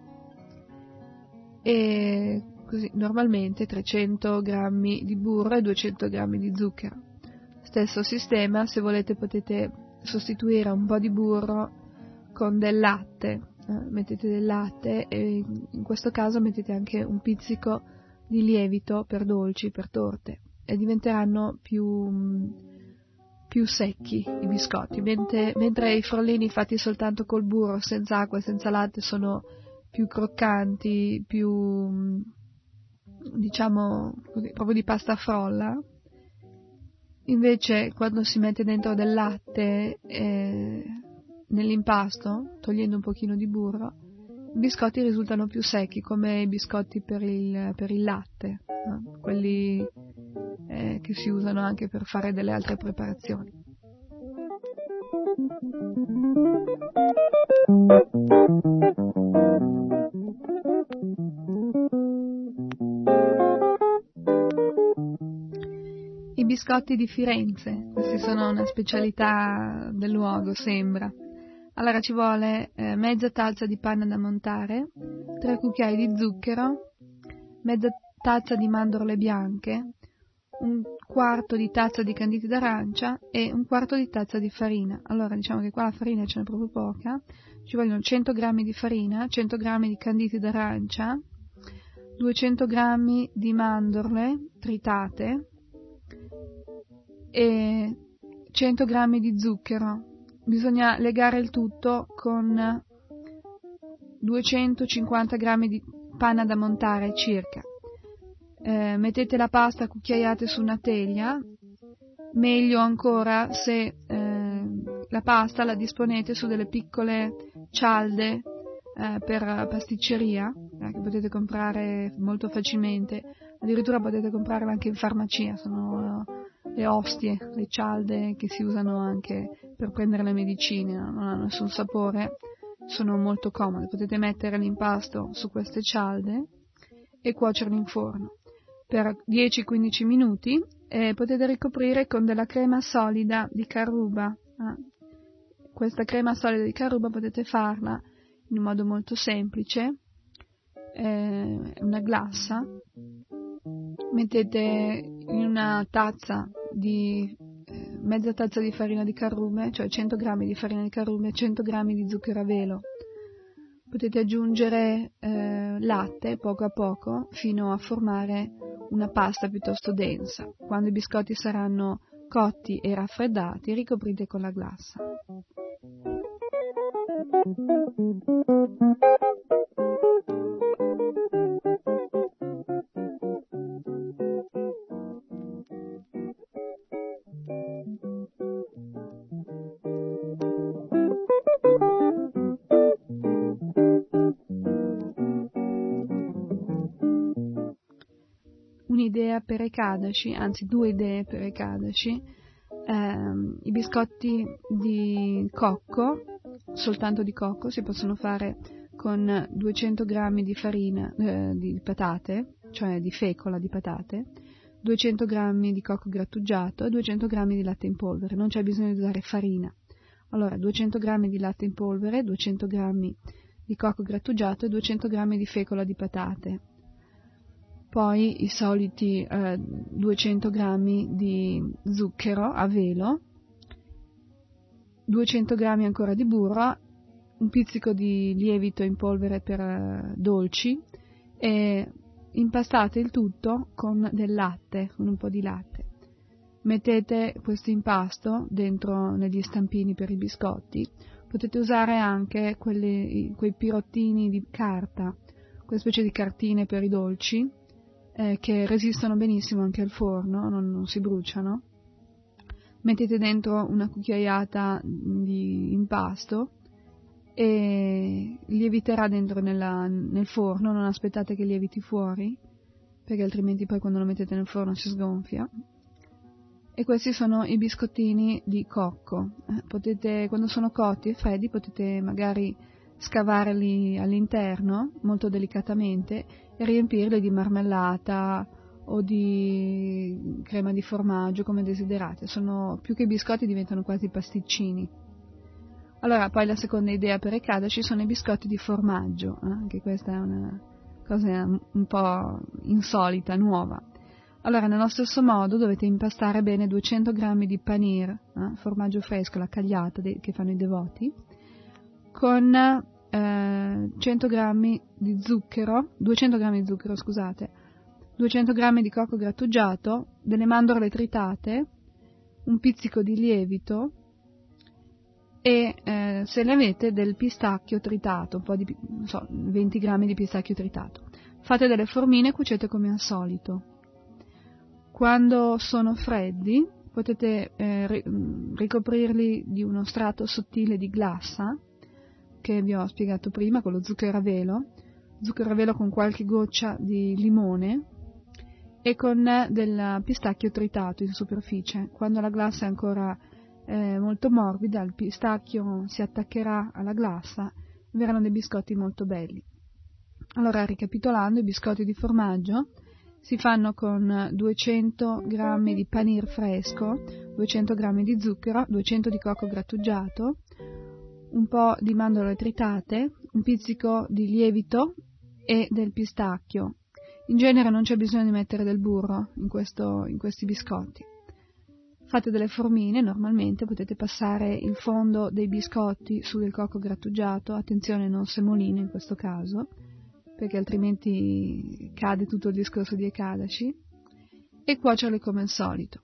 e così normalmente 300 g di burro e 200 g di zucchero. Stesso sistema, se volete potete sostituire un po' di burro con del latte, mettete del latte e in questo caso mettete anche un pizzico di lievito per dolci, per torte, e diventeranno più secchi i biscotti, mentre i frollini fatti soltanto col burro, senza acqua e senza latte, sono più croccanti, più diciamo così, proprio di pasta frolla. Invece quando si mette dentro del latte nell'impasto, togliendo un pochino di burro, i biscotti risultano più secchi, come i biscotti per il latte, no? Quelli che si usano anche per fare delle altre preparazioni. I biscotti di Firenze, questi sono una specialità del luogo, sembra. Allora ci vuole mezza tazza di panna da montare, 3 cucchiai di zucchero, mezza tazza di mandorle bianche, un quarto di tazza di canditi d'arancia e un quarto di tazza di farina. Allora diciamo che qua la farina ce n'è proprio poca, ci vogliono 100 g di farina, 100 g di canditi d'arancia, 200 g di mandorle tritate e 100 g di zucchero. Bisogna legare il tutto con 250 g di panna da montare circa. Mettete la pasta a cucchiaiate su una teglia, meglio ancora se la pasta la disponete su delle piccole cialde per pasticceria, che potete comprare molto facilmente, addirittura potete comprarle anche in farmacia, sono le ostie, le cialde che si usano anche per prendere le medicine, non hanno nessun sapore, sono molto comode, potete mettere l'impasto su queste cialde e cuocerlo in forno per 10-15 minuti e potete ricoprire con della crema solida di carruba. Questa crema solida di carruba potete farla in un modo molto semplice, una glassa, mettete in una tazza mezza tazza di farina di carume, cioè 100 g di farina di carume, 100 g di zucchero a velo. Potete aggiungere latte poco a poco fino a formare una pasta piuttosto densa. Quando i biscotti saranno cotti e raffreddati, ricoprite con la glassa. un'idea per Ekadashi, anzi 2 idee per Ekadashi. I biscotti di cocco, soltanto di cocco, si possono fare con 200 grammi di farina di patate, cioè di fecola di patate, 200 grammi di cocco grattugiato e 200 grammi di latte in polvere. Non c'è bisogno di usare farina. Allora, 200 grammi di latte in polvere, 200 grammi di cocco grattugiato e 200 grammi di fecola di patate. Poi i soliti 200 grammi di zucchero a velo, 200 grammi ancora di burro, un pizzico di lievito in polvere per dolci e impastate il tutto con del latte, con un po' di latte. Mettete questo impasto dentro negli stampini per i biscotti. Potete usare anche quei pirottini di carta, quelle specie di cartine per i dolci, che resistono benissimo anche al forno, non si bruciano. Mettete dentro una cucchiaiata di impasto e lieviterà dentro nel forno, non aspettate che lieviti fuori, perché altrimenti poi quando lo mettete nel forno si sgonfia. E questi sono i biscottini di cocco. Quando sono cotti e freddi, potete magari scavarli all'interno molto delicatamente e riempirli di marmellata o di crema di formaggio, come desiderate. Sono più che biscotti, diventano quasi pasticcini. Allora, poi la seconda idea per Ekadashi sono i biscotti di formaggio, anche questa è una cosa un po' insolita, nuova. Allora, nello stesso modo dovete impastare bene 200 grammi di panir, formaggio fresco, la cagliata che fanno i devoti, con 100 grammi di zucchero, 200 grammi di zucchero, scusate, 200 grammi di cocco grattugiato, delle mandorle tritate, un pizzico di lievito e se ne avete del pistacchio tritato, un po' di 20 grammi di pistacchio tritato. Fate delle formine e cuocete come al solito. Quando sono freddi potete ricoprirli di uno strato sottile di glassa che vi ho spiegato prima, con lo zucchero a velo con qualche goccia di limone e con del pistacchio tritato in superficie. Quando la glassa è ancora molto morbida, il pistacchio si attaccherà alla glassa e verranno dei biscotti molto belli. Allora, ricapitolando, i biscotti di formaggio si fanno con 200 grammi di panir fresco, 200 grammi di zucchero, 200 di cocco grattugiato, un po' di mandorle tritate, un pizzico di lievito e del pistacchio. In genere non c'è bisogno di mettere del burro in questi biscotti. Fate delle formine, normalmente potete passare il fondo dei biscotti su del cocco grattugiato, attenzione non semolino in questo caso, perché altrimenti cade tutto il discorso di Ekadashi, e cuocerli come al solito.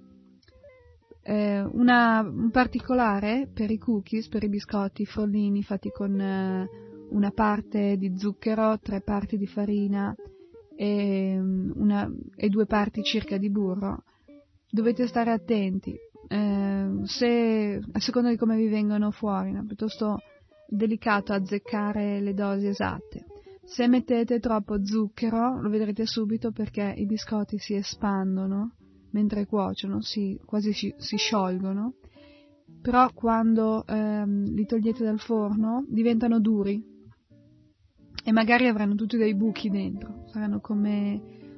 Un particolare per i cookies, per i biscotti frollini fatti con una parte di zucchero, 3 parti di farina e 2 parti circa di burro. Dovete stare attenti, se a seconda di come vi vengono fuori, è piuttosto delicato azzeccare le dosi esatte. Se mettete troppo zucchero lo vedrete subito, perché i biscotti si espandono mentre cuociono, quasi si sciolgono, però quando li togliete dal forno diventano duri e magari avranno tutti dei buchi dentro, saranno come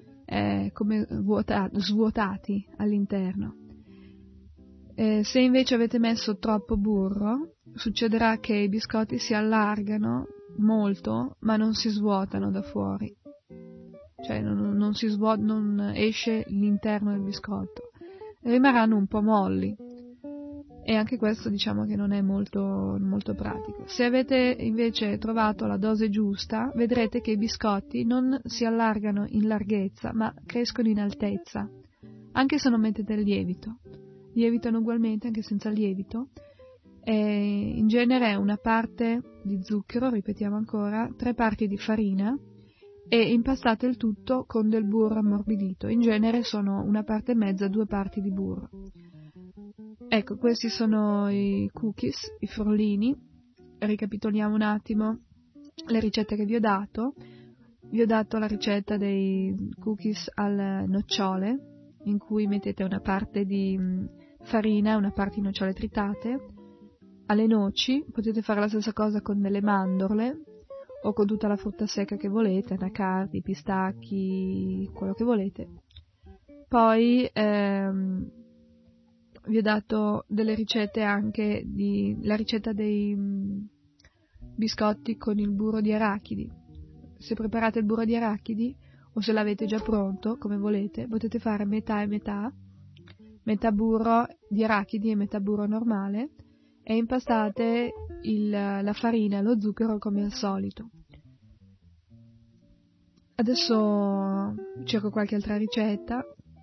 svuotati all'interno. Se invece avete messo troppo burro, succederà che i biscotti si allargano molto, ma non si svuotano da fuori, cioè non esce l'interno del biscotto, rimarranno un po' molli, e anche questo diciamo che non è molto, molto pratico. Se avete invece trovato la dose giusta, vedrete che i biscotti non si allargano in larghezza, ma crescono in altezza, anche se non mettete il lievito. Lievitano ugualmente anche senza lievito. E in genere una parte di zucchero, ripetiamo ancora, 3 parti di farina, e impastate il tutto con del burro ammorbidito. In genere sono 1 parte e mezza, 2 parti di burro. Ecco, questi sono i cookies, i frollini. Ricapitoliamo un attimo le ricette che vi ho dato. vi ho dato la ricetta dei cookies al nocciole, in cui mettete una parte di farina e una parte di nocciole tritate. Alle noci potete fare la stessa cosa con delle mandorle o con tutta la frutta secca che volete, anacardi, pistacchi, quello che volete. Poi vi ho dato delle ricette anche la ricetta dei biscotti con il burro di arachidi. Se preparate il burro di arachidi o se l'avete già pronto, come volete, potete fare metà e metà burro di arachidi e metà burro normale, e impastate la farina e lo zucchero come al solito. Adesso cerco qualche altra ricetta.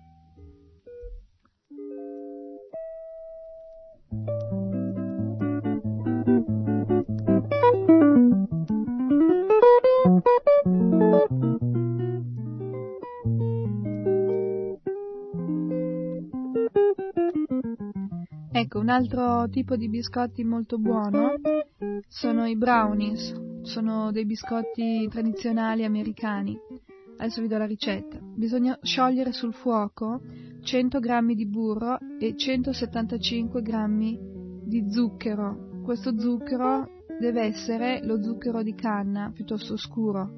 Ecco, un altro tipo di biscotti molto buono sono i brownies, sono dei biscotti tradizionali americani. Adesso vi do la ricetta. Bisogna sciogliere sul fuoco 100 g di burro e 175 g di zucchero. Questo zucchero deve essere lo zucchero di canna, piuttosto scuro.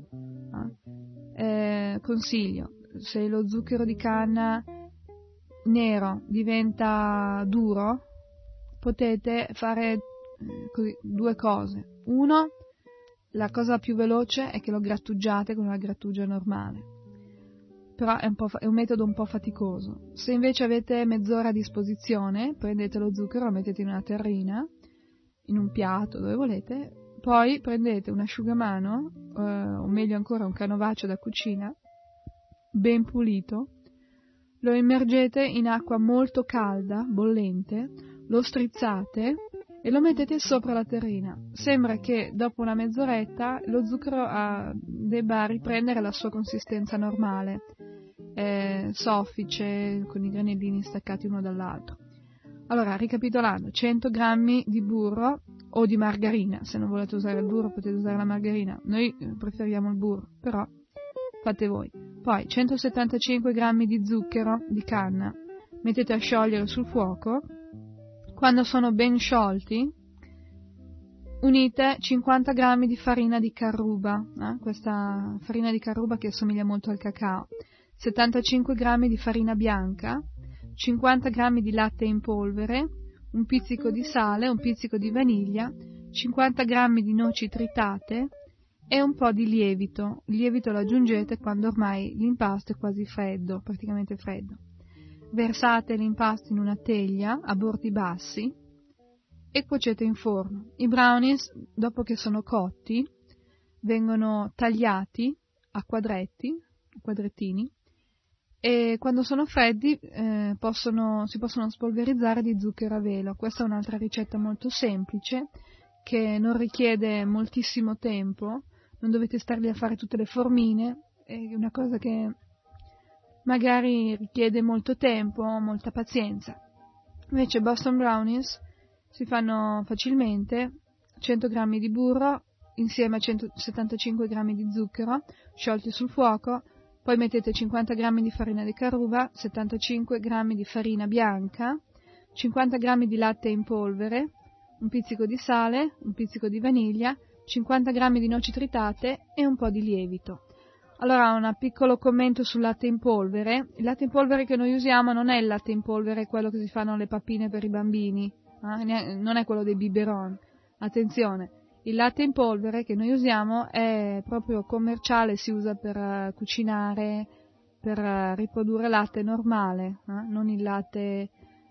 Consiglio, se lo zucchero di canna nero diventa duro, potete fare due cose. Uno, la cosa più veloce è che lo grattugiate con una grattugia normale, però è un metodo un po' faticoso. Se invece avete mezz'ora a disposizione, prendete lo zucchero, lo mettete in una terrina, in un piatto, dove volete, poi prendete un asciugamano, o meglio ancora un canovaccio da cucina, ben pulito, lo immergete in acqua molto calda, bollente, lo strizzate e lo mettete sopra la terrina. Sembra che dopo una mezz'oretta lo zucchero debba riprendere la sua consistenza normale, soffice, con i granellini staccati uno dall'altro. Allora, ricapitolando, 100 g di burro o di margarina. Se non volete usare il burro potete usare la margarina. Noi preferiamo il burro, però fate voi. Poi 175 g di zucchero di canna, mettete a sciogliere sul fuoco. Quando sono ben sciolti, unite 50 g di farina di carruba, questa farina di carruba che assomiglia molto al cacao, 75 g di farina bianca, 50 g di latte in polvere, un pizzico di sale, un pizzico di vaniglia, 50 g di noci tritate e un po' di lievito. Il lievito lo aggiungete quando ormai l'impasto è quasi freddo, praticamente freddo. Versate l'impasto in una teglia a bordi bassi e cuocete in forno. I brownies, dopo che sono cotti, vengono tagliati a quadrettini, e quando sono freddi si possono spolverizzare di zucchero a velo. Questa è un'altra ricetta molto semplice che non richiede moltissimo tempo, non dovete starvi a fare tutte le formine, è una cosa che magari richiede molto tempo, molta pazienza. Invece Boston Brownies si fanno facilmente: 100 g di burro insieme a 175 g di zucchero sciolti sul fuoco, poi mettete 50 g di farina di carruba, 75 g di farina bianca, 50 g di latte in polvere, un pizzico di sale, un pizzico di vaniglia, 50 g di noci tritate e un po' di lievito. Allora, un piccolo commento sul latte in polvere. Il latte in polvere che noi usiamo non è il latte in polvere quello che si fanno le pappine per i bambini, non è quello dei biberon. Attenzione, il latte in polvere che noi usiamo è proprio commerciale, si usa per cucinare, per riprodurre latte normale, non il latte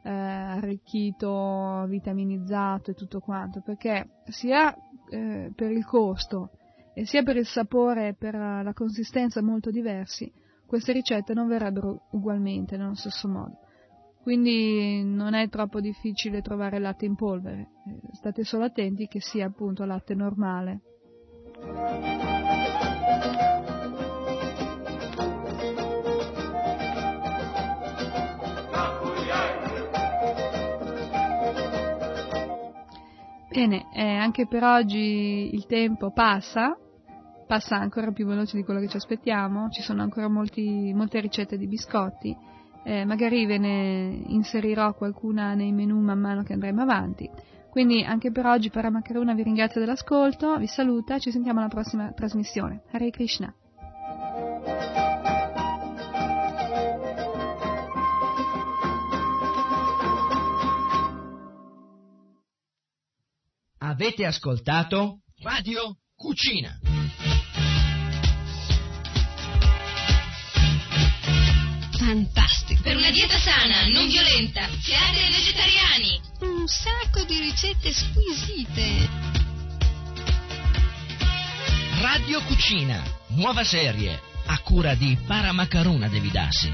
arricchito, vitaminizzato e tutto quanto, perché sia per il costo e sia per il sapore e per la consistenza molto diversi, queste ricette non verrebbero ugualmente nello stesso modo. Quindi non è troppo difficile trovare latte in polvere, state solo attenti che sia appunto latte normale. Bene, anche per oggi il tempo passa passa ancora più veloce di quello che ci aspettiamo, ci sono ancora molte ricette di biscotti, magari ve ne inserirò qualcuna nei menù man mano che andremo avanti. Quindi anche per oggi Paramakaruna vi ringrazio dell'ascolto, vi saluta, ci sentiamo alla prossima trasmissione. Hare Krishna. Avete ascoltato Radio Cucina. Fantastico! Per una dieta sana, non violenta, siate vegetariani! Un sacco di ricette squisite! Radio Cucina, nuova serie, a cura di Paramakaruna Devidasi.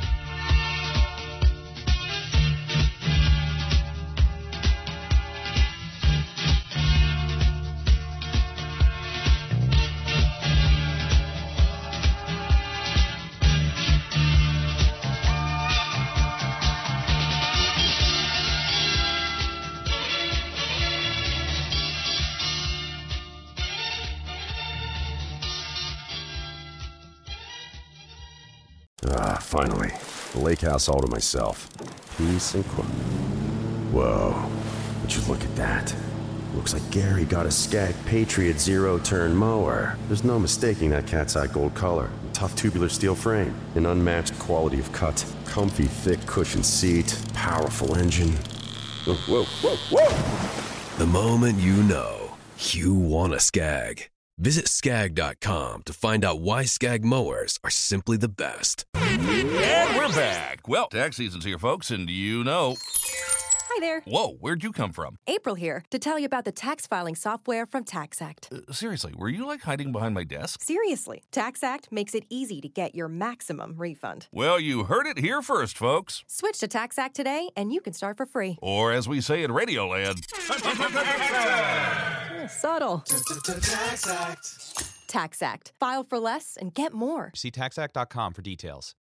Finally, the lake house all to myself. Peace and quiet. Whoa, would you look at that? Looks like Gary got a Skag Patriot zero-turn mower. There's no mistaking that cat's eye gold color. Tough tubular steel frame, an unmatched quality of cut. Comfy, thick cushion seat, powerful engine. Whoa, whoa, whoa, whoa! The moment you know, you want a Skag. Visit Skag.com to find out why Skag mowers are simply the best. And we're back. Well, tax season's here, folks, and you know. Hi there. Whoa, where'd you come from? April here to tell you about the tax filing software from TaxAct. Seriously, were you like hiding behind my desk? Seriously, TaxAct makes it easy to get your maximum refund. Well, you heard it here first, folks. Switch to TaxAct today and you can start for free. Or as we say in Radioland, subtle. TaxAct. TaxAct. File for less and get more. See TaxAct.com for details.